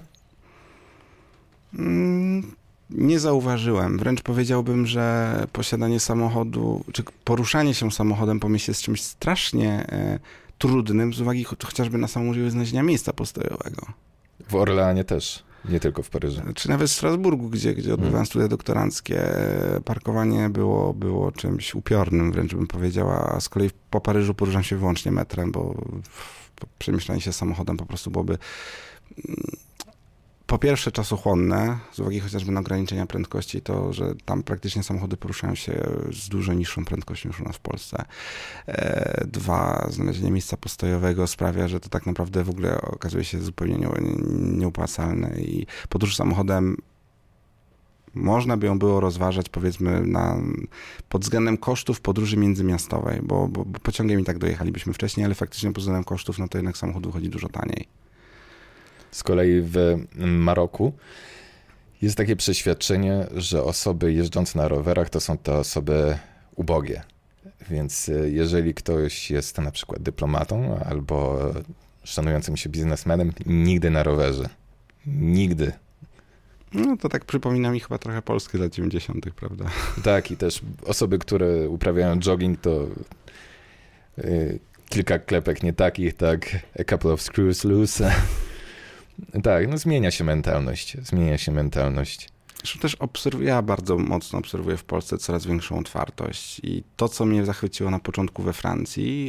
S2: Nie zauważyłem. Wręcz powiedziałbym, że posiadanie samochodu, czy poruszanie się samochodem po mieście jest czymś strasznie trudnym, z uwagi chociażby na samą możliwość znalezienia miejsca postojowego.
S1: W Orleanie też, nie tylko w Paryżu.
S2: Czy nawet w Strasburgu, gdzie odbywałem studia doktoranckie, parkowanie było czymś upiornym, wręcz bym powiedział, a z kolei po Paryżu poruszam się wyłącznie metrem, bo przemieszczanie się samochodem po prostu byłoby po pierwsze czasochłonne, z uwagi chociażby na ograniczenia prędkości, to, że tam praktycznie samochody poruszają się z dużo niższą prędkością niż u nas w Polsce. Dwa, znalezienie miejsca postojowego sprawia, że to tak naprawdę w ogóle okazuje się zupełnie nieopłacalne i podróż samochodem można by ją było rozważać, powiedzmy, pod względem kosztów podróży międzymiastowej, bo pociągiem i tak dojechalibyśmy wcześniej, ale faktycznie pod względem kosztów, no to jednak samochód wychodzi dużo taniej.
S1: Z kolei w Maroku jest takie przeświadczenie, że osoby jeżdżące na rowerach to są te osoby ubogie. Więc jeżeli ktoś jest na przykład dyplomatą albo szanującym się biznesmenem, nigdy na rowerze. Nigdy.
S2: No to tak przypomina mi chyba trochę Polskę lat 90., prawda?
S1: Tak, i też osoby, które uprawiają jogging, to kilka klepek nie takich, tak, a couple of screws loose. Tak, no zmienia się mentalność.
S2: Zresztą też ja bardzo mocno obserwuję w Polsce coraz większą otwartość i to, co mnie zachwyciło na początku we Francji,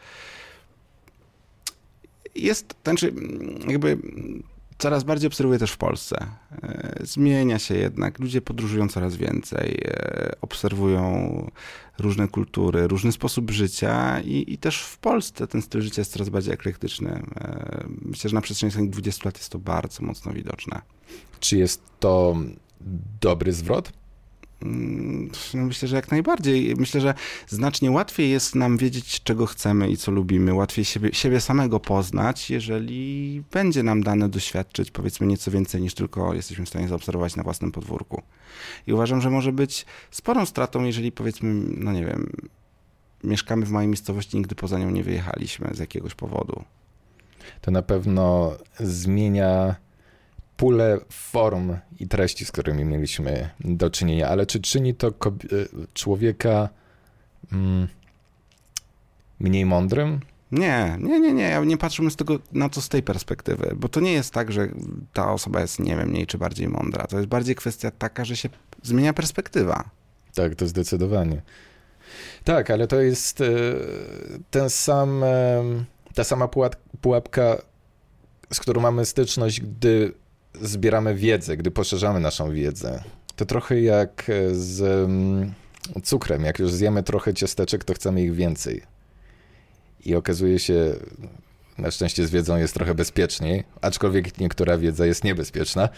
S2: znaczy jakby coraz bardziej obserwuję też w Polsce. Zmienia się jednak, ludzie podróżują coraz więcej, obserwują różne kultury, różny sposób życia i też w Polsce ten styl życia jest coraz bardziej eklektyczny. Myślę, że na przestrzeni ostatnich 20 lat jest to bardzo mocno widoczne.
S1: Czy jest to dobry zwrot?
S2: No myślę, że jak najbardziej. Myślę, że znacznie łatwiej jest nam wiedzieć, czego chcemy i co lubimy. Łatwiej siebie samego poznać, jeżeli będzie nam dane doświadczyć, powiedzmy, nieco więcej niż tylko jesteśmy w stanie zaobserwować na własnym podwórku. I uważam, że może być sporą stratą, jeżeli, powiedzmy, no nie wiem, mieszkamy w małej miejscowości, nigdy poza nią nie wyjechaliśmy z jakiegoś powodu.
S1: To na pewno zmienia pulę form i treści, z którymi mieliśmy do czynienia, ale czy czyni to człowieka mniej mądrym?
S2: Nie. Ja nie patrzymy na to z tej perspektywy, bo to nie jest tak, że ta osoba jest, nie wiem, mniej czy bardziej mądra. To jest bardziej kwestia taka, że się zmienia perspektywa.
S1: Tak, to zdecydowanie. Tak, ale to jest ta sama pułapka, z którą mamy styczność, gdy zbieramy wiedzę, gdy poszerzamy naszą wiedzę. To trochę jak z cukrem. Jak już zjemy trochę ciasteczek, to chcemy ich więcej. I okazuje się, na szczęście z wiedzą jest trochę bezpieczniej, aczkolwiek niektóra wiedza jest niebezpieczna.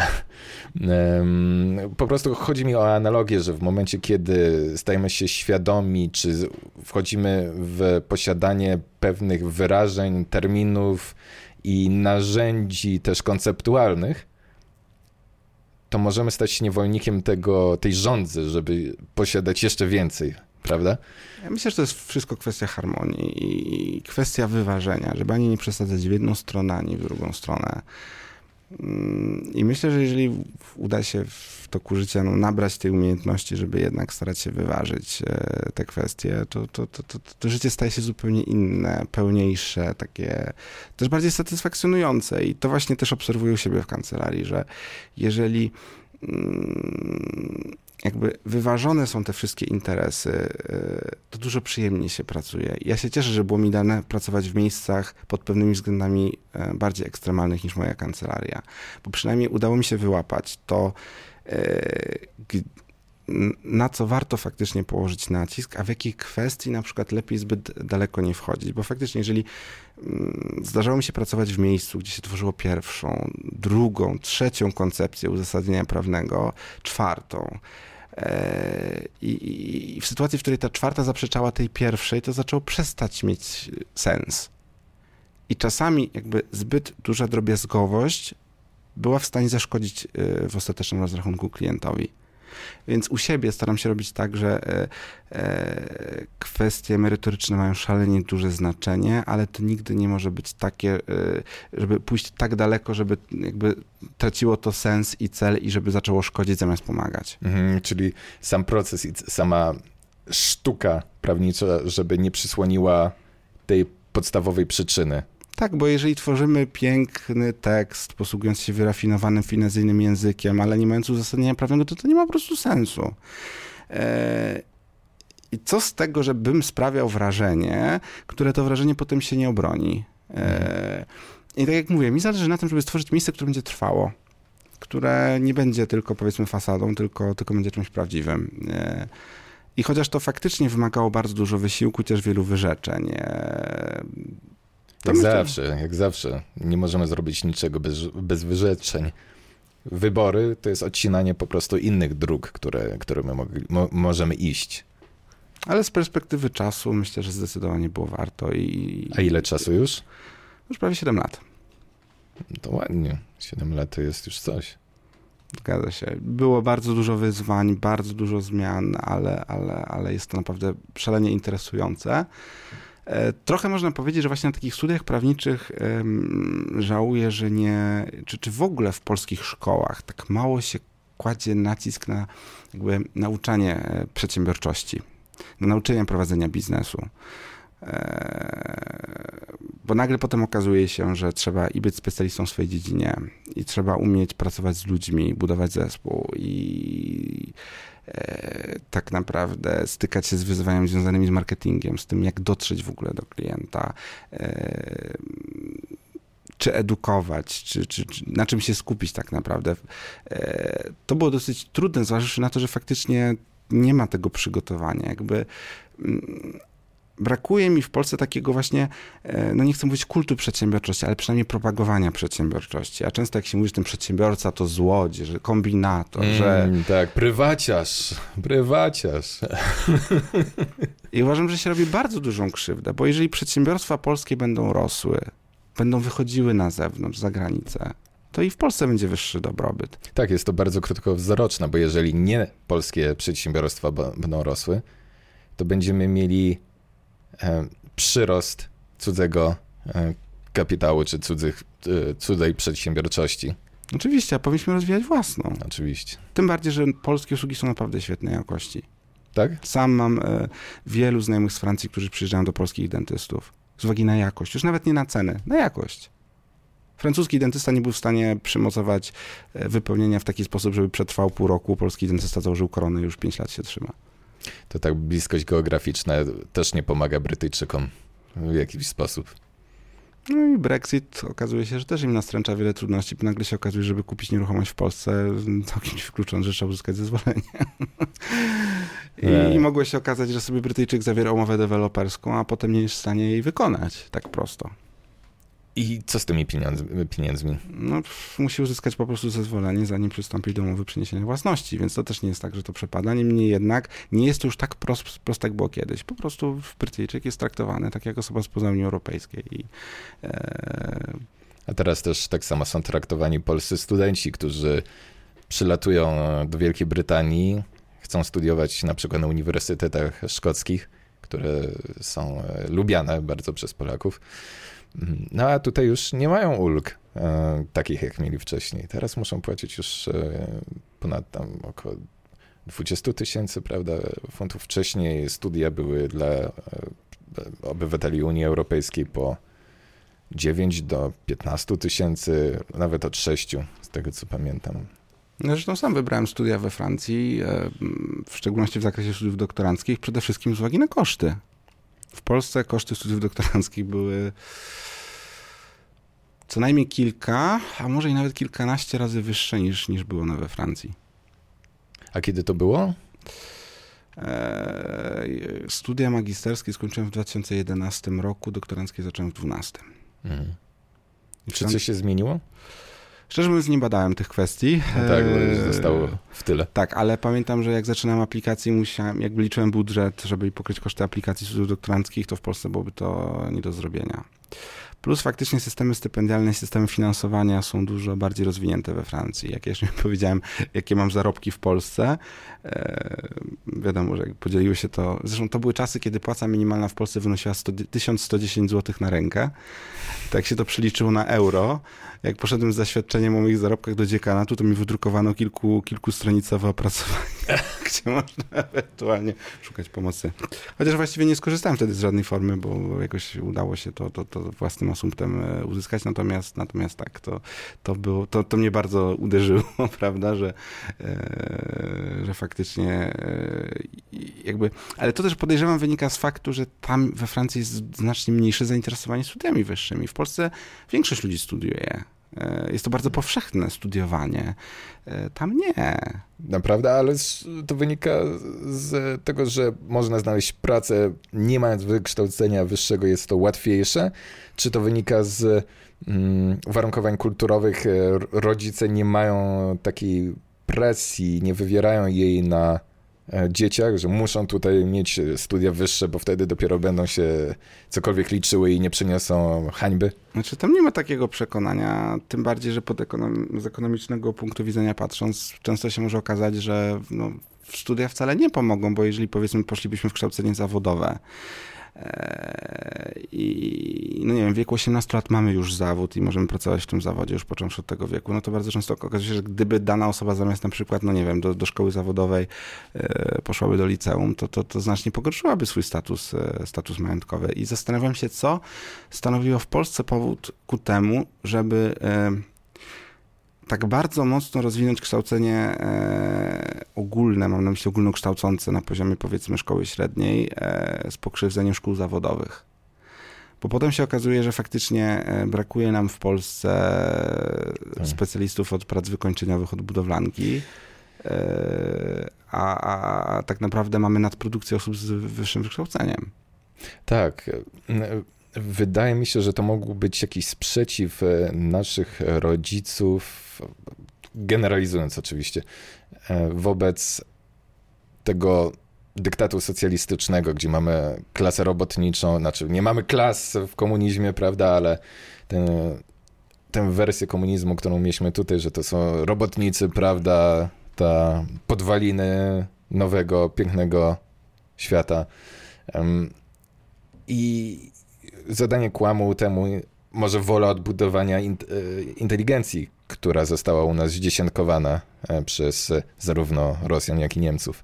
S1: Po prostu chodzi mi o analogię, że w momencie, kiedy stajemy się świadomi, czy wchodzimy w posiadanie pewnych wyrażeń, terminów i narzędzi też konceptualnych, to możemy stać się niewolnikiem tej żądzy, żeby posiadać jeszcze więcej, prawda?
S2: Ja myślę, że to jest wszystko kwestia harmonii i kwestia wyważenia, żeby ani nie przesadzać w jedną stronę, ani w drugą stronę. I myślę, że jeżeli uda się w toku życia nabrać tej umiejętności, żeby jednak starać się wyważyć te kwestie, to życie staje się zupełnie inne, pełniejsze, takie też bardziej satysfakcjonujące. I to właśnie też obserwuję u siebie w kancelarii, że jeżeli jakby wyważone są te wszystkie interesy, to dużo przyjemniej się pracuje. Ja się cieszę, że było mi dane pracować w miejscach pod pewnymi względami bardziej ekstremalnych niż moja kancelaria, bo przynajmniej udało mi się wyłapać to, na co warto faktycznie położyć nacisk, a w jakiej kwestii na przykład lepiej zbyt daleko nie wchodzić. Bo faktycznie, jeżeli zdarzało mi się pracować w miejscu, gdzie się tworzyło pierwszą, drugą, trzecią koncepcję uzasadnienia prawnego, czwartą, i w sytuacji, w której ta czwarta zaprzeczała tej pierwszej, to zaczęło przestać mieć sens. I czasami jakby zbyt duża drobiazgowość była w stanie zaszkodzić w ostatecznym rozrachunku klientowi. Więc u siebie staram się robić tak, że kwestie merytoryczne mają szalenie duże znaczenie, ale to nigdy nie może być takie, żeby pójść tak daleko, żeby jakby traciło to sens i cel i żeby zaczęło szkodzić zamiast pomagać.
S1: Czyli sam proces i sama sztuka prawnicza, żeby nie przysłoniła tej podstawowej przyczyny.
S2: Tak, bo jeżeli tworzymy piękny tekst, posługując się wyrafinowanym finezyjnym językiem, ale nie mając uzasadnienia prawnego, to nie ma po prostu sensu. I co z tego, że bym sprawiał wrażenie, które to wrażenie potem się nie obroni. I tak jak mówię, mi zależy na tym, żeby stworzyć miejsce, które będzie trwało, które nie będzie tylko, powiedzmy, fasadą, tylko będzie czymś prawdziwym. I chociaż to faktycznie wymagało bardzo dużo wysiłku, też wielu wyrzeczeń.
S1: Jak zawsze. Nie możemy zrobić niczego bez wyrzeczeń. Wybory to jest odcinanie po prostu innych dróg, które my możemy iść.
S2: Ale z perspektywy czasu myślę, że zdecydowanie było warto.
S1: A ile czasu już?
S2: Już prawie 7 lat.
S1: To ładnie. 7 lat to jest już coś.
S2: Zgadza się. Było bardzo dużo wyzwań, bardzo dużo zmian, ale jest to naprawdę szalenie interesujące. Trochę można powiedzieć, że właśnie na takich studiach prawniczych żałuję, że czy w ogóle w polskich szkołach tak mało się kładzie nacisk na jakby nauczanie przedsiębiorczości, na nauczenie prowadzenia biznesu. Bo nagle potem okazuje się, że trzeba i być specjalistą w swojej dziedzinie, i trzeba umieć pracować z ludźmi, budować zespół i tak naprawdę stykać się z wyzwaniami związanymi z marketingiem, z tym, jak dotrzeć w ogóle do klienta, czy edukować, czy na czym się skupić tak naprawdę. To było dosyć trudne, zważywszy na to, że faktycznie nie ma tego przygotowania. Jakby brakuje mi w Polsce takiego właśnie, no nie chcę mówić kultu przedsiębiorczości, ale przynajmniej propagowania przedsiębiorczości. A często jak się mówi, że ten przedsiębiorca to złodziej, że kombinator, że...
S1: Tak, prywaciarz.
S2: I uważam, że się robi bardzo dużą krzywdę, bo jeżeli przedsiębiorstwa polskie będą rosły, będą wychodziły na zewnątrz, za granicę, to i w Polsce będzie wyższy dobrobyt.
S1: Tak, jest to bardzo krótkowzroczne, bo jeżeli nie polskie przedsiębiorstwa będą rosły, to będziemy mieli przyrost cudzego kapitału czy cudzej przedsiębiorczości.
S2: Oczywiście, a powinniśmy rozwijać własną.
S1: Oczywiście.
S2: Tym bardziej, że polskie usługi są naprawdę świetnej jakości.
S1: Tak?
S2: Sam mam wielu znajomych z Francji, którzy przyjeżdżają do polskich dentystów z uwagi na jakość. Już nawet nie na cenę, na jakość. Francuski dentysta nie był w stanie przymocować wypełnienia w taki sposób, żeby przetrwał pół roku. Polski dentysta założył koronę i już 5 lat się trzyma.
S1: To tak bliskość geograficzna też nie pomaga Brytyjczykom w jakiś sposób.
S2: No i Brexit okazuje się, że też im nastręcza wiele trudności, bo nagle się okazuje, żeby kupić nieruchomość w Polsce, całkiem wykluczone, że trzeba uzyskać zezwolenie. I mogło się okazać, że sobie Brytyjczyk zawiera umowę deweloperską, a potem nie jest w stanie jej wykonać tak prosto.
S1: I co z tymi pieniędzmi?
S2: No, musi uzyskać po prostu zezwolenie, zanim przystąpi do umowy przeniesienia własności, więc to też nie jest tak, że to przepada. Niemniej jednak nie jest to już tak proste, jak było kiedyś. Po prostu Brytyjczyk jest traktowany tak jak osoba spoza Unii Europejskiej.
S1: A teraz też tak samo są traktowani polscy studenci, którzy przylatują do Wielkiej Brytanii, chcą studiować na przykład na uniwersytetach szkockich, które są lubiane bardzo przez Polaków. No a tutaj już nie mają ulg takich, jak mieli wcześniej. Teraz muszą płacić już ponad tam około 20 000, prawda, funtów. Wcześniej studia były dla obywateli Unii Europejskiej po 9 do 15 000, nawet od 6, z tego co pamiętam.
S2: Zresztą sam wybrałem studia we Francji, w szczególności w zakresie studiów doktoranckich, przede wszystkim z uwagi na koszty. W Polsce koszty studiów doktoranckich były co najmniej kilka, a może i nawet kilkanaście razy wyższe niż były one we Francji.
S1: A kiedy to było?
S2: Studia magisterskie skończyłem w 2011 roku, doktoranckie zacząłem w 2012.
S1: Czy coś się zmieniło?
S2: Szczerze mówiąc, nie badałem tych kwestii.
S1: No tak, bo już zostało w tyle.
S2: Tak, ale pamiętam, że jak zaczynałem aplikację, jakby liczyłem budżet, żeby pokryć koszty aplikacji studiów doktoranckich, to w Polsce byłoby to nie do zrobienia. Plus faktycznie systemy stypendialne, systemy finansowania są dużo bardziej rozwinięte we Francji. Jak ja jeszcze nie powiedziałem, jakie mam zarobki w Polsce, wiadomo, że jak podzieliły się to... Zresztą to były czasy, kiedy płaca minimalna w Polsce wynosiła 1110 zł na rękę. Tak się to przeliczyło na euro. Jak poszedłem z zaświadczeniem o moich zarobkach do dziekanatu, to mi wydrukowano kilkustronicowe opracowanie, gdzie można ewentualnie szukać pomocy. Chociaż właściwie nie skorzystałem wtedy z żadnej formy, bo jakoś udało się to własnym asumptem uzyskać. Natomiast tak, to mnie bardzo uderzyło, prawda, że faktycznie jakby... Ale to też podejrzewam wynika z faktu, że tam we Francji jest znacznie mniejsze zainteresowanie studiami wyższymi. W Polsce większość ludzi studiuje. Jest to bardzo powszechne studiowanie. Tam nie.
S1: Naprawdę, ale to wynika z tego, że można znaleźć pracę nie mając wykształcenia wyższego, jest to łatwiejsze? Czy to wynika z uwarunkowań kulturowych? Rodzice nie mają takiej presji, nie wywierają jej na dzieciach, że muszą tutaj mieć studia wyższe, bo wtedy dopiero będą się cokolwiek liczyły i nie przyniosą hańby?
S2: Znaczy, tam nie ma takiego przekonania, tym bardziej, że z ekonomicznego punktu widzenia patrząc, często się może okazać, że studia wcale nie pomogą, bo jeżeli powiedzmy poszlibyśmy w kształcenie zawodowe i no nie wiem, w wieku 18 lat mamy już zawód i możemy pracować w tym zawodzie już począwszy od tego wieku, no to bardzo często okazuje się, że gdyby dana osoba zamiast na przykład, no nie wiem, do szkoły zawodowej poszłaby do liceum, to znacznie pogorszyłaby swój status majątkowy. I zastanawiam się, co stanowiło w Polsce powód ku temu, żeby tak bardzo mocno rozwinąć kształcenie ogólne, mam na myśli ogólnokształcące na poziomie powiedzmy szkoły średniej z pokrzywdzeniem szkół zawodowych. Bo potem się okazuje, że faktycznie brakuje nam w Polsce specjalistów od prac wykończeniowych, od budowlanki, a tak naprawdę mamy nadprodukcję osób z wyższym wykształceniem.
S1: Tak. Wydaje mi się, że to mógł być jakiś sprzeciw naszych rodziców, generalizując oczywiście, wobec tego dyktatu socjalistycznego, gdzie mamy klasę robotniczą, znaczy nie mamy klas w komunizmie, prawda, ale tę wersję komunizmu, którą mieliśmy tutaj, że to są robotnicy, prawda, ta podwaliny nowego, pięknego świata. I zadanie kłamu temu może wola odbudowania inteligencji, która została u nas zdziesiątkowana przez zarówno Rosjan, jak i Niemców.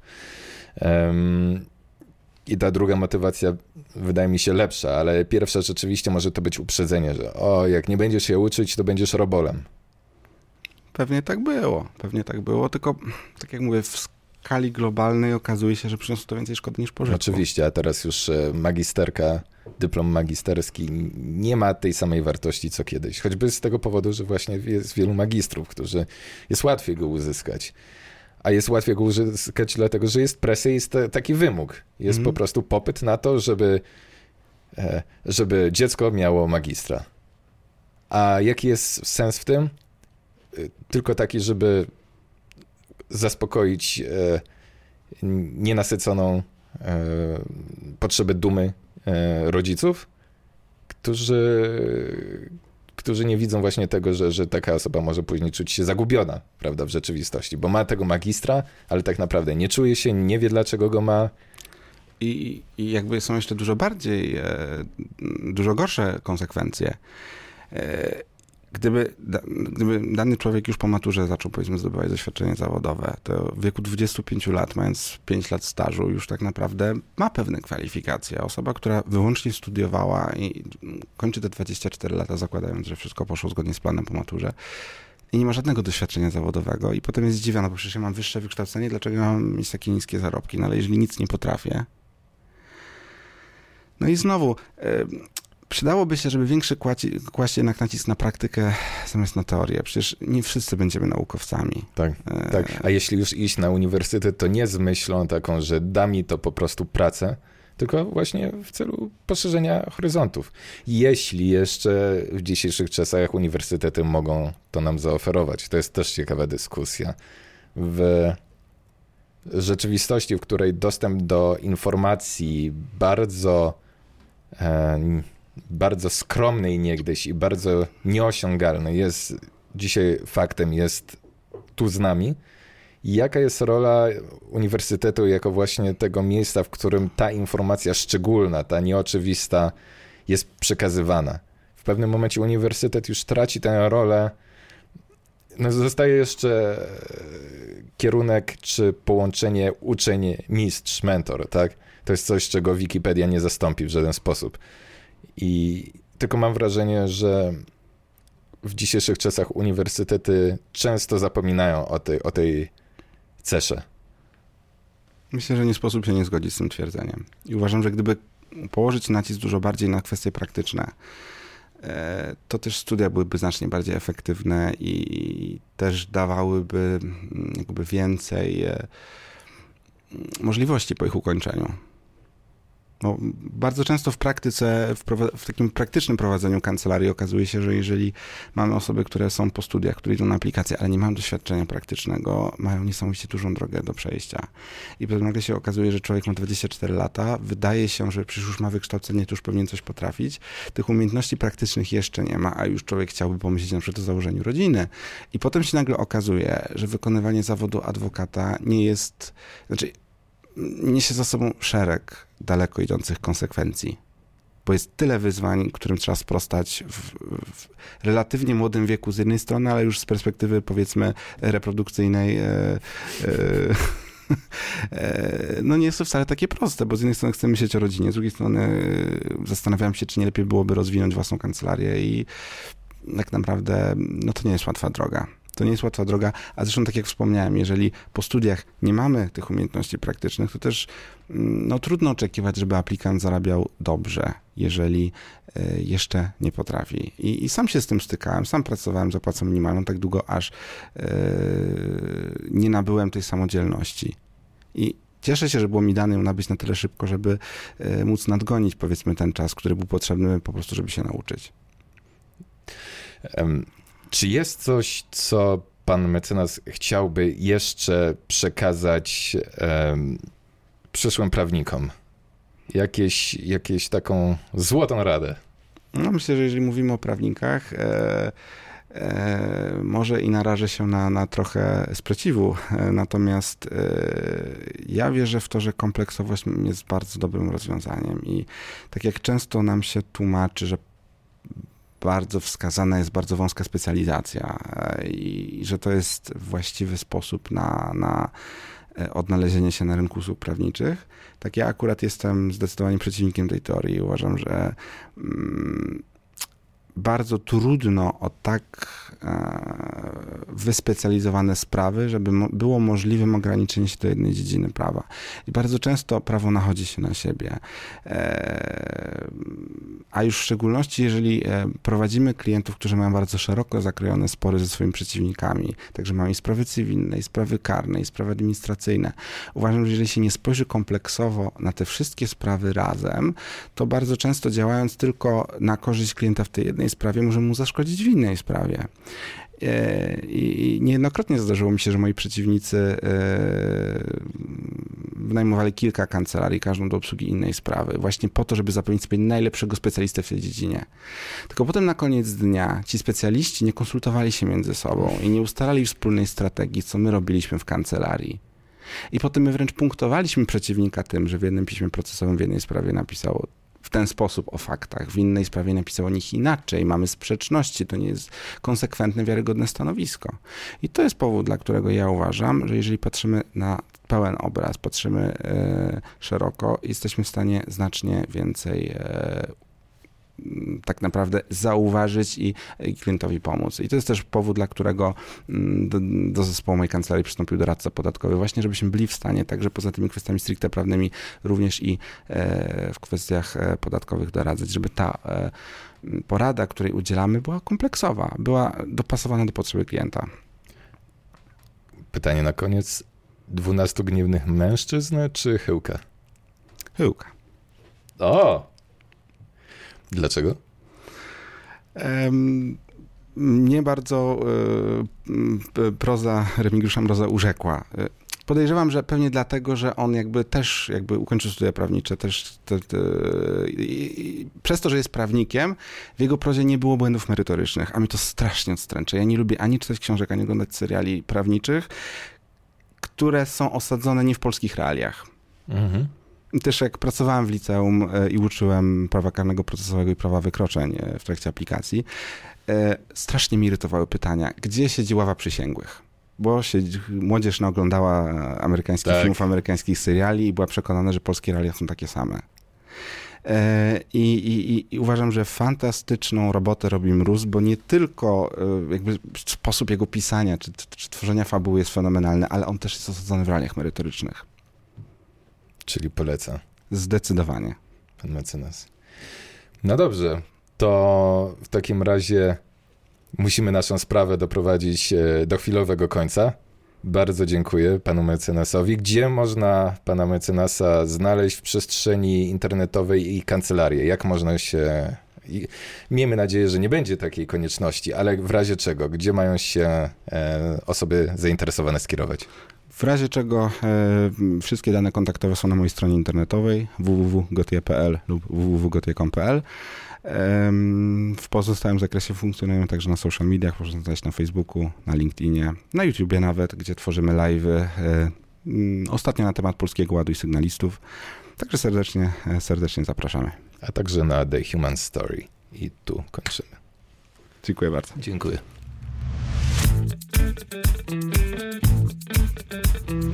S1: I ta druga motywacja wydaje mi się lepsza, ale pierwsza rzeczywiście może to być uprzedzenie, że jak nie będziesz się uczyć, to będziesz robolem.
S2: Pewnie tak było, tylko tak jak mówię, w skali globalnej okazuje się, że przyniosło to więcej szkody niż pożytku.
S1: Oczywiście, a teraz już magisterka, dyplom magisterski nie ma tej samej wartości co kiedyś. Choćby z tego powodu, że właśnie jest wielu magistrów, którzy jest łatwiej go uzyskać. A jest łatwiej go uzyskać dlatego, że jest presja, jest taki wymóg. Jest po prostu popyt na to, żeby dziecko miało magistra. A jaki jest sens w tym? Tylko taki, żeby zaspokoić nienasyconą potrzebę dumy rodziców, którzy nie widzą właśnie tego, że taka osoba może później czuć się zagubiona, prawda, w rzeczywistości, bo ma tego magistra, ale tak naprawdę nie czuje się, nie wie dlaczego go ma.
S2: I jakby są jeszcze dużo gorsze konsekwencje. Gdyby dany człowiek już po maturze zaczął, powiedzmy, zdobywać doświadczenie zawodowe, to w wieku 25 lat, mając 5 lat stażu, już tak naprawdę ma pewne kwalifikacje. Osoba, która wyłącznie studiowała i kończy te 24 lata, zakładając, że wszystko poszło zgodnie z planem po maturze i nie ma żadnego doświadczenia zawodowego i potem jest zdziwiona, bo przecież ja mam wyższe wykształcenie, dlaczego ja mam mieć takie niskie zarobki? No ale jeżeli nic nie potrafię... No i znowu... Przydałoby się, żeby większy kłaść jednak nacisk na praktykę zamiast na teorię. Przecież nie wszyscy będziemy naukowcami.
S1: Tak. A jeśli już iść na uniwersytet, to nie z myślą taką, że da mi to po prostu pracę, tylko właśnie w celu poszerzenia horyzontów. Jeśli jeszcze w dzisiejszych czasach uniwersytety mogą to nam zaoferować. To jest też ciekawa dyskusja. W rzeczywistości, w której dostęp do informacji bardzo skromnej niegdyś i bardzo nieosiągalnej jest dzisiaj faktem, jest tu z nami. Jaka jest rola uniwersytetu jako właśnie tego miejsca, w którym ta informacja szczególna, ta nieoczywista jest przekazywana? W pewnym momencie uniwersytet już traci tę rolę. No zostaje jeszcze kierunek czy połączenie uczeń-mistrz, mentor, tak? To jest coś, czego Wikipedia nie zastąpi w żaden sposób. I tylko mam wrażenie, że w dzisiejszych czasach uniwersytety często zapominają o tej cesze.
S2: Myślę, że nie sposób się nie zgodzić z tym twierdzeniem. I uważam, że gdyby położyć nacisk dużo bardziej na kwestie praktyczne, to też studia byłyby znacznie bardziej efektywne i też dawałyby jakby więcej możliwości po ich ukończeniu. No, bardzo często w praktyce, w takim praktycznym prowadzeniu kancelarii okazuje się, że jeżeli mamy osoby, które są po studiach, które idą na aplikację, ale nie mają doświadczenia praktycznego, mają niesamowicie dużą drogę do przejścia. I potem nagle się okazuje, że człowiek ma 24 lata, wydaje się, że przecież już ma wykształcenie, to już powinien coś potrafić. Tych umiejętności praktycznych jeszcze nie ma, a już człowiek chciałby pomyśleć na przykład o założeniu rodziny. I potem się nagle okazuje, że wykonywanie zawodu adwokata niesie za sobą szereg daleko idących konsekwencji, bo jest tyle wyzwań, którym trzeba sprostać w relatywnie młodym wieku z jednej strony, ale już z perspektywy powiedzmy reprodukcyjnej no nie jest to wcale takie proste, bo z jednej strony chcemy myśleć o rodzinie, z drugiej strony zastanawiam się, czy nie lepiej byłoby rozwinąć własną kancelarię i tak naprawdę no to nie jest łatwa droga. To nie jest łatwa droga, a zresztą tak jak wspomniałem, jeżeli po studiach nie mamy tych umiejętności praktycznych, to też no, trudno oczekiwać, żeby aplikant zarabiał dobrze, jeżeli jeszcze nie potrafi. I sam się z tym stykałem, sam pracowałem za płacą minimalną tak długo, aż nie nabyłem tej samodzielności. I cieszę się, że było mi dane ją nabyć na tyle szybko, żeby móc nadgonić powiedzmy ten czas, który był potrzebny po prostu, żeby się nauczyć.
S1: Czy jest coś, co pan mecenas chciałby jeszcze przekazać przyszłym prawnikom? Jakieś taką złotą radę?
S2: No myślę, że jeżeli mówimy o prawnikach, może i narażę się na trochę sprzeciwu, natomiast ja wierzę w to, że kompleksowość jest bardzo dobrym rozwiązaniem i tak jak często nam się tłumaczy, że bardzo wskazana jest bardzo wąska specjalizacja i że to jest właściwy sposób na odnalezienie się na rynku usług prawniczych. Tak ja akurat jestem zdecydowanie przeciwnikiem tej teorii. Uważam, że bardzo trudno o tak wyspecjalizowane sprawy, żeby było możliwym ograniczenie się do jednej dziedziny prawa. I bardzo często prawo nachodzi się na siebie. A już w szczególności, jeżeli prowadzimy klientów, którzy mają bardzo szeroko zakrojone spory ze swoimi przeciwnikami, także mamy i sprawy cywilne, i sprawy karne, i sprawy administracyjne. Uważam, że jeżeli się nie spojrzy kompleksowo na te wszystkie sprawy razem, to bardzo często działając tylko na korzyść klienta w tej jednej sprawie, możemy mu zaszkodzić w innej sprawie. I niejednokrotnie zdarzyło mi się, że moi przeciwnicy wynajmowali kilka kancelarii, każdą do obsługi innej sprawy, właśnie po to, żeby zapewnić sobie najlepszego specjalistę w tej dziedzinie. Tylko potem na koniec dnia ci specjaliści nie konsultowali się między sobą i nie ustalali wspólnej strategii, co my robiliśmy w kancelarii. I potem my wręcz punktowaliśmy przeciwnika tym, że w jednym piśmie procesowym w jednej sprawie napisał w ten sposób o faktach, w innej sprawie napisał o nich inaczej, mamy sprzeczności, to nie jest konsekwentne, wiarygodne stanowisko. I to jest powód, dla którego ja uważam, że jeżeli patrzymy na pełen obraz, patrzymy szeroko, jesteśmy w stanie znacznie więcej tak naprawdę zauważyć i klientowi pomóc. I to jest też powód, dla którego do zespołu mojej kancelarii przystąpił doradca podatkowy, właśnie żebyśmy byli w stanie także poza tymi kwestiami stricte prawnymi również i w kwestiach podatkowych doradzać, żeby ta porada, której udzielamy, była kompleksowa, była dopasowana do potrzeby klienta.
S1: Pytanie na koniec. 12 gniewnych mężczyzn czy Chyłka?
S2: Chyłka.
S1: O! Dlaczego?
S2: Mnie bardzo proza Remigiusza Mroza urzekła. Podejrzewam, że pewnie dlatego, że on też ukończył studia prawnicze, też przez to, że jest prawnikiem, w jego prozie nie było błędów merytorycznych, a mnie to strasznie odstręcza. Ja nie lubię ani czytać książek, ani oglądać seriali prawniczych, które są osadzone nie w polskich realiach. Mhm. Też jak pracowałem w liceum i uczyłem prawa karnego procesowego i prawa wykroczeń w trakcie aplikacji, strasznie mi irytowały pytania, gdzie siedzi ława przysięgłych? Bo młodzież naoglądała amerykańskich filmów, amerykańskich seriali i była przekonana, że polskie realia są takie same. I uważam, że fantastyczną robotę robi Mróz, bo nie tylko sposób jego pisania czy tworzenia fabuły jest fenomenalny, ale on też jest osadzony w realiach merytorycznych.
S1: Czyli poleca.
S2: Zdecydowanie.
S1: Pan mecenas. No dobrze, to w takim razie musimy naszą sprawę doprowadzić do chwilowego końca. Bardzo dziękuję panu mecenasowi. Gdzie można pana mecenasa znaleźć w przestrzeni internetowej i kancelarię? Jak można się... Miejmy nadzieję, że nie będzie takiej konieczności, ale w razie czego? Gdzie mają się osoby zainteresowane skierować?
S2: W razie czego wszystkie dane kontaktowe są na mojej stronie internetowej www.gotie.pl lub www.gotie.com.pl. W pozostałym zakresie funkcjonują także na social mediach, można znaleźć na Facebooku, na LinkedInie, na YouTubie nawet, gdzie tworzymy live'y. Ostatnio na temat Polskiego Ładu i sygnalistów. Także serdecznie zapraszamy.
S1: A także na The Human Story. I tu kończymy.
S2: Dziękuję bardzo.
S1: Dziękuję.